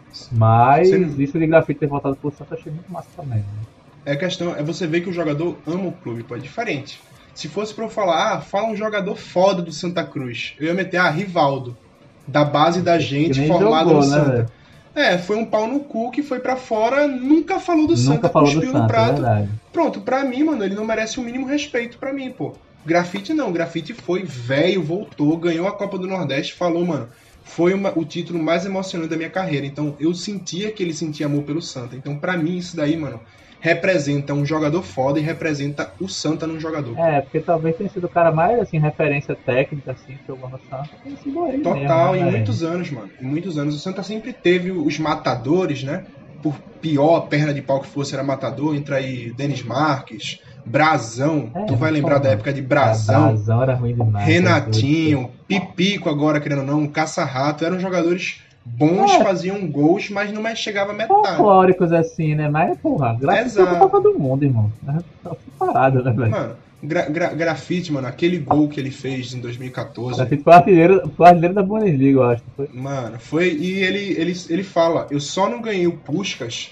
Mas Você não- isso de Grafite ter voltado pro Santos eu achei muito massa também, né? É questão, é você ver que o jogador ama o clube, pô, é diferente. Se fosse pra eu falar, ah, fala um jogador foda do Santa Cruz, eu ia meter, ah, Rivaldo, da base da gente, Que nem formado jogou, no né, Santa. velho? É, foi um pau no cu que foi pra fora, nunca falou do Santa, Nunca falou do cuspiu no Santos, é prato. verdade. Pronto, pra mim, mano, ele não merece o mínimo respeito pra mim, pô. Grafite não, Grafite foi velho, voltou, ganhou a Copa do Nordeste, falou, mano, foi uma- o título mais emocionante da minha carreira. Então eu sentia que ele sentia amor pelo Santa. Então pra mim isso daí, mano, representa um jogador foda e representa o Santa num jogador. É, porque talvez tenha sido o cara mais, assim, referência técnica, assim, que jogou no Santos, tenha sido ele Total, mesmo, né, em velho? muitos anos, mano. Em muitos anos. O Santa sempre teve os matadores, né? Por pior perna de pau que fosse, era matador. Entra aí Denis Marques, Brazão. É, tu vai lembrar porra. da época de A Brazão. Brazão era ruim demais. Renatinho, Pipico agora, querendo ou não, Caça-Rato, eram jogadores bons, É. faziam gols, mas não mais chegava a metade. Folclóricos assim, né? Mas, porra, Grafite Exato. é Copa do Mundo, irmão. É parada, né, velho? Mano, gra gra Grafite, mano, aquele gol que ele fez em dois mil e quatorze, Grafite foi o artilheiro, foi o artilheiro da Bundesliga, eu acho. Foi. mano, foi, e ele, ele, ele fala, eu só não ganhei o Puskás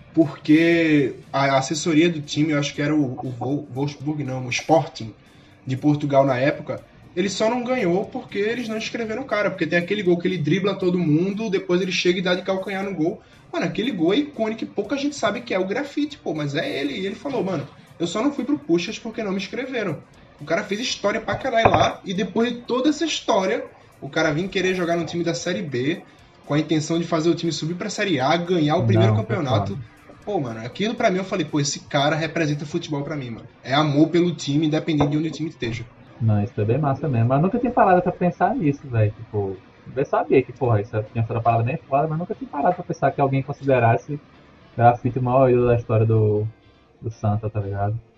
porque a assessoria do time, eu acho que era o, o Vol Wolfsburg, não, o Sporting de Portugal na época, ele só não ganhou porque eles não escreveram o cara, porque tem aquele gol que ele dribla todo mundo, depois ele chega e dá de calcanhar no gol. Mano, aquele gol é icônico e pouca gente sabe que é o Grafite, pô, mas é ele. E ele falou, mano, eu só não fui pro Puskás porque não me escreveram. O cara fez história pra caralho lá, e depois de toda essa história, o cara vinha querer jogar no time da Série B, com a intenção de fazer o time subir pra Série A, ganhar o primeiro Não, campeonato. concordo. Pô, mano, aquilo pra mim eu falei, pô, esse cara representa futebol pra mim, mano. É amor pelo time, independente de onde o time esteja. Não, isso foi bem massa mesmo. Mas nunca tinha parado pra pensar nisso, velho. Tipo, eu sabia que, porra, isso tinha sido uma parada bem foda, mas nunca tinha parado pra pensar que alguém considerasse Grafite o maior ídolo da história do, do Santa, tá ligado?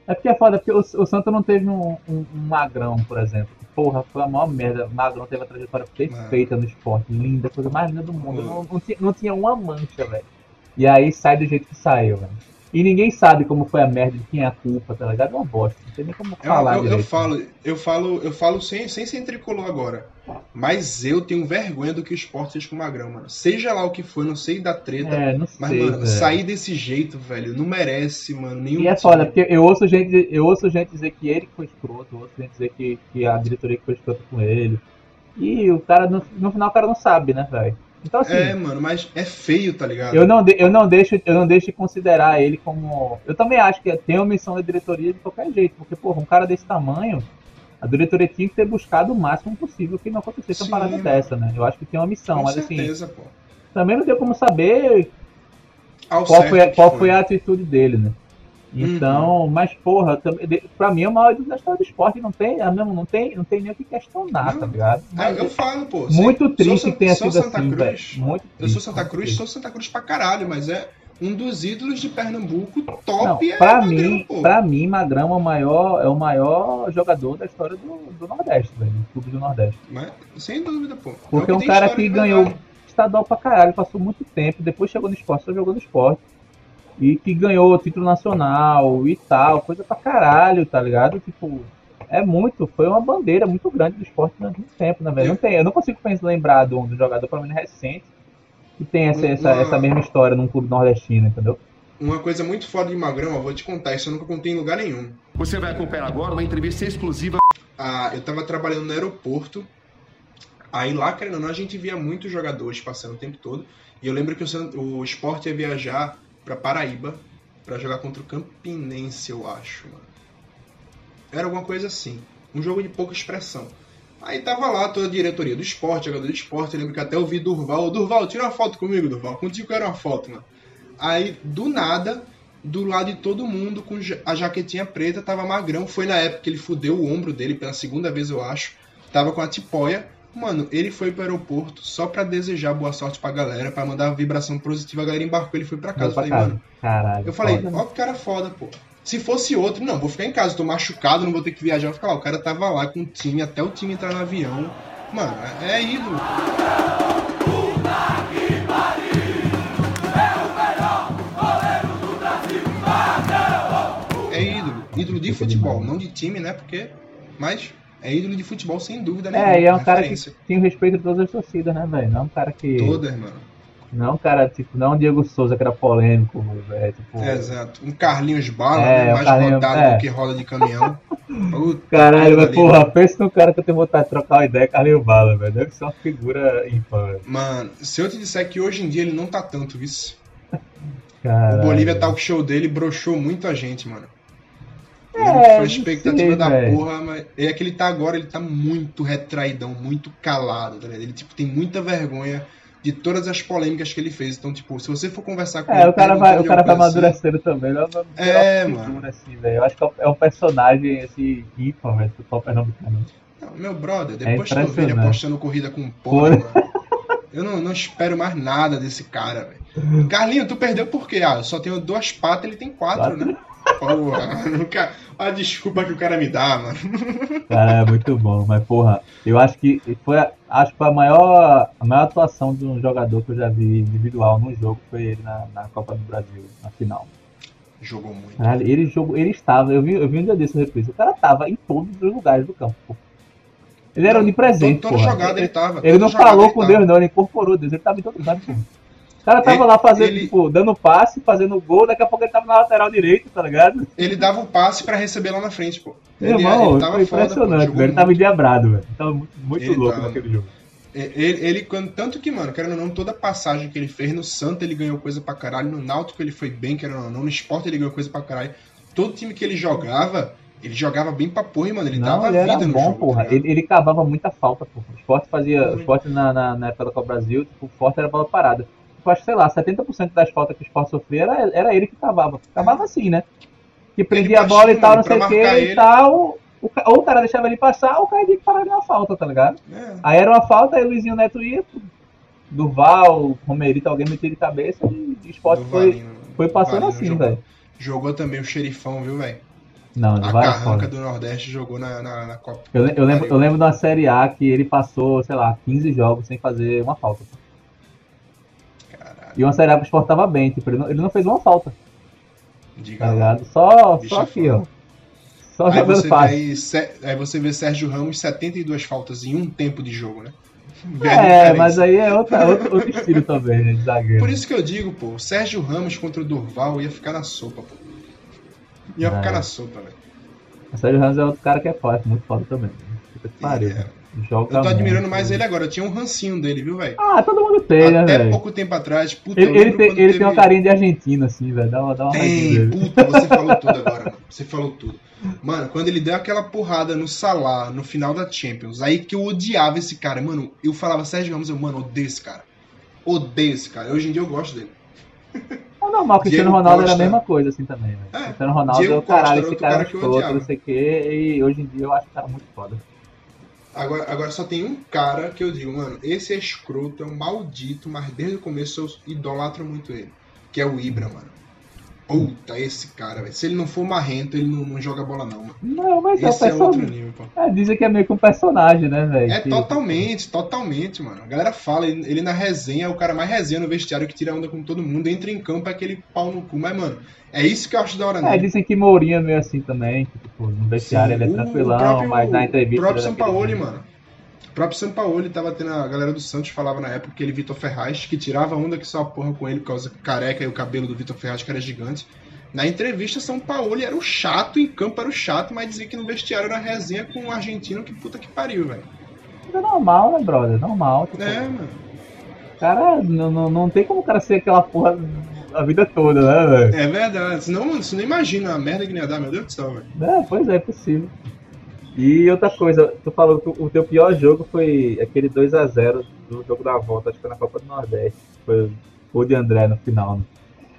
É porque é foda, porque o, o Santa não teve um, um, um Magrão, por exemplo. Porra, foi a maior merda. O Magrão teve a trajetória perfeita no esporte. Linda, coisa mais linda do mundo. Não, não, tinha, não tinha uma mancha, velho. E aí sai do jeito que saiu, velho. E ninguém sabe como foi a merda, de quem é a culpa, tá ligado? É uma bosta. Não tem nem como falar eu, eu, direito. eu falo, eu falo, eu falo sem, sem ser tricolor agora. Mas eu tenho vergonha do que o esporte fez com o Magrão, mano. Seja lá o que for, não sei da treta. É, não mas, sei, mano, velho. sair desse jeito, velho, não merece, mano, nenhum. E é foda, porque eu ouço gente, eu ouço gente dizer que ele que foi escroto, eu ouço gente dizer que, que a diretoria que foi escrota com ele. E o cara, no, no final, o cara não sabe, né, velho? Então, assim, É, mano, mas é feio, tá ligado? eu não, de- eu, não deixo, eu não deixo de considerar ele como. Eu também acho que tem omissão da diretoria de qualquer jeito, porque, porra, um cara desse tamanho, a diretoria tinha que ter buscado o máximo possível que não acontecesse uma Sim, parada mano. dessa, né? Eu acho que tem uma missão, Com mas certeza, assim, pô. também não deu como saber Ao qual certo foi, a, que qual foi a atitude dele, né? Então, Uhum. mas porra, também- de- pra mim é o maior ídolo da história do esporte, não tem, é mesmo, não tem, não tem nem o que questionar, Não. tá ligado? É, Mas eu falo, pô. muito sou- triste sou, que tenha sou sido Santa assim, velho. Cruz. Muito Eu triste, sou Santa muito Cruz, triste. sou Santa Cruz pra caralho, mas é um dos ídolos de Pernambuco Não, top. é pra o Magrão, mim, pô. pra mim, Magrão é o maior, é o maior jogador da história do, do Nordeste, velho, do clube do Nordeste. Mas, sem dúvida, pô. Porque É é o um tem cara história que de ganhou verdade. estadual pra caralho, passou muito tempo, depois chegou no esporte, só jogou no esporte. E que ganhou o título nacional e tal, coisa pra caralho, tá ligado? Tipo, é muito, foi uma bandeira muito grande do esporte durante muito tempo, né, velho? Não tem, eu não consigo pensar, lembrar de um jogador, pelo menos recente, que tem essa, essa, Uma- essa mesma história num clube nordestino, entendeu? Uma coisa muito foda de Magrão, eu vou te contar, isso eu nunca contei em lugar nenhum. Você vai acompanhar agora uma entrevista exclusiva. Ah, eu tava trabalhando no aeroporto, aí lá, querendo ou não, a gente via muitos jogadores passando o tempo todo, e eu lembro que o, San- o Sport ia viajar pra Paraíba pra jogar contra o Campinense, eu acho, mano. Era alguma coisa assim, um jogo de pouca expressão. Aí tava lá toda a diretoria do esporte, jogador do esporte, eu lembro que até eu vi Durval, ô Durval, tira uma foto comigo, Durval, contigo que era uma foto, mano. Aí, do nada, do lado de todo mundo, com ja- a jaquetinha preta, tava Magrão. Foi na época que ele fudeu o ombro dele, pela segunda vez, eu acho. Tava com a tipóia. Mano, ele foi pro aeroporto só pra desejar boa sorte pra galera, pra mandar vibração positiva. A galera embarcou, ele foi pra casa. Eu Pra falei, casa. mano, Caralho. eu falei, foda, né? ó que cara foda, pô. Se fosse outro, não, vou ficar em casa, tô machucado, não vou ter que viajar, vou ficar lá. O cara tava lá com o time, até o time entrar no avião. Mano, é, é ídolo. É ídolo. Ídolo de futebol, não de time, né? Porque. Mas é ídolo de futebol sem dúvida nenhuma. É, e é um cara que referência. tem o respeito de todas as torcidas, né, velho? Não é um cara que. Todas, mano. Não é um cara, tipo, não é um Diego Souza que era polêmico, velho. Tipo, É, exato. Um Carlinhos Bala, É, né? o Mais Carlinhos- rodado é. do que roda de caminhão. Puta caralho, mas ali, porra, mano. pensa no cara que eu tenho vontade de trocar uma ideia, Carlinhos Bala, velho. Deve ser uma figura ímpar, velho. Mano, se eu te disser que hoje em dia ele não tá tanto, vice. Caralho. O Bolívia Talk Show dele broxou muito a gente, mano. Eu É, lembro que foi a não expectativa sei, da velho. porra, mas é que ele tá agora, ele tá muito retraidão, muito calado, tá ligado? Ele, tipo, tem muita vergonha de todas as polêmicas que ele fez. Então, tipo, se você for conversar com É, ele, o cara vai, o perguntando de cara vai alguma coisa amadurecendo também, ele vai É, virar uma mano. figura, assim, velho. Eu acho que é um personagem, assim, ímpar, velho, do futebol pernambucano. Não, meu brother, depois que eu vi ele impressionante. apostando corrida com porra, mano, eu não, não espero mais nada desse cara, velho. Carlinho, tu perdeu por quê? Ah, eu só tenho duas patas, ele tem quatro, né? Porra, nunca... a desculpa que o cara me dá, mano. Cara, é muito bom, mas porra, eu acho que foi, a- acho que foi a maior, a maior atuação de um jogador que eu já vi individual num jogo, foi ele na, na Copa do Brasil, na final. Jogou muito. Caralho, ele jogou, ele estava, eu vi, eu vi um dia desse no reprise, o cara tava em todos os lugares do campo, pô. Ele era onipresente, Toda, toda porra. jogada ele tava. Ele toda não jogada falou ele com tava. Deus não, ele incorporou Deus, ele tava em todo lugar, pô. O cara tava Ele- lá fazendo, ele- tipo, dando passe, fazendo gol, daqui a pouco ele tava na lateral direita, tá ligado? Ele dava o passe pra receber lá na frente, pô. Meu Ele, irmão, ele tava foi foda, pô, impressionante, jogou velho. Ele tava muito. endiabrado, velho. Tava muito, muito Ele louco tava. naquele jogo. Ele, ele quando, tanto que, mano, querendo ou não, toda passagem que ele fez no Santa ele ganhou coisa pra caralho, no Náutico ele foi bem, querendo ou não, no Sport ele ganhou coisa pra caralho. Todo time que ele jogava, ele jogava bem pra porra, mano. Ele Não, dava ele era vida no bom, jogo. porra. tá ligado? ele, ele cavava muita falta, porra. O Sport fazia. O Uhum. Sport na, na, na época da Copa Brasil, tipo, o forte era bola parada. Eu acho que, sei lá, setenta por cento das faltas que o Sport sofria era, era ele que cavava. Cavava assim, né? Que prendia a baixinho, bola e tal, mano, não sei pra o que marcar e ele. tal. O, ca- ou o cara deixava ele passar, ou o cara tinha que parar de uma falta, tá ligado? É. Aí era uma falta, aí o Luizinho Neto ia, Durval, Romerito, alguém metia de cabeça e o Sport Do foi, Valinho, foi passando Valinho assim, jogou, velho. Jogou também o xerifão, viu, velho? Não, A várias Carranca fodas. do Nordeste jogou na, na, na Copa. Eu, le- eu, lembro, eu lembro de uma Série A que ele passou, sei lá, quinze jogos sem fazer uma falta. Caralho, E uma Série A que o Sport tava bem, tipo, ele não, ele não fez uma falta, diga tá lá. ligado? Só, Bicho só é aqui, foda. ó. Só Aí jogando você, vê fácil. aí, Sé- aí você vê Sérgio Ramos, setenta e duas faltas em um tempo de jogo, né? Vê a É, diferença. mas aí é outra, outro, outro estilo também, né, de zagueiro. Por isso que eu digo, pô, o Sérgio Ramos contra o Durval ia ficar na sopa, pô. Ia Ah, ficar é. na sopa, velho. O Sérgio Ramos é outro cara que é forte, muito foda também. Puta que pariu. É. né? Joga Eu tô admirando muito. mais ele agora. Eu tinha um rancinho dele, viu, velho? Ah, todo mundo tem, né, Até velho? pouco tempo atrás, puta, Ele, eu ele, lembro tem, quando ele teve... tem uma carinha de argentino, assim, velho. Dá uma, dá uma raiva Tem, dele. puta, você falou tudo agora, mano. Você falou tudo. Mano, quando ele deu aquela porrada no Salah, no final da Champions, aí que eu odiava esse cara. Mano, eu falava, Sérgio Ramos, eu, mano, odeio esse cara. Odeio esse cara. Hoje em dia eu gosto dele. É normal, o Cristiano Diego Ronaldo Costa. era a mesma coisa, assim, também, velho. É, Cristiano Ronaldo Diego é o caralho, Costa era esse outro cara é um cara que eu escroto, odiava. não sei o quê, e hoje em dia eu acho o cara muito foda. Agora, agora só tem um cara que eu digo, mano, esse é escroto, é um maldito, mas desde o começo eu idolatro muito ele. Que é o Ibra, mano. Puta, esse cara, velho. Se ele não for marrento, ele não, não joga bola, não, mano. Não, mas Esse é é o outro personagem. nível, pô. É, dizem que é meio que um personagem, né, velho? É Que- totalmente, totalmente, mano. A galera fala, ele, ele na resenha é o cara mais resenha no vestiário que tira onda com todo mundo, entra em campo é aquele pau no cu. Mas, mano, é isso que eu acho da hora É, nele. dizem que Mourinho é meio assim também, que, tipo, no vestiário Sim, ele é o tranquilão, próprio- mas na entrevista... O próprio ele é Sampaoli, daquele- mano. O próprio Sampaoli tava tendo a galera do Santos falava na época que ele, Vitor Ferraz, que tirava onda que só porra com ele por causa do careca e o cabelo do Vitor Ferraz que era gigante. Na entrevista, São Paulo era o chato, em campo era o chato, mas dizia que no vestiário era resenha com um argentino que puta que pariu, velho. É normal, né, brother? Normal. Tipo, É, mano. cara, não, não, não tem como o cara ser aquela porra a vida toda, né, velho? É verdade. Senão, mano, você não imagina a merda que não ia dar, meu Deus do céu, velho. É, pois é, é possível. E outra coisa, tu falou que o teu pior jogo foi aquele dois a zero do jogo da volta, acho que foi na Copa do Nordeste. Foi o de André no final, né?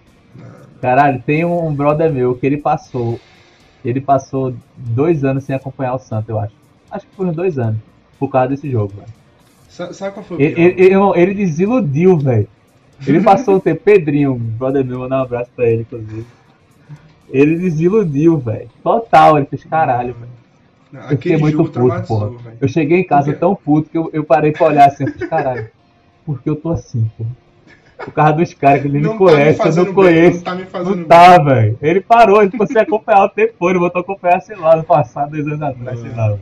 Caralho, tem um brother meu que ele passou. Ele passou dois anos sem acompanhar o Santos, eu acho. Acho que foram dois anos. Por causa desse jogo, velho. Sa- Sabe qual foi o Ele, pior? ele, irmão, ele desiludiu, velho. Ele passou o tempo. Pedrinho, um brother meu, mandar um abraço pra ele, inclusive. Ele desiludiu, velho. Total, ele fez caralho, velho. Não, Eu fiquei aquele muito jogo puto, traumatizou, porra. velho. Eu cheguei em casa Por quê? tão puto que eu, eu parei pra olhar assim, eu fiz caralho. Por que eu tô assim, porra? Por causa dos caras que ele Não me tá me conhece, eu fazendo não bem, conheço. não tá me Não fazendo tá, velho. Ele parou, ele ficou sem acompanhar o tempo todo. Ele voltou a acompanhar, sei lá, no passado, dois anos atrás, sei lá. velho.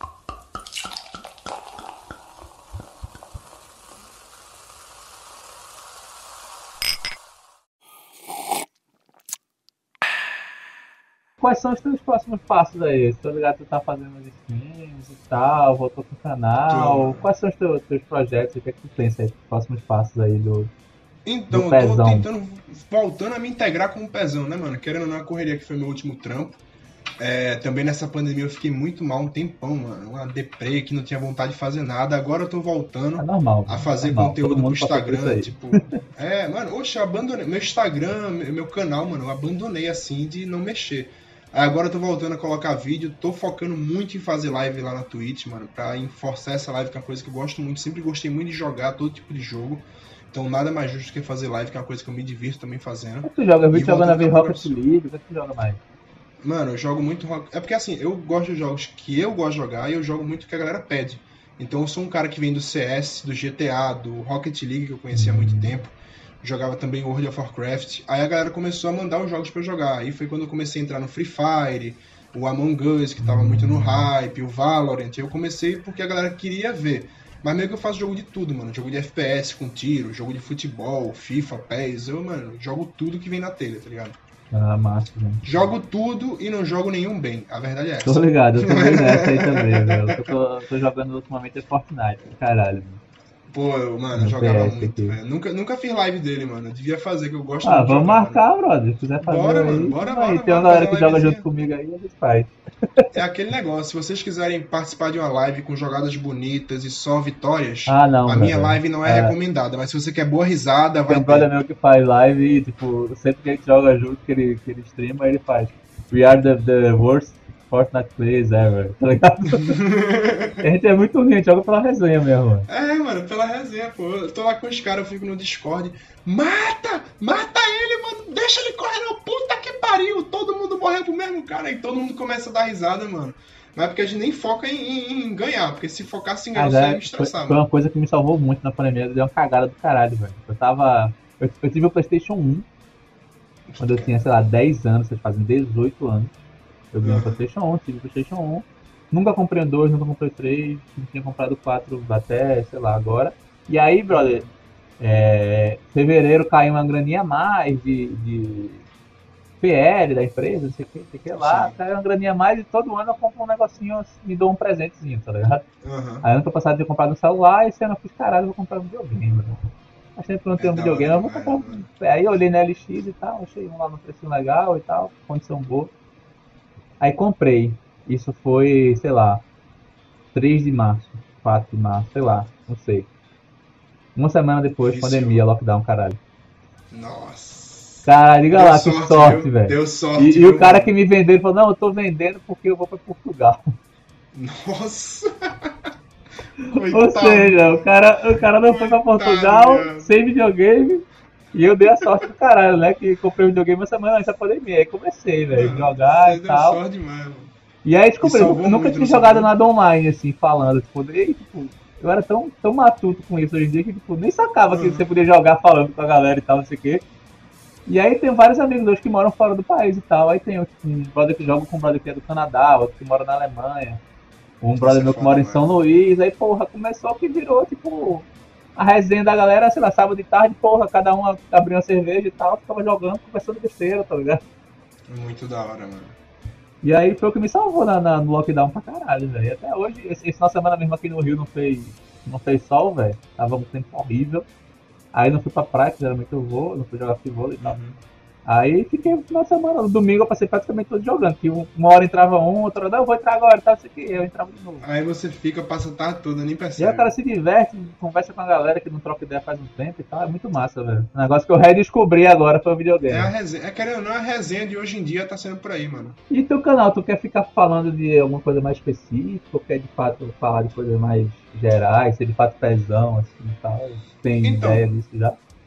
Quais são os teus próximos passos aí? Tô ligado que tu tá fazendo uns streams e tal, voltou pro canal. Tô. Quais são os teus, teus projetos? O que é que tu pensa aí? Os próximos passos aí do. Então, do eu tô pezão. tentando, voltando a me integrar com o pezão, né, mano? Querendo ou não, a correria que foi meu último trampo. É, também nessa pandemia eu fiquei muito mal um tempão, mano. Uma deprê que não tinha vontade de fazer nada. Agora eu tô voltando É normal. a fazer normal. conteúdo Todo pro mundo passa por isso Instagram, aí. tipo... É, mano, oxe, eu abandonei. Meu Instagram, meu meu canal, mano, eu abandonei assim de não mexer. Aí agora eu tô voltando a colocar vídeo, tô focando muito em fazer live lá na Twitch, mano, pra forçar essa live, que é uma coisa que eu gosto muito. Sempre gostei muito de jogar todo tipo de jogo. Então nada mais justo que fazer live, que é uma coisa que eu me divirto também fazendo. O que tu joga? Eu vi E tu jogando a voltando ver pra Rocket League, o que tu joga mais? Mano, eu jogo muito rock. É porque assim, eu gosto de jogos que eu gosto de jogar e eu jogo muito o que a galera pede. Então eu sou um cara que vem do C S, do G T A, do Rocket League, que eu conhecia há muito tempo. Jogava também World of Warcraft. Aí a galera começou a mandar os jogos pra eu jogar. Aí foi quando eu comecei a entrar no Free Fire, o Among Us, que tava muito no hype, o Valorant. Eu comecei porque a galera queria ver. Mas meio que eu faço jogo de tudo, mano. Jogo de F P S com tiro, jogo de futebol, FIFA, P E S. Eu, mano, jogo tudo que vem na telha, tá ligado? Ah, massa, gente. Jogo tudo e não jogo nenhum bem. A verdade é essa. Tô ligado, eu tô bem nessa aí também, velho. Eu tô, tô jogando ultimamente é Fortnite, caralho. Mano. Pô, eu, mano, eu No jogava P S muito, aqui. velho. Nunca, nunca fiz live dele, mano. Eu devia fazer, que eu gosto Ah, muito de vamos jogar, marcar, brother. Se quiser fazer Bora, aí, mano, bora, aí, bora, tem uma bora galera fazer que uma joga livezinha. junto comigo aí, a gente faz. É aquele negócio, se vocês quiserem participar de uma live com jogadas bonitas e só vitórias, Ah, não, a minha brother. live não é, É. recomendada. Mas se você quer boa risada, Tem vai um brother ter. meu que faz live e, tipo, sempre que a gente joga junto, que ele, que ele streama, ele faz We are the, the worst Fortnite players ever, tá ligado? A gente é muito ruim, a gente joga pela resenha mesmo, mano. É, mano, pela resenha, pô. Eu tô lá com os caras, eu fico no Discord. Mata! Mata ele, mano! Deixa ele correr, não! Puta que pariu! Todo mundo morreu é pro mesmo cara. Aí todo mundo começa a dar risada, mano. Mas é porque a gente nem foca em, em, em ganhar, porque se focasse em ganhar, você ia me estressar, foi, foi uma coisa que me salvou muito na pandemia, deu uma cagada do caralho, velho. Eu tava. Eu, eu tive o PlayStation um, quando eu tinha, sei lá, dez anos, vocês fazem dezoito anos. Eu ganhei o Uhum. PlayStation um, tive o PlayStation um. Nunca comprei o dois, nunca comprei o três, não tinha comprado o quatro até, sei lá, agora. E aí, brother, é, fevereiro caiu uma graninha a mais de, de P L da empresa, não sei o que, não sei o que lá, Sim. caiu uma graninha a mais e todo ano eu compro um negocinho, assim, me dou um presentezinho, tá ligado? Uhum. Aí ano passado eu tinha comprado um celular e esse ano eu fiz caralho, vou comprar um videogame, mano. Achei que não tem É um da videogame, hora eu vou demais, comprar mano. um. Aí eu olhei na L X e tal, achei um lá no preço legal e tal, condição boa. Aí comprei. Isso foi, sei lá, três de março, quatro de março, sei lá, não sei. Uma semana depois, Viciou. pandemia, lockdown, caralho. Nossa. Cara, diga Deu lá, que sorte, sorte, viu? velho. Deu sorte, E, e viu, o cara mano? que me vendeu, ele falou, não, eu tô vendendo porque eu vou pra Portugal. Nossa. Ou seja, o cara, o cara não foi pra Portugal Coitado, sem videogame. E eu dei a sorte do caralho, né? Que comprei o videogame uma semana antes da pandemia. Aí comecei, velho, Mano, jogar você e deu tal. sorte demais, mano. E aí descobri, E eu salvou nunca muito, tinha não jogado salvou? nada online, assim, falando. Tipo, e, tipo, eu era tão, tão matuto com isso hoje em dia que tipo, nem sacava que Uhum. você podia jogar falando com a galera e tal, não sei o quê. E aí tem vários amigos hoje que moram fora do país e tal. Aí tem tipo, um brother que joga com um brother que é do Canadá, outro que mora na Alemanha, um brother é meu que foda mora em demais. São Luís. Aí, porra, começou que virou, tipo, a resenha da galera, sei lá, sábado de tarde, porra, cada um abriu uma cerveja e tal, ficava jogando, conversando besteira, tá ligado? Muito da hora, mano. E aí foi o que me salvou na, na- no lockdown pra caralho, velho. E até hoje, esse, esse final de semana mesmo aqui no Rio não fez, não fez sol, velho. Tava um tempo horrível. Aí não fui pra praia, que geralmente eu vou, não fui jogar futebol e tal. Uhum. Aí fiquei no final de semana, no domingo eu passei praticamente todo jogando. Que um- uma hora entrava um, outra hora, não, eu vou entrar agora, tal, sei o que, eu entrava de novo. Aí você fica, passa a tarde toda, nem E aí percebe. o cara se diverte, conversa com a galera que não troca ideia faz um tempo e tal, é muito massa, velho. O negócio que eu redescobri agora foi o videogame. É a resenha. É, querendo ou não, a resenha de hoje em dia tá sendo por aí, mano. E teu canal, tu quer ficar falando de alguma coisa mais específica ou quer de fato falar de coisas mais gerais, ser de fato pezão, assim e tal? Tem Então, ideia disso já?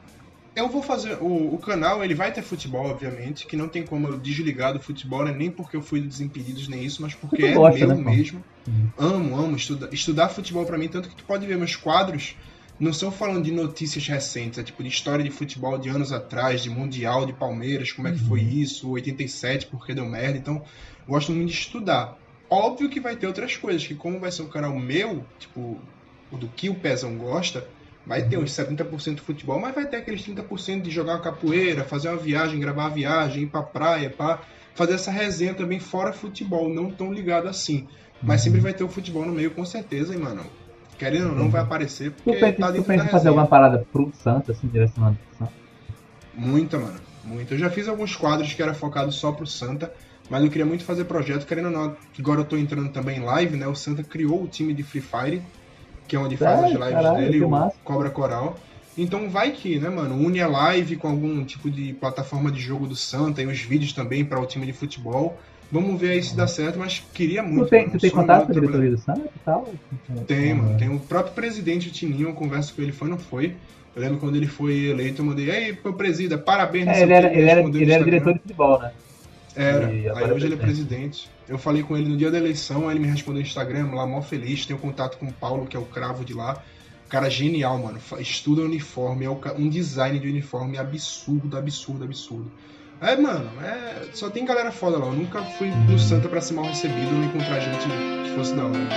Eu vou fazer. O, o canal, ele vai ter futebol, obviamente, que não tem como eu desligar do futebol, né? Nem porque eu fui do Desimpedidos, nem isso, mas porque Tu é gosta, meu né, pô? mesmo. Hum. Amo, amo estudar, estudar futebol pra mim, tanto que tu pode ver meus quadros. Não são falando de notícias recentes, é tipo de história de futebol de anos atrás, de Mundial, de Palmeiras, como é que foi isso, oitenta e sete, porque deu merda. Então, gosto muito de estudar. Óbvio que vai ter outras coisas, que como vai ser um canal meu, tipo, o do que o Pezão gosta, vai ter uns setenta por cento de futebol, mas vai ter aqueles trinta por cento de jogar uma capoeira, fazer uma viagem, gravar uma viagem, ir pra praia, pá, fazer essa resenha também fora futebol, não tão ligado assim. Mas sempre vai ter o futebol no meio, com certeza, hein, mano. Querendo ou não, vai aparecer, Tu porque pensa, tá tu dentro pensa da em fazer resenha. alguma parada pro Santos, assim, direcionado pro Santos? Muita, mano. Muita. Eu já fiz alguns quadros que era focado só pro Santa, mas eu queria muito fazer projeto, querendo ou não. Agora eu tô entrando também em live, né? O Santa criou o time de Free Fire, que é onde faz as Sério? lives Caralho, dele, que o massa. Cobra Coral. Então vai que, né, mano? Une a live com algum tipo de plataforma de jogo do Santa e os vídeos também para o time de futebol. Vamos ver aí se dá certo, mas queria muito. Tu tem, mano. tu tem Sonho contato meu com a trabalhar- diretoria do Santos e tal? Tem, Uhum. mano. Tem o próprio presidente, o Tininho, eu converso com ele, foi ou não foi? Eu lembro quando ele foi eleito, eu mandei, ei, meu presida, parabéns, não É, sei ele o era, que, ele era, respondeu no ele era Instagram. diretor de futebol, né? Era, E aí agora é hoje ele é presidente. presidente. Eu falei com ele no dia da eleição, aí ele me respondeu no Instagram, lá mó feliz, tenho contato com o Paulo, que é o cravo de lá. Cara genial, mano. Fa- Estuda uniforme, é o ca- um design de uniforme absurdo, absurdo, absurdo. É, mano, é, só tem galera foda lá. Eu nunca fui no Santa pra ser mal recebido ou encontrar gente que fosse da hora. Mano.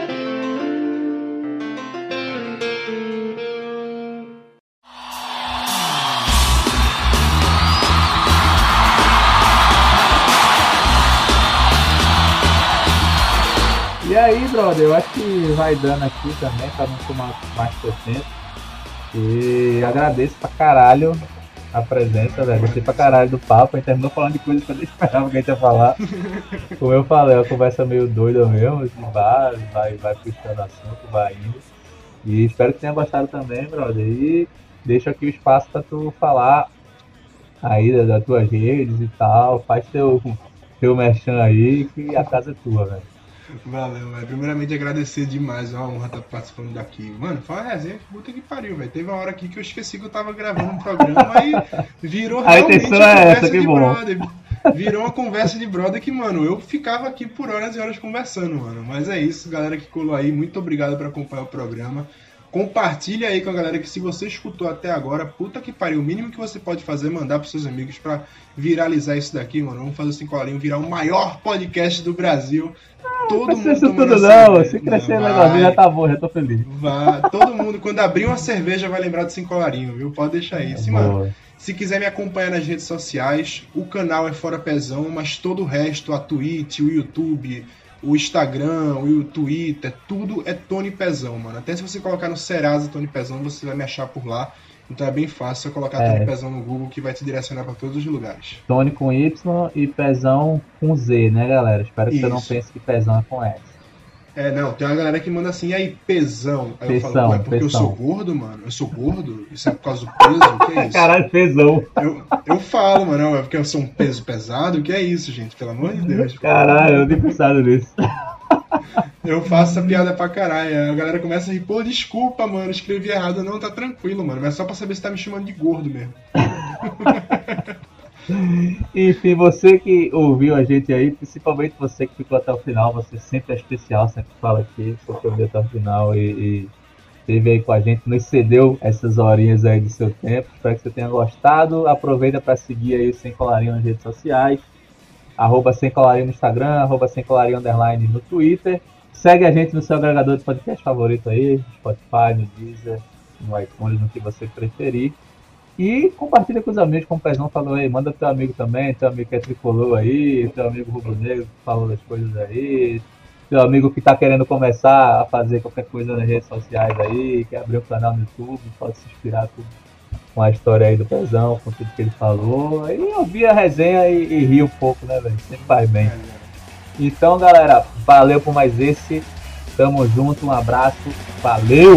E aí, brother, eu acho que vai dando aqui também, pra não tomar mais teu tempo. E agradeço pra caralho a presença, velho. Gostei pra caralho do papo. A gente terminou falando de coisas que eu nem esperava que a gente ia falar. Como eu falei, é uma conversa meio doida mesmo. Assim, vai, vai, vai puxando assunto, vai indo. E espero que tenha gostado também, brother. E deixo aqui o espaço pra tu falar aí das, das tuas redes e tal. Faz teu, teu merchan aí, que a casa é tua, velho. Valeu, velho. Primeiramente agradecer demais, é uma honra estar participando daqui. Mano, foi uma resenha que puta que pariu, velho. Teve uma hora aqui que eu esqueci que eu tava gravando um programa e virou A realmente intenção uma é conversa essa, que de bom. brother. Virou uma conversa de brother que, mano, eu ficava aqui por horas e horas conversando, mano. Mas é isso, galera que colou aí, muito obrigado por acompanhar o programa. Compartilha aí com a galera que se você escutou até agora, puta que pariu, o mínimo que você pode fazer é mandar pros seus amigos pra viralizar isso daqui, mano. Vamos fazer o Cinco Colarinho virar o maior podcast do Brasil. Todo Não mundo precisa tomando tudo a não, cerveja. se crescer Não, legalzinho vai. já tá bom, já tô feliz. Vai. Todo mundo, quando abrir uma cerveja, vai lembrar do Cinco Colarinho, viu? Pode deixar isso. E, mano, se quiser me acompanhar nas redes sociais, o canal é Fora Pezão, mas todo o resto, a Twitch, o YouTube, o Instagram, o Twitter, tudo é Tony Pezão, mano. Até se você colocar no Serasa Tony Pezão, você vai me achar por lá. Então é bem fácil, só colocar É. Tony Pezão no Google que vai te direcionar pra todos os lugares. Tony com Y e Pezão com Z, né, galera? Espero que você não Isso. pense que Pezão é com S. É, não, tem uma galera que manda assim, e aí, pesão. Aí eu Pesão, falo, ué, porque pesão. eu sou gordo, mano? Eu sou gordo? Isso é por causa do peso? O que é isso? Caralho, Pezão. Eu, eu falo, mano, é porque eu sou um peso pesado? O que é isso, gente? Pelo amor de Deus. Caralho, eu nem pensado nisso. Eu faço essa piada pra caralho. A galera começa a rir, pô, desculpa, mano, escrevi errado. Não, tá tranquilo, mano. Mas é só pra saber se tá me chamando de gordo mesmo. Enfim, você que ouviu a gente aí, principalmente você que ficou até o final, você sempre é especial, sempre fala aqui, você ouviu até o final e, e esteve aí com a gente, nos cedeu essas horinhas aí do seu tempo. Espero que você tenha gostado. Aproveita para seguir aí o Sem Colarinho nas redes sociais, arroba Sem Colarinho no Instagram, arroba Sem Colarinho underline no Twitter. Segue a gente no seu agregador de podcast favorito aí, no Spotify, no Deezer, no iTunes, no que você preferir. E compartilha com os amigos, como o Pezão falou aí, manda teu amigo também, teu amigo que é tricolor aí, teu amigo rubro-negro que falou das coisas aí, teu amigo que tá querendo começar a fazer qualquer coisa nas redes sociais aí, quer abrir um canal no YouTube, pode se inspirar com, com a história aí do Pezão, com tudo que ele falou, aí ouvir a resenha e, e rir um pouco, né, velho? Sempre faz bem. Então, galera, valeu por mais esse, tamo junto, um abraço, valeu!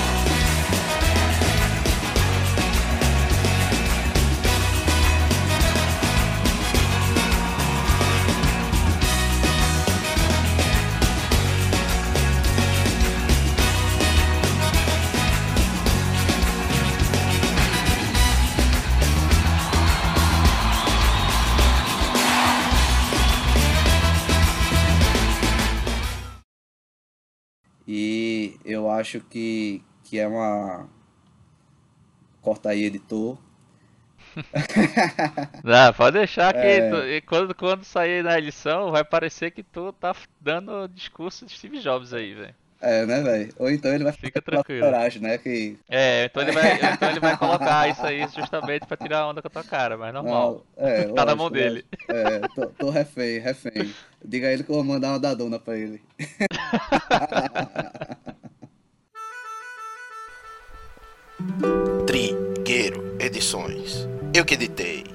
E eu acho que, que é uma... Corta aí, editor. Não, pode deixar que É. tu- e quando, quando sair na edição vai parecer que tu tá dando discurso de Steve Jobs aí, velho. É, né, velho? Ou então ele vai Fica pela tranquilo. coragem, né? Que... É, então ele vai, então ele vai colocar isso aí justamente pra tirar a onda com a tua cara, mas normal. Não, é, Tá na lógico, mão dele. lógico. É, tô, tô refém, refém. Diga a ele que eu vou mandar uma dadona pra ele. Trigueiro Edições. Eu que editei.